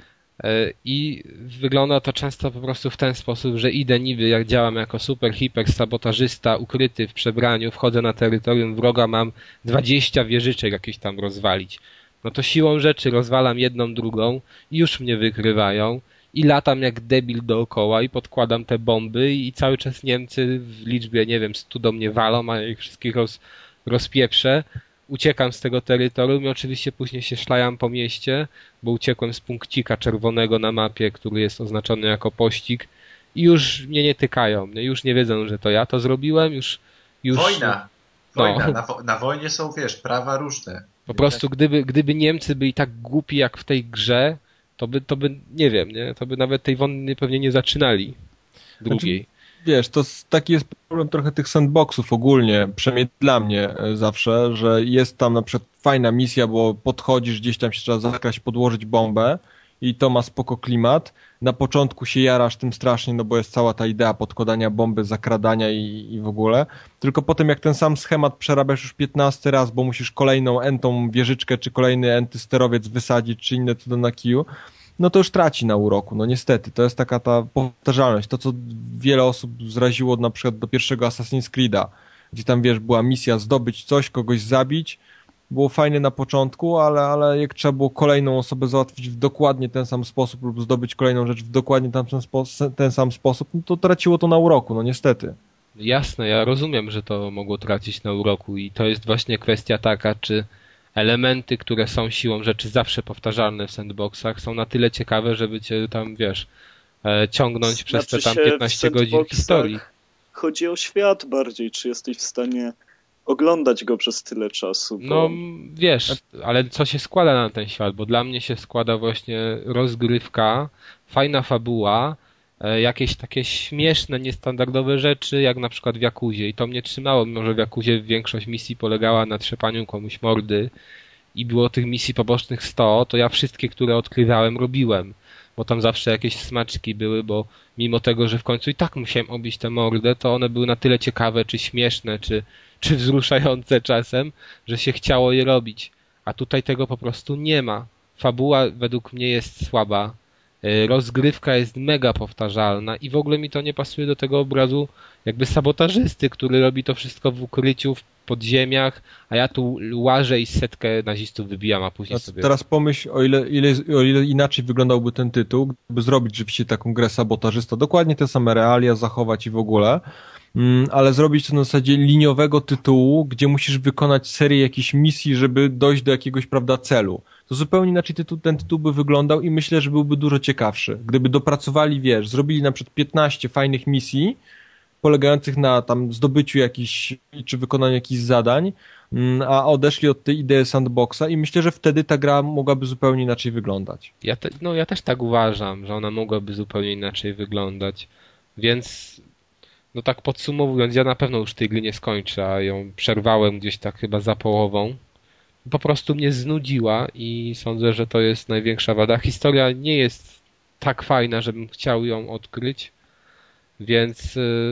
I wygląda to często po prostu w ten sposób, że idę niby, jak działam jako super, hiper, sabotażysta, ukryty w przebraniu, wchodzę na terytorium wroga, mam dwadzieścia wieżyczek jakieś tam rozwalić. No to siłą rzeczy rozwalam jedną, drugą i już mnie wykrywają i latam jak debil dookoła i podkładam te bomby i cały czas Niemcy w liczbie, nie wiem, stu do mnie walą, a ja ich wszystkich roz, rozpieprzę. Uciekam z tego terytorium i oczywiście później się szlajam po mieście, bo uciekłem z punkcika czerwonego na mapie, który jest oznaczony jako pościg i już mnie nie tykają. Już nie wiedzą, że to ja to zrobiłem. Już, już... Wojna. Wojna. No. Na, wo- na wojnie są, wiesz, prawa różne. Po prostu gdyby, gdyby Niemcy byli tak głupi jak w tej grze, to by, to by nie wiem, nie? To by nawet tej wojny pewnie nie zaczynali drugiej. Znaczy, wiesz, to taki jest problem trochę tych sandboxów ogólnie, przynajmniej dla mnie zawsze, że jest tam na przykład fajna misja, bo podchodzisz, gdzieś tam się trzeba zakraść, podłożyć bombę i to ma spoko klimat. Na początku się jarasz tym strasznie, no bo jest cała ta idea podkładania bomby, zakradania i, i w ogóle. Tylko potem jak ten sam schemat przerabiasz już piętnasty raz, bo musisz kolejną entą wieżyczkę, czy kolejny enty sterowiec wysadzić, czy inne cuda na kiju, no to już traci na uroku, no niestety. To jest taka ta powtarzalność. To, co wiele osób zraziło na przykład do pierwszego Assassin's Creed'a, gdzie tam, wiesz, była misja zdobyć coś, kogoś zabić. Było fajne na początku, ale, ale jak trzeba było kolejną osobę załatwić w dokładnie ten sam sposób lub zdobyć kolejną rzecz w dokładnie ten, spo- ten sam sposób, no to traciło to na uroku, no niestety. Jasne, ja rozumiem, że to mogło tracić na uroku i to jest właśnie kwestia taka, czy elementy, które są siłą rzeczy zawsze powtarzalne w sandboxach, są na tyle ciekawe, żeby cię tam, wiesz, e, ciągnąć znaczy przez te tam piętnaście godzin historii. Chodzi o świat bardziej, czy jesteś w stanie oglądać go przez tyle czasu. Bo... No, wiesz, ale co się składa na ten świat, bo dla mnie się składa właśnie rozgrywka, fajna fabuła, e, jakieś takie śmieszne, niestandardowe rzeczy, jak na przykład w Jakuzie. I to mnie trzymało, mimo że w Jakuzie większość misji polegała na trzepaniu komuś mordy i było tych misji pobocznych sto, to ja wszystkie, które odkrywałem, robiłem. Bo tam zawsze jakieś smaczki były, bo mimo tego, że w końcu i tak musiałem obić tę mordę, to one były na tyle ciekawe, czy śmieszne, czy, czy wzruszające czasem, że się chciało je robić. A tutaj tego po prostu nie ma. Fabuła według mnie jest słaba. Rozgrywka jest mega powtarzalna i w ogóle mi to nie pasuje do tego obrazu jakby sabotażysty, który robi to wszystko w ukryciu, w podziemiach, a ja tu łażę i setkę nazistów wybijam, a później a sobie... Teraz pomyśl, o ile, ile, o ile inaczej wyglądałby ten tytuł, gdyby zrobić rzeczywiście taką grę sabotażysta, dokładnie te same realia zachować i w ogóle, ale zrobić to na zasadzie liniowego tytułu, gdzie musisz wykonać serię jakichś misji, żeby dojść do jakiegoś, prawda, celu. To zupełnie inaczej tytuł, ten tytuł by wyglądał i myślę, że byłby dużo ciekawszy. Gdyby dopracowali, wiesz, zrobili na przykład piętnaście fajnych misji, polegających na tam zdobyciu jakichś, czy wykonaniu jakichś zadań, a odeszli od tej idei sandboxa i myślę, że wtedy ta gra mogłaby zupełnie inaczej wyglądać. Ja te, no ja też tak uważam, że ona mogłaby zupełnie inaczej wyglądać, więc no tak podsumowując, ja na pewno już tej gry nie skończę, a ją przerwałem gdzieś tak chyba za połową. Po prostu mnie znudziła i sądzę, że to jest największa wada. Historia nie jest tak fajna, żebym chciał ją odkryć, więc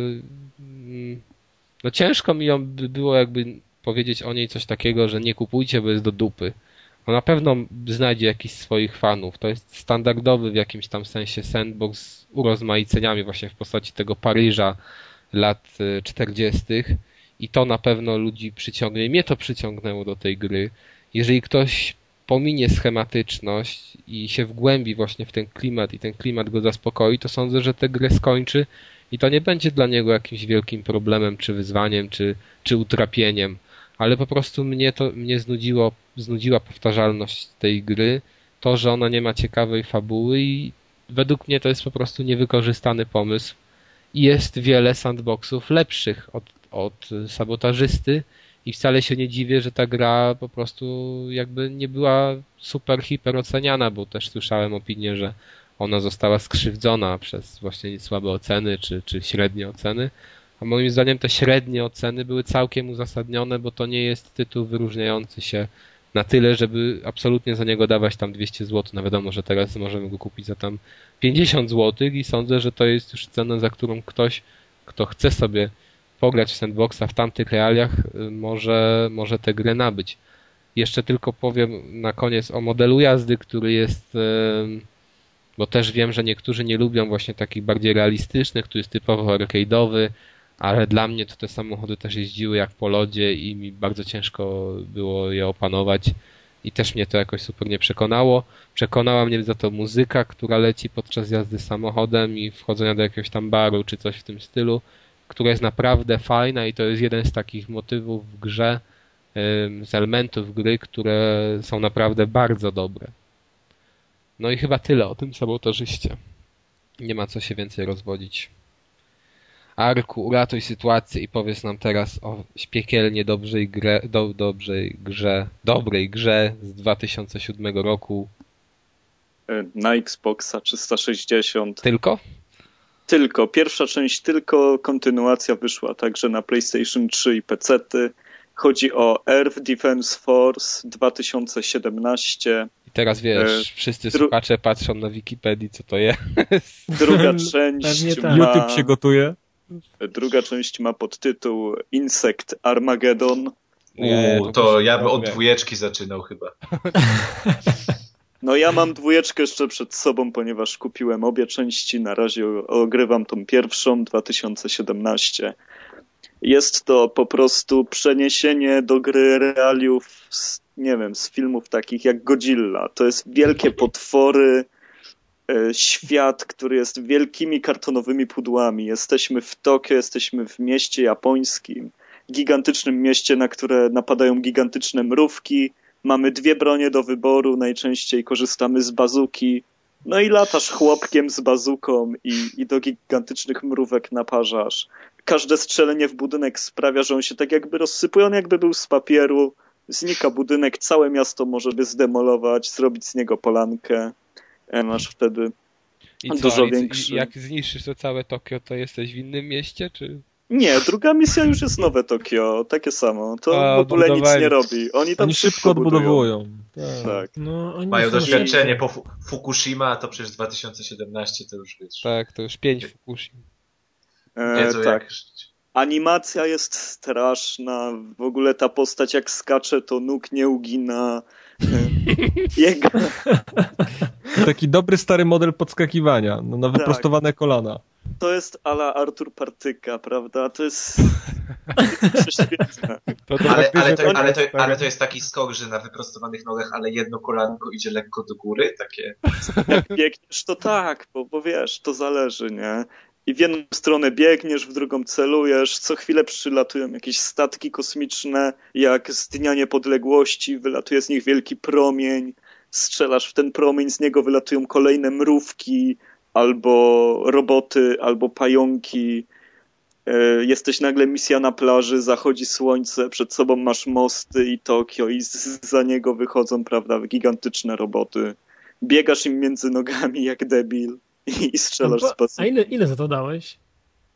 yy, no ciężko mi ją by było jakby powiedzieć o niej coś takiego, że nie kupujcie, bo jest do dupy. No na pewno znajdzie jakichś swoich fanów. To jest standardowy w jakimś tam sensie sandbox z urozmaiceniami właśnie w postaci tego Paryża lat czterdziestych i to na pewno ludzi przyciągnie. I mnie to przyciągnęło do tej gry. Jeżeli ktoś pominie schematyczność i się wgłębi właśnie w ten klimat i ten klimat go zaspokoi, to sądzę, że tę grę skończy i to nie będzie dla niego jakimś wielkim problemem, czy wyzwaniem, czy, czy utrapieniem. Ale po prostu mnie to mnie znudziło, znudziła powtarzalność tej gry, to, że ona nie ma ciekawej fabuły i według mnie to jest po prostu niewykorzystany pomysł. I jest wiele sandboxów lepszych od, od Sabotażysty i wcale się nie dziwię, że ta gra po prostu jakby nie była super hiper oceniana, bo też słyszałem opinię, że ona została skrzywdzona przez właśnie słabe oceny czy, czy średnie oceny. A moim zdaniem te średnie oceny były całkiem uzasadnione, bo to nie jest tytuł wyróżniający się na tyle, żeby absolutnie za niego dawać tam dwieście złotych. No wiadomo, że teraz możemy go kupić za tam pięćdziesiąt złotych i sądzę, że to jest już cena, za którą ktoś, kto chce sobie pograć w sandboxa w tamtych realiach, może, może tę grę nabyć. Jeszcze tylko powiem na koniec o modelu jazdy, który jest, bo też wiem, że niektórzy nie lubią właśnie takich bardziej realistycznych, który jest typowo arcade'owy, ale dla mnie to te samochody też jeździły jak po lodzie i mi bardzo ciężko było je opanować i też mnie to jakoś super nie przekonało. Przekonała mnie za to muzyka, która leci podczas jazdy samochodem i wchodzenia do jakiegoś tam baru czy coś w tym stylu, która jest naprawdę fajna i to jest jeden z takich motywów w grze, z elementów gry, które są naprawdę bardzo dobre. No i chyba tyle o tym Sabotażyście. Nie ma co się więcej rozwodzić. Arku, uratuj sytuację i powiedz nam teraz o piekielnie dobrej grze, do, dobrej grze, dobrej grze z dwa tysiące siódmego roku. Na Xboxa trzysta sześćdziesiąt. Tylko? Tylko. Pierwsza część tylko, kontynuacja wyszła także na PlayStation trzy i pecety. Chodzi o Earth Defense Force dwa tysiące siedemnaście. I teraz wiesz, wszyscy Dru- słuchacze patrzą na Wikipedii, co to jest. Druga część tak. ma... YouTube się gotuje. Druga część ma podtytuł Insect Armageddon. Nie, to, to ja bym od dwójeczki zaczynał chyba. No ja mam dwójeczkę jeszcze przed sobą, ponieważ kupiłem obie części. Na razie ogrywam tą pierwszą, dwa tysiące siedemnaście. Jest to po prostu przeniesienie do gry realiów z, nie wiem, z filmów takich jak Godzilla. To jest wielkie potwory, świat, który jest wielkimi kartonowymi pudłami. Jesteśmy w Tokio, jesteśmy w mieście japońskim, gigantycznym mieście, na które napadają gigantyczne mrówki. Mamy dwie bronie do wyboru, najczęściej korzystamy z bazuki. No i latasz chłopkiem z bazuką i, i do gigantycznych mrówek naparzasz. Każde strzelenie w budynek sprawia, że on się tak jakby rozsypuje, on jakby był z papieru. Znika budynek, całe miasto może by zdemolować, zrobić z niego polankę. Masz wtedy I co, dużo i, większy... I jak zniszczysz to całe Tokio, to jesteś w innym mieście, czy... Nie, druga misja już jest nowe Tokio, takie samo. To A, w ogóle nic odbudowali. nie robi. Oni tam Oni szybko odbudowują. Tak. tak. No, oni Mają są- doświadczenie po Fu- Fukushima, a to przecież dwa tysiące siedemnaście to już wiesz. Tak, to już pięć Fukushim. E, Wiedzą, tak. jak żyć. Animacja jest straszna. W ogóle ta postać jak skacze, to nóg nie ugina. Jego... Taki dobry stary model podskakiwania no, na wyprostowane kolana. To jest a la Artur Partyka, prawda? To jest prześwietne. To to Ale, faktycznie ale, to, tak ale, to, jest, tak. ale to jest taki skok, że na wyprostowanych nogach, ale jedno kolanko idzie lekko do góry, takie... Jak biegniesz, to tak, bo, bo wiesz, to zależy, nie? I w jedną stronę biegniesz, w drugą celujesz, co chwilę przylatują jakieś statki kosmiczne, jak z Dnia Niepodległości, wylatuje z nich wielki promień, strzelasz w ten promień, z niego wylatują kolejne mrówki, albo roboty, albo pająki. Jesteś nagle misja na plaży, zachodzi słońce, przed sobą masz mosty i Tokio i za niego wychodzą, prawda, gigantyczne roboty. Biegasz im między nogami jak debil i strzelasz No z bo- bazuki. A ile, ile za to dałeś?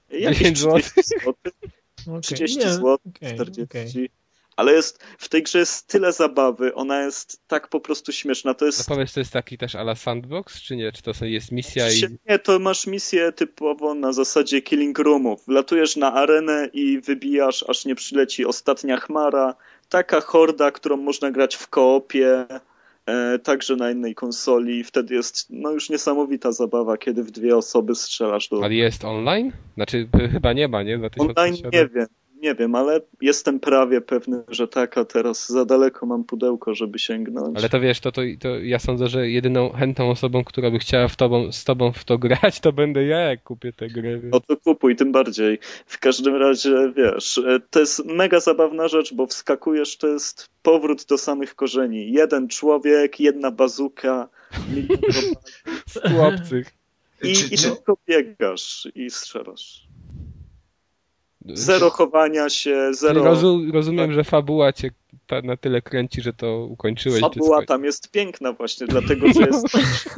Jakieś dziesięć złotych. trzydzieści złotych. Okay. trzydzieści Nie, złotych, okej, czterdzieści. okej. Ale jest, w tej grze jest tyle zabawy, ona jest tak po prostu śmieszna. To No jest... powiedz, to jest taki też a la sandbox, czy nie? Czy to sobie jest misja i... Nie, to masz misję typowo na zasadzie killing roomów. Wlatujesz na arenę i wybijasz, aż nie przyleci ostatnia chmara. Taka horda, którą można grać w koopie, e, także na innej konsoli. Wtedy jest no już niesamowita zabawa, kiedy w dwie osoby strzelasz do... Ale jest online? Znaczy chyba nie ma, nie? dwa tysiące Online siedem. nie wiem, nie wiem, ale jestem prawie pewny, że tak, a teraz za daleko mam pudełko, żeby sięgnąć. Ale to wiesz, to, to, to ja sądzę, że jedyną chętną osobą, która by chciała w tobą, z tobą w to grać, to będę ja, jak kupię tę grę. Więc... No to kupuj, tym bardziej. W każdym razie, wiesz, to jest mega zabawna rzecz, bo wskakujesz, to jest powrót do samych korzeni. Jeden człowiek, jedna bazuka, milion Z chłopcych. i, Czy- i czy- tylko biegasz i strzelasz. Zero chowania się, zero... Rozu, rozumiem, że fabuła cię ta, na tyle kręci, że to ukończyłeś. Fabuła ty tam jest piękna właśnie, dlatego że jest...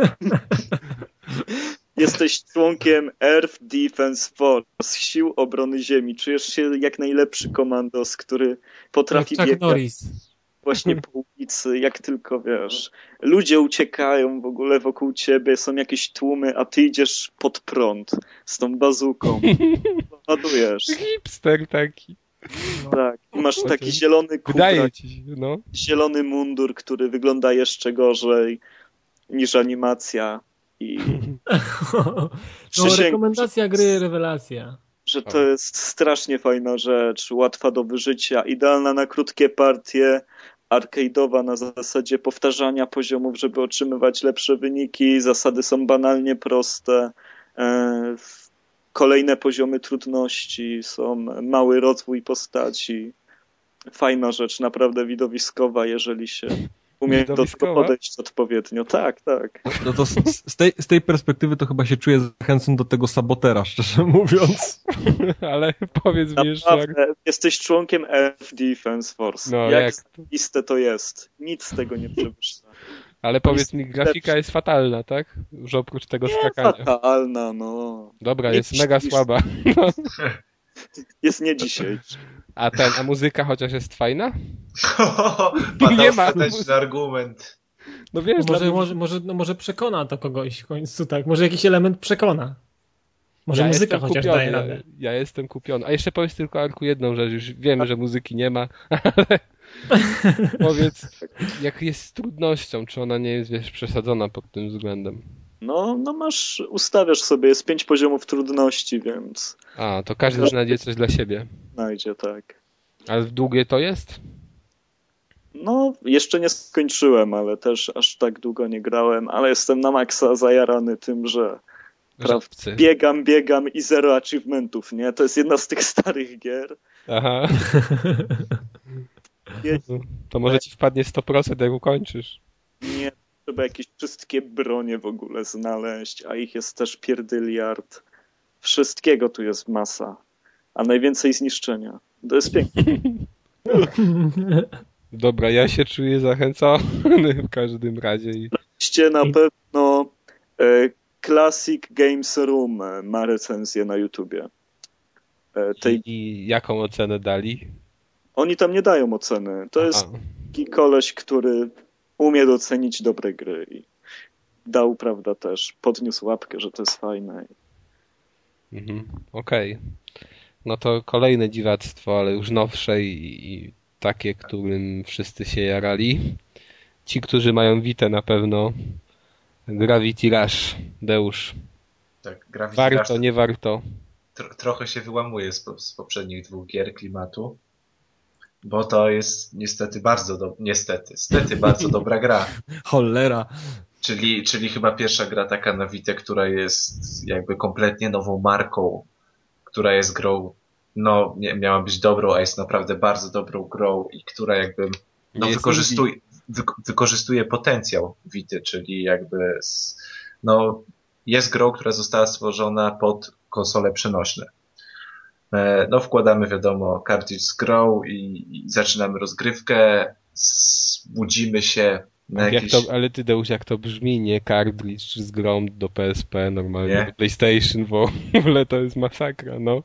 jesteś członkiem Earth Defense Force, Sił Obrony Ziemi. Czujesz się jak najlepszy komandos, który potrafi Chuck biegać Norris. właśnie po ulicy, jak tylko wiesz. Ludzie uciekają w ogóle wokół ciebie, są jakieś tłumy, a ty idziesz pod prąd z tą bazuką. Ładujesz. Hipster taki. Tak. I masz taki Okej. zielony Wydaje kubrak, ci się, no. zielony mundur, który wygląda jeszcze gorzej niż animacja. I No, Przysięgam, rekomendacja gry, rewelacja. że to jest strasznie fajna rzecz, łatwa do wyżycia, idealna na krótkie partie, arcade'owa na zasadzie powtarzania poziomów, żeby otrzymywać lepsze wyniki, zasady są banalnie proste, e, kolejne poziomy trudności, są mały rozwój postaci, fajna rzecz, naprawdę widowiskowa, jeżeli się umie do tego Widowiskowa? podejść odpowiednio. Tak, tak. No to z, z, tej, z tej perspektywy to chyba się czuję zachęcony do tego sabotera, szczerze mówiąc. Ale powiedz mi jeszcze, jak... Naprawdę, jesteś członkiem Earth Defense Force. No, jak jak- zajebiste to jest. Nic z tego nie przewyższa. Ale powiedz mi, grafika jest fatalna, tak? Już oprócz tego Nie skakania. fatalna, no. Dobra, Nie jest mega pisz- słaba. Jest nie dzisiaj. A ten, a muzyka chociaż jest fajna? Padał Nie ma. ostateczny argument. No wiesz, No dla może, mnie... może, może, no może przekona to kogoś w końcu, tak? Może jakiś element przekona. Może ja muzyka jestem chociaż kupiony, daje radę. Ja, ja jestem kupiony. A jeszcze powiedz tylko, Arku, jedną rzecz. Już wiemy, że muzyki nie ma, ale powiedz, jak jest z trudnością, czy ona nie jest, wiesz, przesadzona pod tym względem? No, no masz, ustawiasz sobie, jest pięć poziomów trudności, więc A, to każdy znajdzie coś dla siebie. znajdzie, tak. Ale długie to jest? No, jeszcze nie skończyłem, ale też aż tak długo nie grałem, ale jestem na maksa zajarany tym, że Żabcy. biegam, biegam i zero achievementów, nie? To jest jedna z tych starych gier. Aha. Nie, To może ci wpadnie sto procent, jak ukończysz. nie, trzeba jakieś wszystkie bronie w ogóle znaleźć, a ich jest też pierdyliard. Wszystkiego tu jest masa, a najwięcej zniszczenia. To jest piękne. Dobra, ja się czuję zachęcony w każdym razie. I... Oczywiście na pewno e, Classic Games Room e, ma recenzję na YouTubie. E, tej, I jaką ocenę dali? oni tam nie dają oceny. To jest A, taki koleś, który umie docenić dobre gry i dał, prawda, też, podniósł łapkę, że to jest fajne. mhm, okej. No to kolejne dziwactwo, ale już nowsze i, i takie, którym wszyscy się jarali. Ci, którzy mają Vitę na pewno. Gravity Rush, Deusz. Tak, Gravity Warto, Rush nie warto. tro- trochę się wyłamuje z, po- z poprzednich dwóch gier klimatu, bo to jest niestety bardzo do... niestety, stety bardzo dobra gra. Cholera. Czyli, czyli chyba pierwsza gra taka na Vitę, która jest jakby kompletnie nową marką, która jest grą, no nie, miała być dobrą, a jest naprawdę bardzo dobrą grą i która jakby no, Nie jest wykorzystuje, wy, wykorzystuje potencjał Vity, czyli jakby s- no, jest grą, która została stworzona pod konsole przenośne. E, No wkładamy wiadomo cartridge z grą i, i zaczynamy rozgrywkę, s- budzimy się Na Jak jakieś... to, ale ty Deusz, jak to brzmi, nie cartridge z grą do P S P, normalnie Nie. do PlayStation, bo w ogóle to jest masakra, no.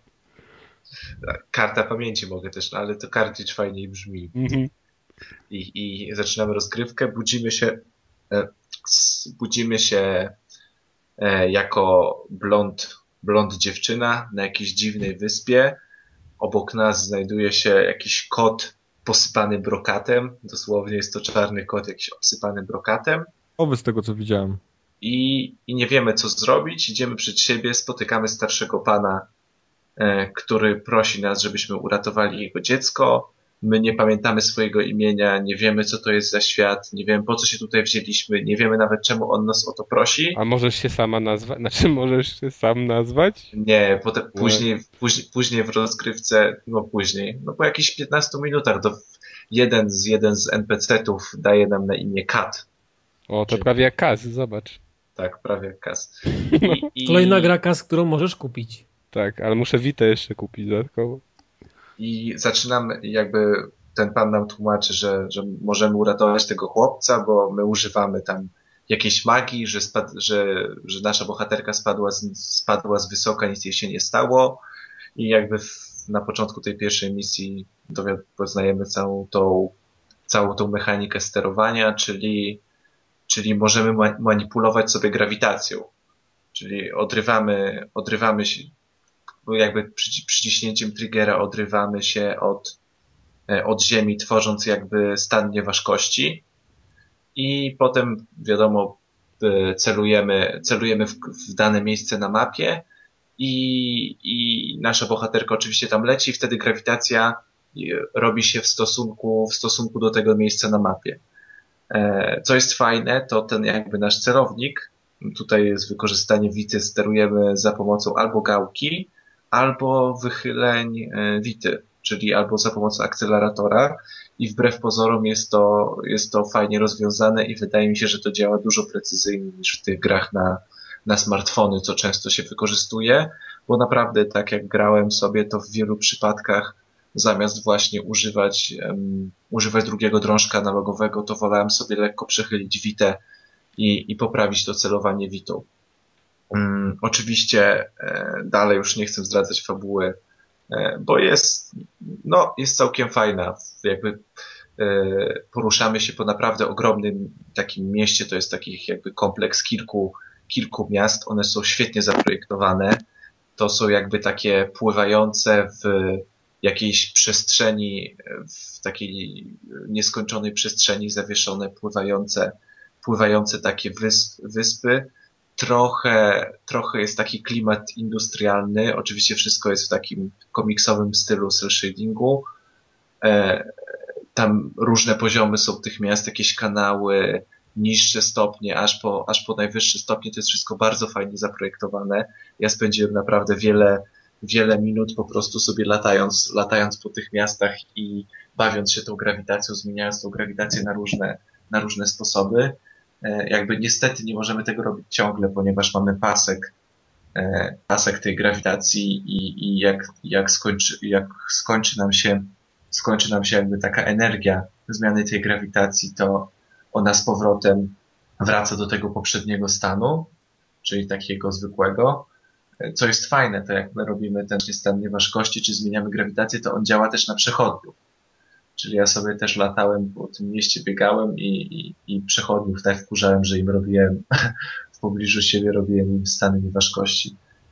Karta pamięci mogę też, no ale to cartridge fajniej brzmi. Mhm. I, I zaczynamy rozgrywkę, budzimy się e, s- budzimy się e, jako blond, blond dziewczyna na jakiejś dziwnej wyspie. Obok nas znajduje się jakiś kot posypany brokatem. Dosłownie jest to czarny kot jakiś obsypany brokatem. Owy z tego, co widziałem. I, I nie wiemy, co zrobić. Idziemy przed siebie, spotykamy starszego pana, e, który prosi nas, żebyśmy uratowali jego dziecko. My nie pamiętamy swojego imienia, nie wiemy, co to jest za świat, nie wiemy, po co się tutaj wzięliśmy, nie wiemy nawet, czemu on nas o to prosi. A możesz się sama nazwać? Znaczy, możesz się sam nazwać? Nie, potem, później, później, później w rozgrywce, no później, no po jakichś piętnastu minutach do, jeden z, jeden z en pe ce ów daje nam na imię Kat. O, to Czyli- prawie jak Kaz, zobacz. Tak, prawie jak Kas. I, i, Kolejna gra Kas, którą możesz kupić. Tak, ale muszę Vita jeszcze kupić dodatkowo. I zaczynamy, jakby ten pan nam tłumaczy, że, że możemy uratować tego chłopca, bo my używamy tam jakiejś magii, że, spad, że, że nasza bohaterka spadła z, spadła z wysoka, nic jej się nie stało. I jakby w, na początku tej pierwszej misji dowiad- poznajemy całą tą, całą tą mechanikę sterowania, czyli, czyli możemy ma- manipulować sobie grawitacją. Czyli odrywamy, odrywamy się, bo jakby przyci- przyciśnięciem triggera odrywamy się od, e, od ziemi, tworząc jakby stan nieważkości. I potem, wiadomo, e, celujemy, celujemy w, w dane miejsce na mapie i, i nasza bohaterka oczywiście tam leci, wtedy grawitacja e, robi się w stosunku, w stosunku do tego miejsca na mapie. E, Co jest fajne, to ten jakby nasz celownik, tutaj jest wykorzystanie Wity, sterujemy za pomocą albo gałki, albo wychyleń e, Wity, czyli albo za pomocą akceleratora i wbrew pozorom jest to, jest to fajnie rozwiązane i wydaje mi się, że to działa dużo precyzyjniej niż w tych grach na, na smartfony, co często się wykorzystuje, bo naprawdę tak jak grałem sobie, to w wielu przypadkach zamiast właśnie używać, um, używać drugiego drążka analogowego, to wolałem sobie lekko przechylić Witę i, i poprawić to celowanie Witą. Um, oczywiście e, dalej już nie chcę zdradzać fabuły, e, bo jest, no, jest całkiem fajna. Jakby e, poruszamy się po naprawdę ogromnym takim mieście, to jest taki jakby kompleks kilku, kilku miast. One są świetnie zaprojektowane. To są jakby takie pływające w jakiejś przestrzeni, w takiej nieskończonej przestrzeni zawieszone, pływające, pływające takie wysp, wyspy. Trochę, trochę jest taki klimat industrialny. Oczywiście wszystko jest w takim komiksowym stylu cel shadingu. E, tam różne poziomy są tych miast, jakieś kanały, niższe stopnie, aż po, aż po najwyższe stopnie. To jest wszystko bardzo fajnie zaprojektowane. Ja spędziłem naprawdę wiele, wiele minut po prostu sobie latając, latając po tych miastach i bawiąc się tą grawitacją, zmieniając tą grawitację na różne, na różne sposoby. E, jakby niestety nie możemy tego robić ciągle, ponieważ mamy pasek, e, pasek tej grawitacji i, i jak, jak skończy, jak skończy nam się, skończy nam się jakby taka energia zmiany tej grawitacji, to ona z powrotem wraca do tego poprzedniego stanu, czyli takiego zwykłego. Co jest fajne, to jak my robimy ten stan nieważkości, czy zmieniamy grawitację, to on działa też na przechodniów. Czyli ja sobie też latałem po tym mieście, biegałem i, i, i przechodniów tak wkurzałem, że im robiłem w pobliżu siebie, robiłem im stany nieważkości.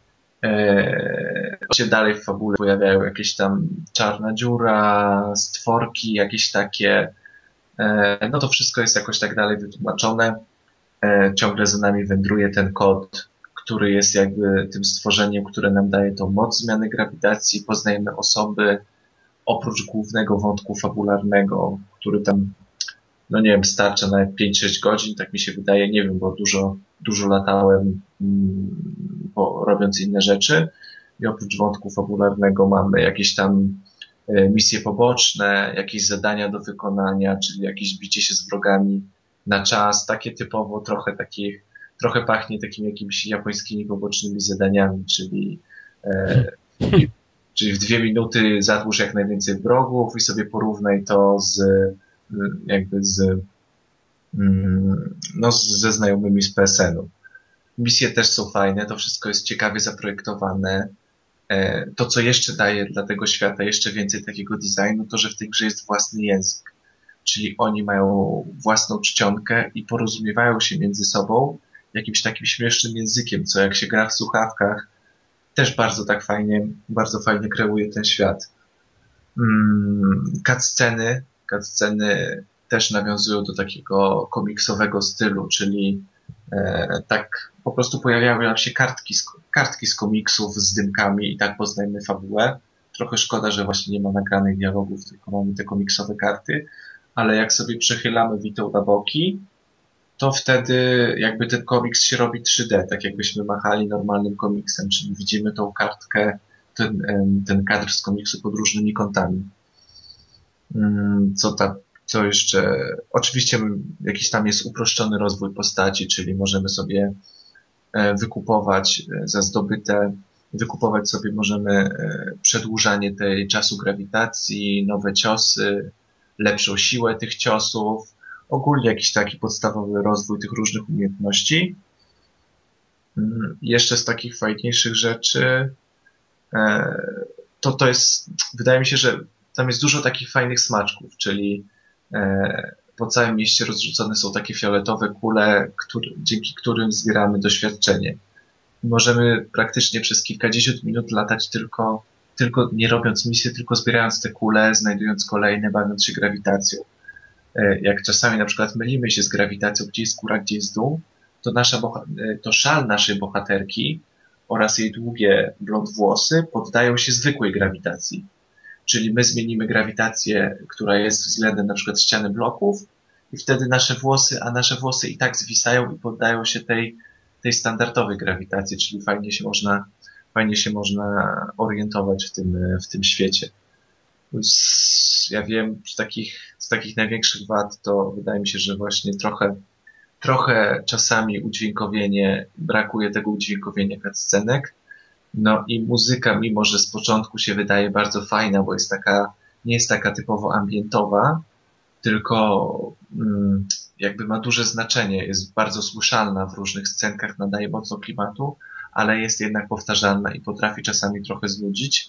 Eee, dalej w fabule pojawiają jakieś tam czarna dziura, stworki, jakieś takie. Eee, no to wszystko jest jakoś tak dalej wytłumaczone. Eee, ciągle za nami wędruje ten kod, który jest jakby tym stworzeniem, które nam daje tą moc zmiany grawitacji. Poznajemy osoby, oprócz głównego wątku fabularnego, który tam, no nie wiem, starcza na pięć sześć godzin, tak mi się wydaje, nie wiem, bo dużo, dużo latałem mm, bo, robiąc inne rzeczy. I oprócz wątku fabularnego mamy jakieś tam e, misje poboczne, jakieś zadania do wykonania, czyli jakieś bicie się z wrogami na czas, takie typowo trochę takich, trochę pachnie takimi jakimiś japońskimi pobocznymi zadaniami, czyli e, czyli w dwie minuty zatłóż jak najwięcej wrogów i sobie porównaj to z jakby z no, ze znajomymi z P S N-u. Misje też są fajne, to wszystko jest ciekawie zaprojektowane. To, co jeszcze daje dla tego świata jeszcze więcej takiego designu, to, że w tej grze jest własny język. Czyli oni mają własną czcionkę i porozumiewają się między sobą jakimś takim śmiesznym językiem, co jak się gra w słuchawkach, też bardzo tak fajnie, bardzo fajnie kreuje ten świat. Hmm, cutsceny, cutsceny też nawiązują do takiego komiksowego stylu, czyli e, tak po prostu pojawiają się kartki z, kartki z komiksów z dymkami i tak poznajemy fabułę. Trochę szkoda, że właśnie nie ma nagranych dialogów, tylko mamy te komiksowe karty, ale jak sobie przechylamy witą na boki, to wtedy jakby ten komiks się robi trzy D, tak jakbyśmy machali normalnym komiksem, czyli widzimy tą kartkę, ten, ten kadr z komiksu pod różnymi kątami. Co tam, co jeszcze? Oczywiście jakiś tam jest uproszczony rozwój postaci, czyli możemy sobie wykupować za zdobyte, wykupować sobie możemy przedłużanie tej czasu grawitacji, nowe ciosy, lepszą siłę tych ciosów, ogólnie jakiś taki podstawowy rozwój tych różnych umiejętności. Jeszcze z takich fajniejszych rzeczy to to jest, wydaje mi się, że tam jest dużo takich fajnych smaczków, czyli po całym mieście rozrzucone są takie fioletowe kule, który, dzięki którym zbieramy doświadczenie. Możemy praktycznie przez kilkadziesiąt minut latać tylko, tylko nie robiąc misji, tylko zbierając te kule, znajdując kolejne, bawiąc się grawitacją. Jak czasami na przykład mylimy się z grawitacją, gdzie jest góra, gdzie jest dół, to, nasza to szal naszej bohaterki oraz jej długie blond włosy poddają się zwykłej grawitacji. Czyli my zmienimy grawitację, która jest względem na przykład ściany bloków i wtedy nasze włosy, a nasze włosy i tak zwisają i poddają się tej, tej standardowej grawitacji, czyli fajnie się można, fajnie się można orientować w tym, w tym świecie. Ja wiem, z takich, z takich największych wad to wydaje mi się, że właśnie trochę, trochę czasami udźwiękowienie, brakuje tego udźwiękowienia cutscenek. No i muzyka, mimo że z początku się wydaje bardzo fajna, bo jest taka, nie jest taka typowo ambientowa, tylko mm, jakby ma duże znaczenie, jest bardzo słyszalna w różnych scenkach, nadaje mocno klimatu, ale jest jednak powtarzalna i potrafi czasami trochę znudzić.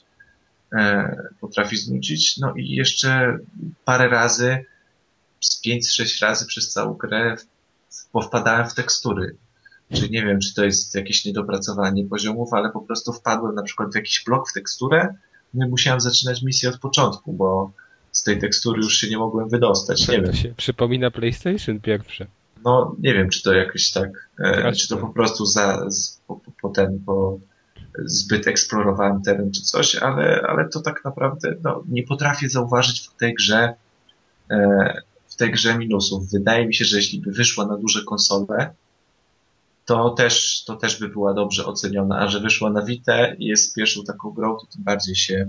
E, potrafi znudzić. No i jeszcze parę razy, z pięć, sześć razy przez całą grę powpadałem w tekstury. Czyli nie wiem, czy to jest jakieś niedopracowanie poziomów, ale po prostu wpadłem na przykład w jakiś blok w teksturę, no i musiałem zaczynać misję od początku, bo z tej tekstury już się nie mogłem wydostać. Nie to wiem. Się przypomina PlayStation pierwsze. No nie wiem, czy to jakoś tak, e, czy to po prostu za, z, po, po ten, po zbyt eksplorowałem teren czy coś, ale, ale to tak naprawdę no, nie potrafię zauważyć w tej grze e, w tej grze minusów. Wydaje mi się, że jeśli by wyszła na duże konsole, to też, to też by była dobrze oceniona, a że wyszła na Vitę i jest pierwszą taką grą, to tym bardziej się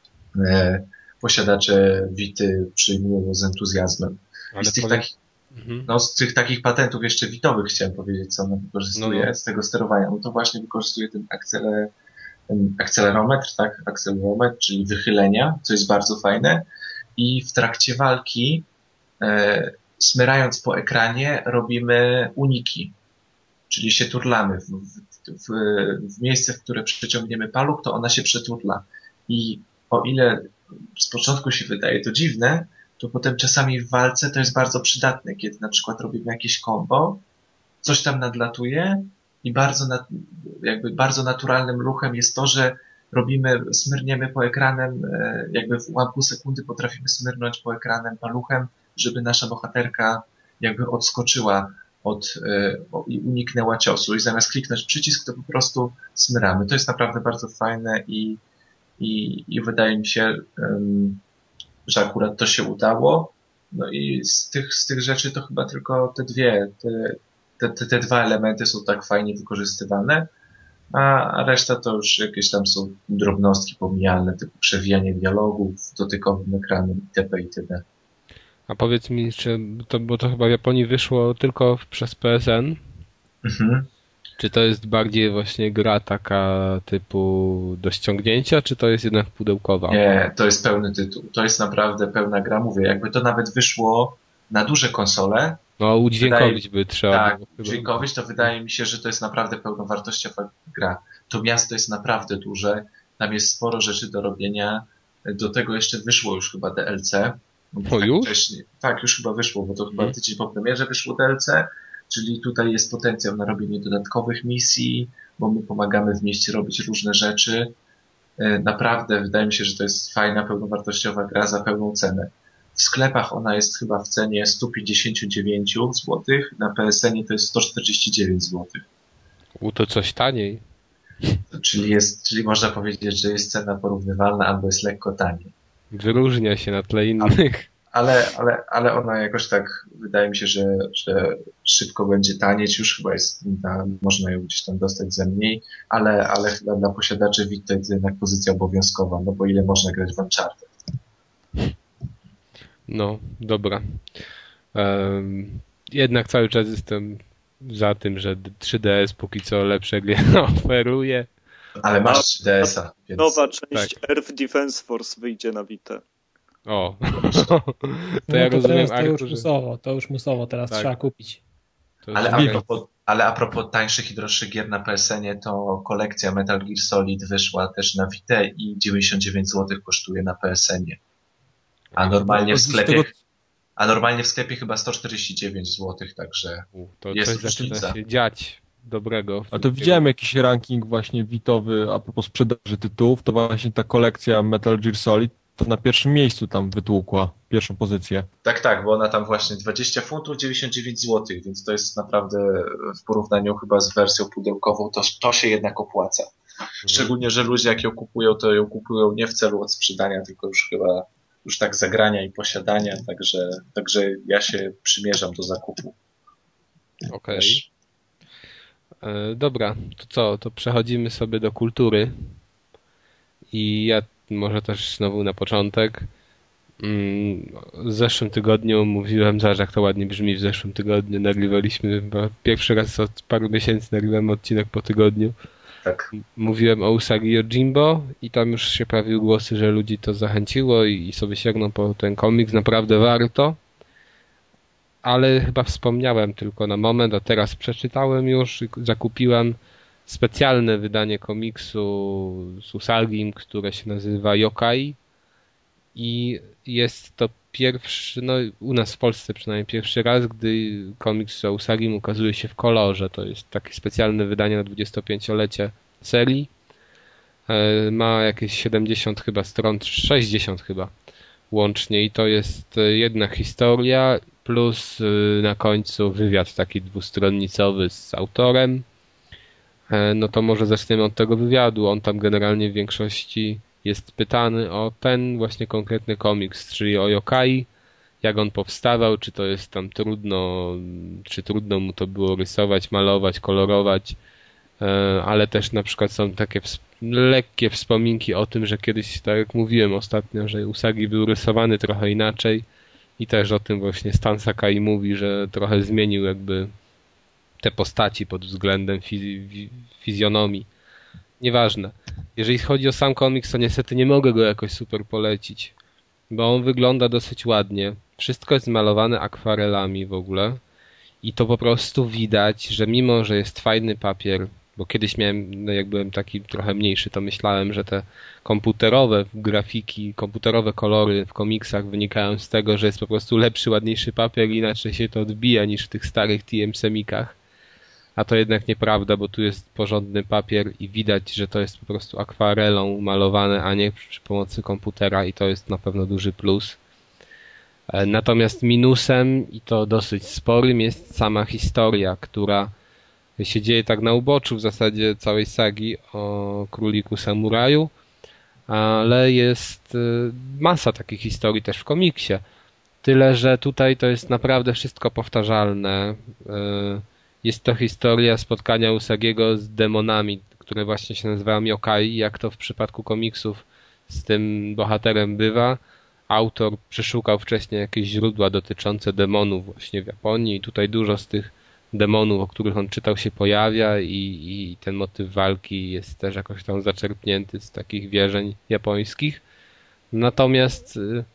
e, posiadacze Vity przyjmują z entuzjazmem. I z tych, powie... takich, mhm. no, z tych takich patentów jeszcze witowych chciałem powiedzieć, co ona wykorzystuje, no, no. z tego sterowania. No to właśnie wykorzystuje ten, akcele, ten akcelerometr, tak, akcelerometr, czyli wychylenia, co jest bardzo fajne. I w trakcie walki, e, smyrając po ekranie, robimy uniki. Czyli się turlamy w, w, w, w miejsce, w które przeciągniemy paluch, to ona się przeturla. I o ile z początku się wydaje to dziwne, to potem czasami w walce to jest bardzo przydatne, kiedy na przykład robimy jakieś combo, coś tam nadlatuje i bardzo, nat, jakby bardzo naturalnym ruchem jest to, że robimy, smyrniemy po ekranem, jakby w ułamku sekundy potrafimy smyrnąć po ekranem paluchem, żeby nasza bohaterka jakby odskoczyła od, i uniknęła ciosu i zamiast kliknąć przycisk, to po prostu smyramy. To jest naprawdę bardzo fajne i, i, i wydaje mi się, um, że akurat to się udało. No i z tych, z tych rzeczy to chyba tylko te dwie, te, te, te, te dwa elementy są tak fajnie wykorzystywane, a, a reszta to już jakieś tam są drobnostki pomijalne, typu przewijanie dialogów, dotykowym ekranem itp. itd. A powiedz mi, czy to, bo to chyba w Japonii wyszło tylko przez P S N? Mhm. Czy to jest bardziej właśnie gra taka typu do ściągnięcia, czy to jest jednak pudełkowa? Nie, to jest pełny tytuł. To jest naprawdę pełna gra. Mówię, jakby to nawet wyszło na duże konsole, No, udźwiękowić by trzeba Tak, było. udźwiękowić to wydaje mi się, że to jest naprawdę pełnowartościowa gra. To miasto jest naprawdę duże, tam jest sporo rzeczy do robienia. Do tego jeszcze wyszło już chyba D L C. O, już? Wcześniej, tak, już chyba wyszło, bo to chyba Hmm. tydzień po premierze wyszło D L C, czyli tutaj jest potencjał na robienie dodatkowych misji, bo my pomagamy w mieście robić różne rzeczy. Naprawdę wydaje mi się, że to jest fajna, pełnowartościowa gra za pełną cenę. W sklepach ona jest chyba w cenie sto pięćdziesiąt dziewięć złotych, na P S N to jest sto czterdzieści dziewięć złotych. U, to coś taniej. Czyli jest, czyli można powiedzieć, że jest cena porównywalna albo jest lekko taniej. Wyróżnia się na tle innych. Ale, ale, ale ona jakoś tak, wydaje mi się, że, że szybko będzie tanieć, już chyba jest, na, można ją gdzieś tam dostać za mniej, ale, ale chyba dla posiadaczy Vita to jest jednak pozycja obowiązkowa, no bo ile można grać w Uncharted. No, dobra. Um, jednak cały czas jestem za tym, że trzy D S póki co lepsze gry oferuje. Ale masz trzy D S a. Więc... Nowa część tak. Earth Defense Force wyjdzie na Vita. O, to No ja to rozumiem, teraz to już Artur, że... musowo, to już musowo teraz Tak. trzeba kupić. to Ale, że- a propos, ale a propos tańszych i droższych gier na P S N, to kolekcja Metal Gear Solid wyszła też na Vita i dziewięćdziesiąt dziewięć złotych kosztuje na P S N. A normalnie w Z sklepie, tego- a normalnie w sklepie chyba sto czterdzieści dziewięć złotych, także U, to jest coś zaczyna różnica. się dziać dobrego. w A tym to widziałem jakiś ranking właśnie witowy a propos sprzedaży tytułów, to właśnie ta kolekcja Metal Gear Solid to na pierwszym miejscu tam wytłukła pierwszą pozycję. tak, tak, bo ona tam właśnie dwadzieścia funtów, dziewięćdziesiąt dziewięć złotych, więc to jest naprawdę w porównaniu chyba z wersją pudełkową, to, to się jednak opłaca. Szczególnie, że ludzie jak ją kupują, to ją kupują nie w celu odsprzedania, tylko już chyba już tak zagrania i posiadania, także, także ja się przymierzam do zakupu. Okej. Też. E, Dobra, to co? To przechodzimy sobie do kultury. I ja może też znowu na początek. Mm, W zeszłym tygodniu mówiłem, zobacz jak to ładnie brzmi, w zeszłym tygodniu nagrywaliśmy, chyba pierwszy raz od paru miesięcy nagrywamy odcinek po tygodniu. Tak. Mówiłem o Usagi Yojimbo i tam już się pojawiły głosy, że ludzi to zachęciło i, i sobie sięgną po ten komiks, naprawdę warto. Ale chyba wspomniałem tylko na moment, a teraz przeczytałem już i zakupiłem specjalne wydanie komiksu z Usagim, które się nazywa Yokai i jest to pierwszy, no u nas w Polsce przynajmniej pierwszy raz, gdy komiks o Usagim ukazuje się w kolorze. To jest takie specjalne wydanie na dwudziestopięciolecie serii. E, Ma jakieś siedemdziesiąt chyba stron, sześćdziesiąt chyba łącznie i to jest jedna historia plus y, na końcu wywiad taki dwustronnicowy z autorem. E, No to może zaczniemy od tego wywiadu. On tam generalnie w większości jest pytany o ten właśnie konkretny komiks, czyli o Yokai, jak on powstawał, czy to jest tam trudno, czy trudno mu to było rysować, malować, kolorować, e, ale też na przykład są takie ws- lekkie wspominki o tym, że kiedyś, tak jak mówiłem ostatnio, że Usagi był rysowany trochę inaczej i też o tym właśnie Stan Sakai mówi, że trochę zmienił jakby te postaci pod względem fiz- wi- fizjonomii. Nieważne. Jeżeli chodzi o sam komiks, to niestety nie mogę go jakoś super polecić, bo on wygląda dosyć ładnie. Wszystko jest malowane akwarelami w ogóle i to po prostu widać, że mimo, że jest fajny papier, bo kiedyś miałem, no jak byłem taki trochę mniejszy, to myślałem, że te komputerowe grafiki, komputerowe kolory w komiksach wynikają z tego, że jest po prostu lepszy, ładniejszy papier i inaczej się to odbija niż w tych starych T M Semikach. A to jednak nieprawda, bo tu jest porządny papier i widać, że to jest po prostu akwarelą malowane, a nie przy pomocy komputera i to jest na pewno duży plus. E, Natomiast minusem, i to dosyć sporym, jest sama historia, która się dzieje tak na uboczu w zasadzie całej sagi o króliku samuraju, ale jest y, masa takich historii też w komiksie. Tyle, że tutaj to jest naprawdę wszystko powtarzalne. Y, Jest to historia spotkania Usagiego z demonami, które właśnie się nazywają yokai, jak to w przypadku komiksów z tym bohaterem bywa. Autor przeszukał wcześniej jakieś źródła dotyczące demonów właśnie w Japonii i tutaj dużo z tych demonów, o których on czytał, się pojawia i, i ten motyw walki jest też jakoś tam zaczerpnięty z takich wierzeń japońskich. Natomiast y,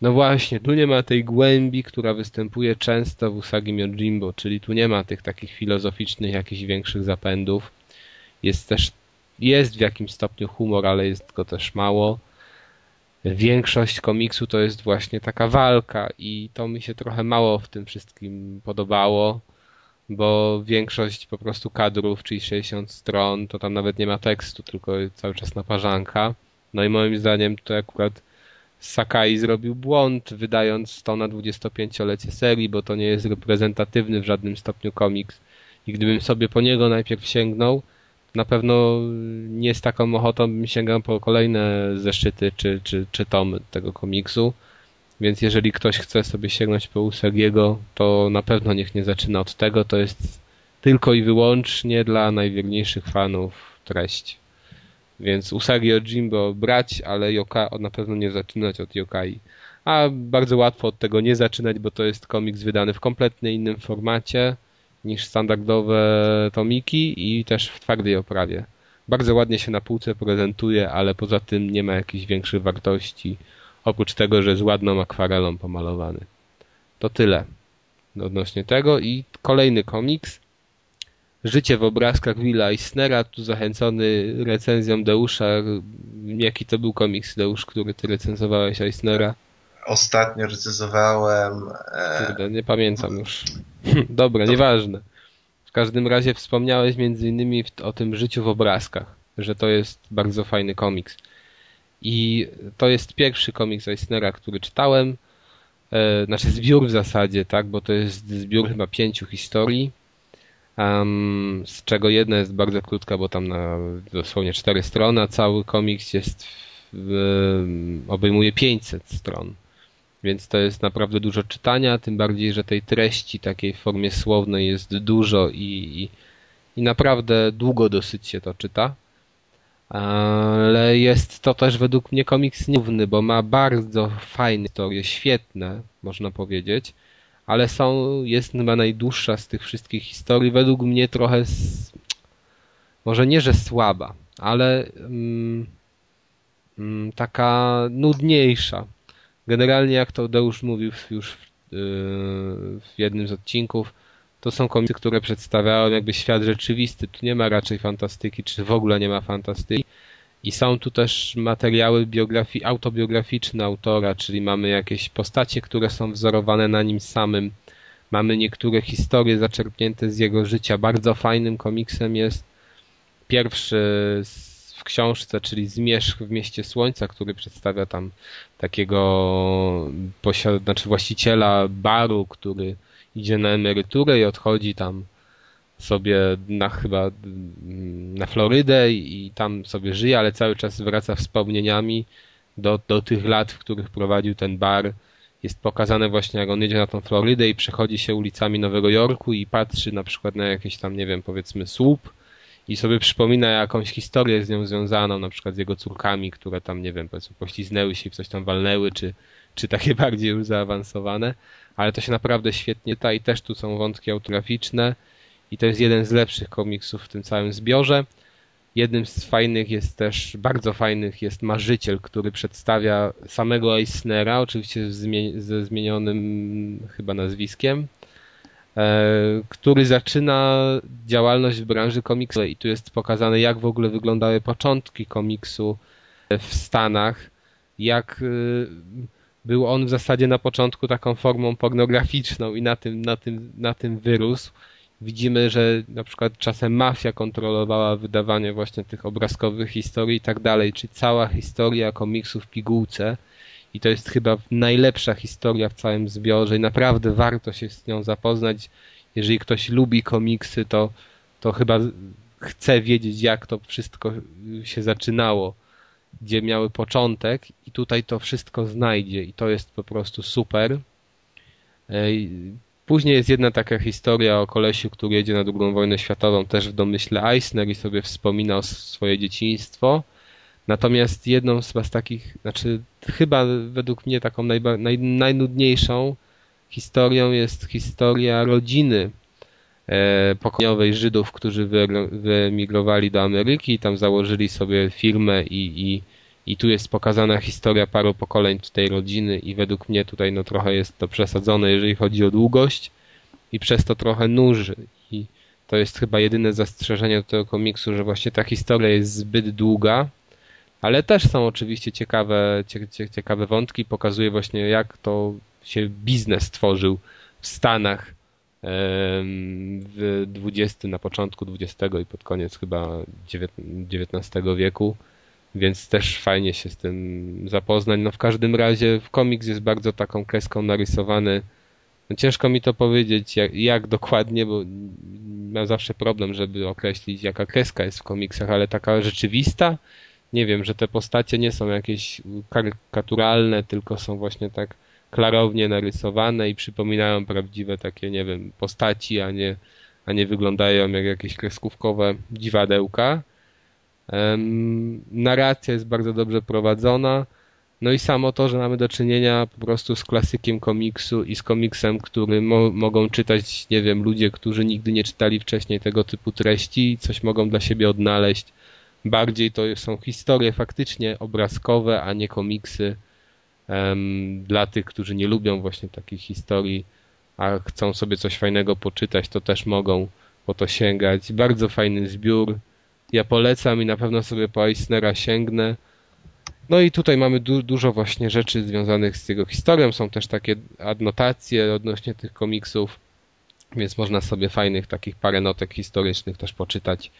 No właśnie, tu nie ma tej głębi, która występuje często w Usagi Yojimbo, czyli tu nie ma tych takich filozoficznych, jakichś większych zapędów. Jest też, jest w jakimś stopniu humor, ale jest go też mało. Większość komiksu to jest właśnie taka walka i to mi się trochę mało w tym wszystkim podobało, bo większość po prostu kadrów, czyli sześćdziesiąt stron, to tam nawet nie ma tekstu, tylko cały czas naparzanka. No i moim zdaniem to akurat Sakai zrobił błąd, wydając to na dwudziestopięciolecie serii, bo to nie jest reprezentatywny w żadnym stopniu komiks. I gdybym sobie po niego najpierw sięgnął, na pewno nie z taką ochotą bym sięgał po kolejne zeszyty czy, czy, czy tomy tego komiksu. Więc jeżeli ktoś chce sobie sięgnąć po Usagiego, to na pewno niech nie zaczyna od tego. To jest tylko i wyłącznie dla najwierniejszych fanów treść. Więc Usagi Yojimbo brać, ale yoka, na pewno nie zaczynać od yokai. A bardzo łatwo od tego nie zaczynać, bo to jest komiks wydany w kompletnie innym formacie niż standardowe tomiki i też w twardej oprawie. Bardzo ładnie się na półce prezentuje, ale poza tym nie ma jakichś większych wartości, oprócz tego, że jest ładną akwarelą pomalowany. To tyle odnośnie tego. I kolejny komiks. Życie w obrazkach Willa Eisnera, tu zachęcony recenzją Deusza. Jaki to był komiks, Deusz, który ty recenzowałeś Eisnera? Ostatnio recenzowałem... E... Kurde, nie pamiętam już. Dobra, to... nieważne. W każdym razie wspomniałeś między innymi o tym życiu w obrazkach, że to jest bardzo fajny komiks. I to jest pierwszy komiks Eisnera, który czytałem. E, znaczy zbiór w zasadzie, tak, bo to jest zbiór chyba pięciu historii. Um, z czego jedna jest bardzo krótka, bo tam na dosłownie cztery strony, a cały komiks jest w, obejmuje pięćset stron. Więc to jest naprawdę dużo czytania, tym bardziej, że tej treści takiej w formie słownej jest dużo i, i, i naprawdę długo dosyć się to czyta. Ale jest to też według mnie komiks nierówny, bo ma bardzo fajne historie, świetne, można powiedzieć. Ale są, jest chyba najdłuższa z tych wszystkich historii, według mnie trochę, s... może nie, że słaba, ale mm, mm, taka nudniejsza. Generalnie, jak to Deusz mówił już w, yy, w jednym z odcinków, to są komiksy, które przedstawiają jakby świat rzeczywisty. Tu nie ma raczej fantastyki, czy w ogóle nie ma fantastyki. I są tu też materiały biografii, autobiograficzne autora, czyli mamy jakieś postacie, które są wzorowane na nim samym. Mamy niektóre historie zaczerpnięte z jego życia. Bardzo fajnym komiksem jest pierwszy w książce, czyli Zmierzch w mieście słońca, który przedstawia tam takiego posiad- znaczy właściciela baru, który idzie na emeryturę i odchodzi tam sobie na chyba na Florydę i tam sobie żyje, ale cały czas wraca wspomnieniami do, do tych lat, w których prowadził ten bar. Jest pokazane właśnie, jak on jedzie na tą Florydę i przechodzi się ulicami Nowego Jorku i patrzy na przykład na jakieś tam, nie wiem, powiedzmy słup i sobie przypomina jakąś historię z nią związaną, na przykład z jego córkami, które tam, nie wiem, powiedzmy pośliznęły się i w coś tam walnęły, czy, czy takie bardziej już zaawansowane. Ale to się naprawdę świetnie czyta i też tu są wątki autograficzne. I to jest jeden z lepszych komiksów w tym całym zbiorze. Jednym z fajnych jest też, bardzo fajnych jest Marzyciel, który przedstawia samego Eisnera, oczywiście ze zmienionym chyba nazwiskiem, który zaczyna działalność w branży komiksowej. I tu jest pokazane, jak w ogóle wyglądały początki komiksu w Stanach, jak był on w zasadzie na początku taką formą pornograficzną i na tym, na tym, na tym wyrósł. Widzimy, że na przykład czasem mafia kontrolowała wydawanie właśnie tych obrazkowych historii i tak dalej, czyli cała historia komiksu w pigułce i to jest chyba najlepsza historia w całym zbiorze i naprawdę warto się z nią zapoznać. Jeżeli ktoś lubi komiksy, to, to chyba chce wiedzieć, jak to wszystko się zaczynało, gdzie miały początek i tutaj to wszystko znajdzie i to jest po prostu super. Później jest jedna taka historia o kolesiu, który jedzie na drugą wojnę światową, też w domyśle Eisner i sobie wspomina o swoje dzieciństwo. Natomiast jedną z was takich, znaczy chyba według mnie taką najba, naj, najnudniejszą historią jest historia rodziny e, pokoleniowej Żydów, którzy wyemigrowali do Ameryki i tam założyli sobie firmę i, i, i tu jest pokazana historia paru pokoleń tej rodziny i według mnie tutaj no trochę jest to przesadzone, jeżeli chodzi o długość i przez to trochę nuży i to jest chyba jedyne zastrzeżenie do tego komiksu, że właśnie ta historia jest zbyt długa, ale też są oczywiście ciekawe, cie, ciekawe wątki, pokazuje właśnie jak to się biznes tworzył w Stanach w dwudziestym, na początku dwudziestego i pod koniec chyba dziewiętnastego wieku, więc też fajnie się z tym zapoznać. No w każdym razie komiks jest bardzo taką kreską narysowany. No ciężko mi to powiedzieć jak, jak dokładnie, bo mam zawsze problem, żeby określić jaka kreska jest w komiksach, ale taka rzeczywista. Nie wiem, że te postacie nie są jakieś karykaturalne, tylko są właśnie tak klarownie narysowane i przypominają prawdziwe takie, nie wiem, postaci, a nie, a nie wyglądają jak jakieś kreskówkowe dziwadełka. Um, narracja jest bardzo dobrze prowadzona. No i samo to, że mamy do czynienia po prostu z klasykiem komiksu i z komiksem, który mo- mogą czytać, nie wiem, ludzie, którzy nigdy nie czytali wcześniej tego typu treści, coś mogą dla siebie odnaleźć. Bardziej to są historie faktycznie obrazkowe, a nie komiksy. Um, dla tych, którzy nie lubią właśnie takich historii, a chcą sobie coś fajnego poczytać, to też mogą po to sięgać. Bardzo fajny zbiór. Ja polecam i na pewno sobie po Eisnera sięgnę. No i tutaj mamy du- dużo właśnie rzeczy związanych z jego historią. Są też takie adnotacje odnośnie tych komiksów, więc można sobie fajnych takich parę notek historycznych też poczytać.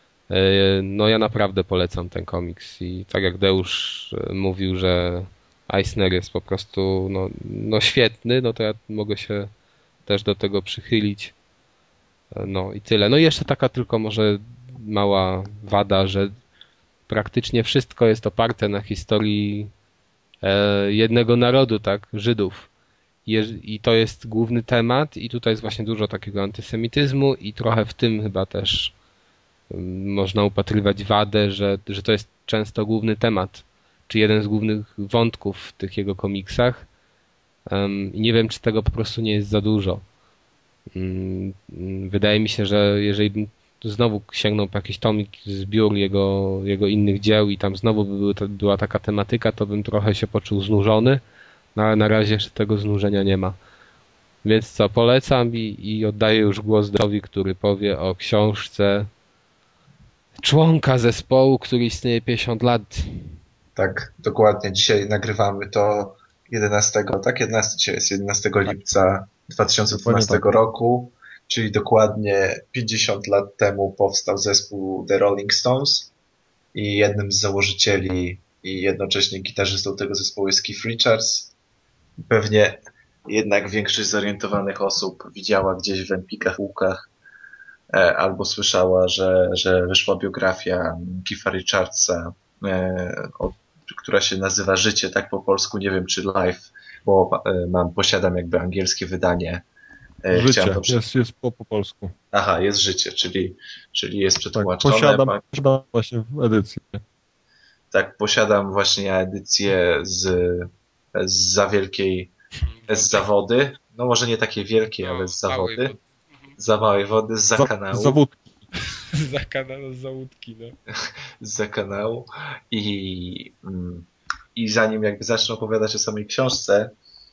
No ja naprawdę polecam ten komiks i tak jak Deusz mówił, że Eisner jest po prostu no, no świetny, no to ja mogę się też do tego przychylić. No i tyle. No i jeszcze taka tylko może mała wada, że praktycznie wszystko jest oparte na historii e, jednego narodu, tak, Żydów. Je, I to jest główny temat i tutaj jest właśnie dużo takiego antysemityzmu i trochę w tym chyba też um, można upatrywać wadę, że, że to jest często główny temat, czy jeden z głównych wątków w tych jego komiksach. Um, I nie wiem, czy tego po prostu nie jest za dużo. Um, wydaje mi się, że jeżeli bym znowu sięgnął po jakiś tomik, zbiór jego, jego innych dzieł i tam znowu by były, była taka tematyka, to bym trochę się poczuł znużony, no ale na razie jeszcze tego znużenia nie ma. Więc co, polecam i, i oddaję już głos Dowi, który powie o książce członka zespołu, który istnieje pięćdziesiąt lat. Tak, dokładnie. Dzisiaj nagrywamy to jedenastego, tak? jedenastego dzisiaj jest jedenastego lipca dwa tysiące dwunastego roku, czyli dokładnie pięćdziesiąt lat temu powstał zespół The Rolling Stones i jednym z założycieli i jednocześnie gitarzystą tego zespołu jest Keith Richards. Pewnie jednak większość zorientowanych osób widziała gdzieś w Empikach, Łukach e, albo słyszała, że, że wyszła biografia Keitha Richardsa, e, o, która się nazywa Życie, tak po polsku, nie wiem czy Life, bo e, mam, posiadam jakby angielskie wydanie. E, Życie, to przy... jest, jest po, po polsku. Aha, jest Życie, czyli, czyli jest Tak, przetłumaczone. posiadam, posiadam właśnie w edycji. Tak, posiadam właśnie edycję z, z za wielkiej, z zawody. No może nie takiej wielkiej, ale z zawody. Za małej wody, z za, za kanału. Zawódki. za kanału, z zawódki, no. Z kanału. I, I zanim jakby zacznę opowiadać o samej książce,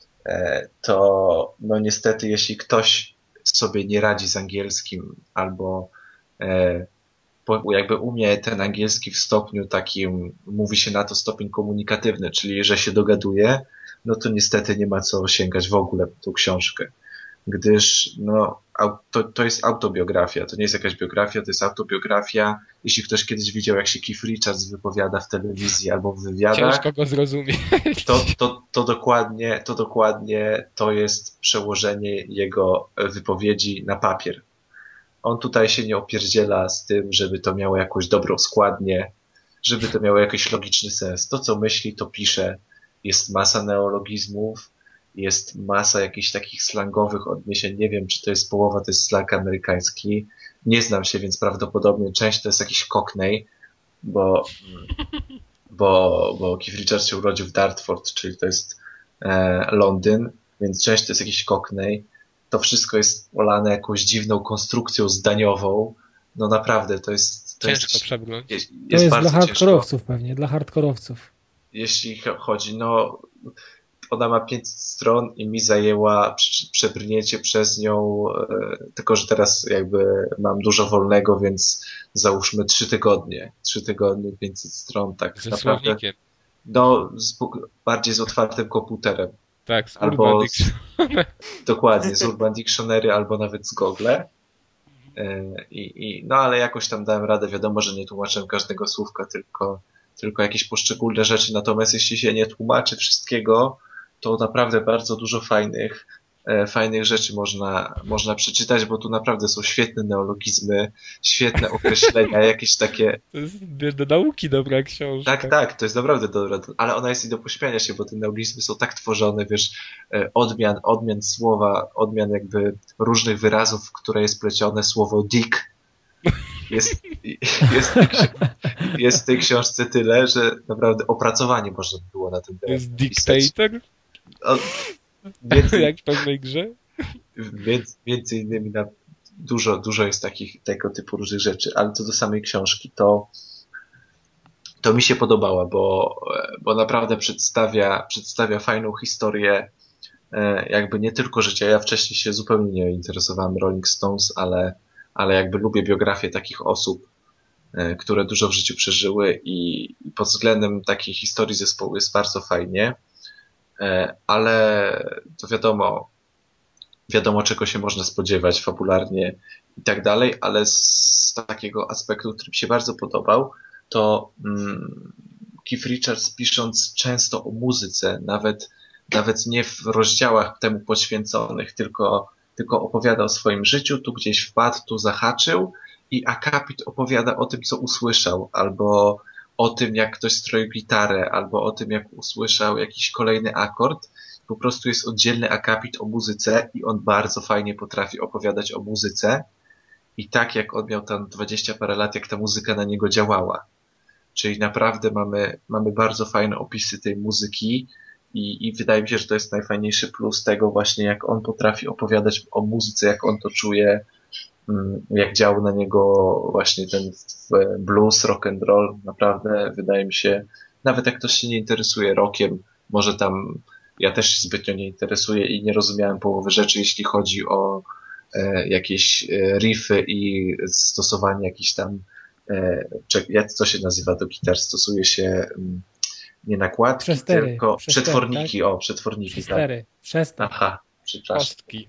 to no niestety jeśli ktoś sobie nie radzi z angielskim albo jakby umie ten angielski w stopniu takim, mówi się na to stopień komunikatywny, czyli że się dogaduje, no to niestety nie ma co sięgać w ogóle po tą książkę. Gdyż no, to, to jest autobiografia, to nie jest jakaś biografia, to jest autobiografia. Jeśli ktoś kiedyś widział, jak się Keith Richards wypowiada w telewizji albo w wywiadach, ciężko go zrozumieć. To, to, to, dokładnie, to dokładnie to jest przełożenie jego wypowiedzi na papier. On tutaj się nie opierdziela z tym, żeby to miało jakąś dobrą składnię, żeby to miało jakiś logiczny sens. To, co myśli, to pisze. Jest masa neologizmów, jest masa jakichś takich slangowych odniesień. Nie wiem, czy to jest połowa, to jest slang amerykański. Nie znam się, więc prawdopodobnie część to jest jakiś cockney, bo, bo, bo Keith Richards się urodził w Dartford, czyli to jest e, Londyn, więc część to jest jakiś cockney. To wszystko jest olane jakąś dziwną konstrukcją zdaniową. No naprawdę, to jest... To ciężko jest, przebrnąć. Jest, jest to jest bardzo dla hardkorowców ciężko. pewnie, dla hardkorowców. jeśli chodzi, no ona ma pięćset stron i mi zajęła przebrnięcie przez nią, tylko że teraz jakby mam dużo wolnego, więc załóżmy trzy tygodnie. Trzy tygodnie, pięćset stron, tak Ze naprawdę. słownikiem. No, z, bardziej z otwartym komputerem. Tak, z Albo Urban Dictionary. Dokładnie, z Urban Dictionary albo nawet z Google. I, i, no ale jakoś tam dałem radę, wiadomo, że nie tłumaczyłem każdego słówka, tylko, tylko jakieś poszczególne rzeczy, natomiast jeśli się nie tłumaczy wszystkiego, to naprawdę bardzo dużo fajnych, e, fajnych rzeczy można, można przeczytać, bo tu naprawdę są świetne neologizmy, świetne określenia, jakieś takie... To jest wiesz, do nauki dobra książka. Tak, tak, to jest naprawdę dobra, ale ona jest i do pośmiania się, bo te neologizmy są tak tworzone, wiesz, e, odmian, odmian słowa, odmian jakby różnych wyrazów, w które jest plecione słowo dick. Jest, jest, w tej ksi- jest w tej książce tyle, że naprawdę opracowanie można by było na ten temat Jest napisać. dictator? O, między, Jak w pewnej grze? między, między innymi na, dużo, dużo jest takich, tego typu różnych rzeczy, ale co do samej książki, to to mi się podobała, bo, bo naprawdę przedstawia, przedstawia fajną historię, jakby nie tylko życia. Ja wcześniej się zupełnie nie interesowałem Rolling Stones, ale, ale jakby lubię biografię takich osób, które dużo w życiu przeżyły i, i pod względem takiej historii zespołu jest bardzo fajnie, ale to wiadomo, wiadomo czego się można spodziewać fabularnie i tak dalej, ale z takiego aspektu, który mi się bardzo podobał, to mm, Keith Richards, pisząc często o muzyce, nawet, nawet nie w rozdziałach temu poświęconych, tylko, tylko opowiada o swoim życiu, tu gdzieś wpadł, tu zahaczył i akapit opowiada o tym, co usłyszał, albo o tym, jak ktoś stroił gitarę, albo o tym, jak usłyszał jakiś kolejny akord. Po prostu jest oddzielny akapit o muzyce i on bardzo fajnie potrafi opowiadać o muzyce i tak jak on miał tam dwadzieścia parę lat, jak ta muzyka na niego działała. Czyli naprawdę mamy, mamy bardzo fajne opisy tej muzyki i, i wydaje mi się, że to jest najfajniejszy plus tego właśnie, jak on potrafi opowiadać o muzyce, jak on to czuje, jak działał na niego właśnie ten blues, rock and roll. Naprawdę wydaje mi się, nawet jak ktoś się nie interesuje rockiem, może tam ja też się zbytnio nie interesuję i nie rozumiałem połowy rzeczy, jeśli chodzi o e, jakieś riffy i stosowanie jakichś tam jak to się nazywa do gitar? Stosuje się nie nakładki, Przestery, tylko przestery, przetworniki. tak? O, przetworniki, Przestery, tak. przester. Aha, przepraszam. Kostki.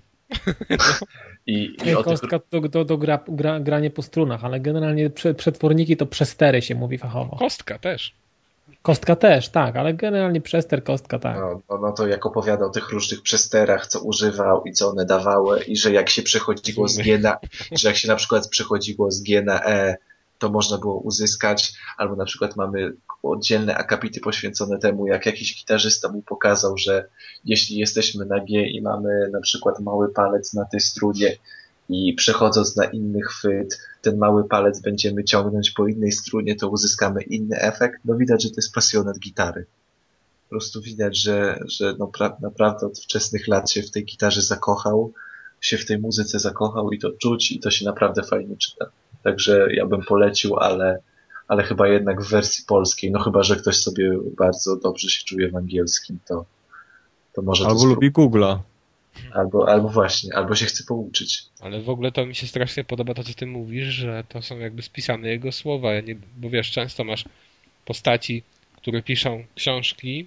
I, i o Kostka tych... to do, do gra, gra, granie po strunach, ale generalnie prze, przetworniki to przestery się mówi fachowo. Kostka też. Kostka też, tak, ale generalnie przester, kostka, tak. No, no to jak opowiada o tych różnych przesterach, co używał i co one dawały i że jak się przechodziło z G na... że jak się na przykład przechodziło z G na E, to można było uzyskać, albo na przykład mamy oddzielne akapity poświęcone temu, jak jakiś gitarzysta mu pokazał, że jeśli jesteśmy na G i mamy na przykład mały palec na tej strunie i przechodząc na inny chwyt, ten mały palec będziemy ciągnąć po innej strunie, to uzyskamy inny efekt. No widać, że to jest pasjonat gitary. Po prostu widać, że, że no pra- naprawdę od wczesnych lat się w tej gitarze zakochał, się w tej muzyce zakochał i to czuć i to się naprawdę fajnie czyta. Także ja bym polecił, ale, ale chyba jednak w wersji polskiej. No chyba, że ktoś sobie bardzo dobrze się czuje w angielskim, to, to może Albo to lubi Google'a. Albo, albo właśnie, albo się chce pouczyć. Ale w ogóle to mi się strasznie podoba to, co ty mówisz, że to są jakby spisane jego słowa. Ja nie, bo wiesz, często masz postaci, które piszą książki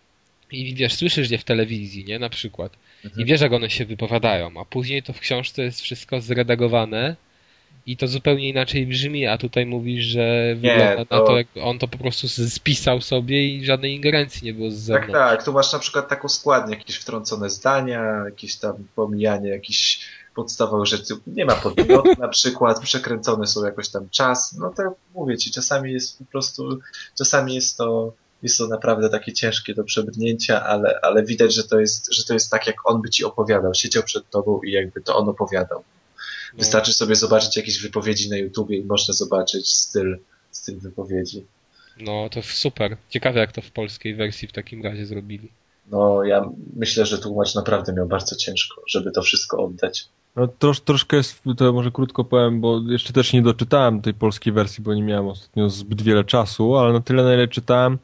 i wiesz, słyszysz je w telewizji, nie? Na przykład. Mhm. I wiesz, jak one się wypowiadają, a później to w książce jest wszystko zredagowane i to zupełnie inaczej brzmi, a tutaj mówisz, że wygląda to... na to, jak on to po prostu spisał sobie i żadnej ingerencji nie było z zewnątrz. Tak, tak. Tu masz na przykład taką składnię, jakieś wtrącone zdania, jakieś tam pomijanie jakichś podstawowych rzeczy. Nie ma podmiotu na przykład, przekręcone są jakoś tam czas. No to mówię ci, czasami jest po prostu, czasami jest to jest to naprawdę takie ciężkie do przebrnięcia, ale, ale widać, że to jest, że to jest tak, jak on by ci opowiadał. Siedział przed tobą i jakby to on opowiadał. Wystarczy sobie zobaczyć jakieś wypowiedzi na YouTubie i można zobaczyć styl, styl wypowiedzi. No to super. Ciekawe, jak to w polskiej wersji w takim razie zrobili. No ja myślę, że tłumacz naprawdę miał bardzo ciężko, żeby to wszystko oddać. No trosz, troszkę jest, to może krótko powiem, bo jeszcze też nie doczytałem tej polskiej wersji, bo nie miałem ostatnio zbyt wiele czasu, ale na tyle, na ile czytałem,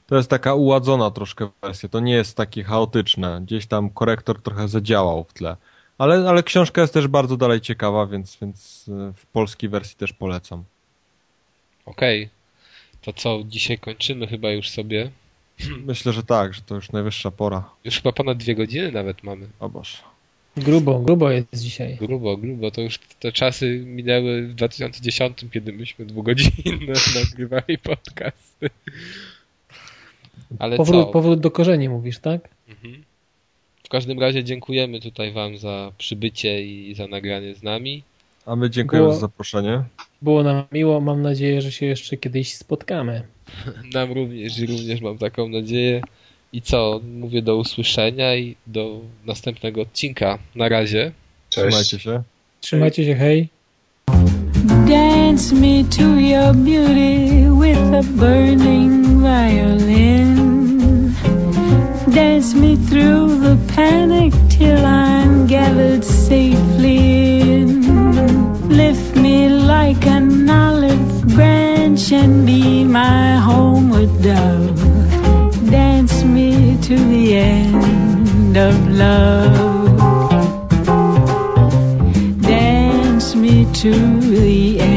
to jest taka uładzona troszkę wersja, to nie jest takie chaotyczne. Gdzieś tam korektor trochę zadziałał w tle. Ale, ale książka jest też bardzo dalej ciekawa, więc, więc w polskiej wersji też polecam. Okej. Okay. To co, dzisiaj kończymy chyba już sobie? Myślę, że tak, że to już najwyższa pora. Już chyba ponad dwie godziny nawet mamy. O Boże. Grubo, grubo jest dzisiaj. Grubo, grubo. To już te czasy minęły w dwa tysiące dziesiątym, kiedy myśmy dwugodzinne nagrywali podcasty. Ale powrót, co? powrót do korzeni mówisz, tak? Mhm. W każdym razie dziękujemy tutaj wam za przybycie i za nagranie z nami. A my dziękujemy Było... za zaproszenie. Było nam miło, mam nadzieję, że się jeszcze kiedyś spotkamy. Nam również i również mam taką nadzieję. I co? Mówię do usłyszenia i do następnego odcinka. Na razie. Cześć. Trzymajcie się. Trzymajcie się, hej. Dance me to your beauty with a burning violin. Dance me through the panic till I'm gathered safely in. Lift me like an olive branch and be my homeward dove. Dance me to the end of love. Dance me to the end.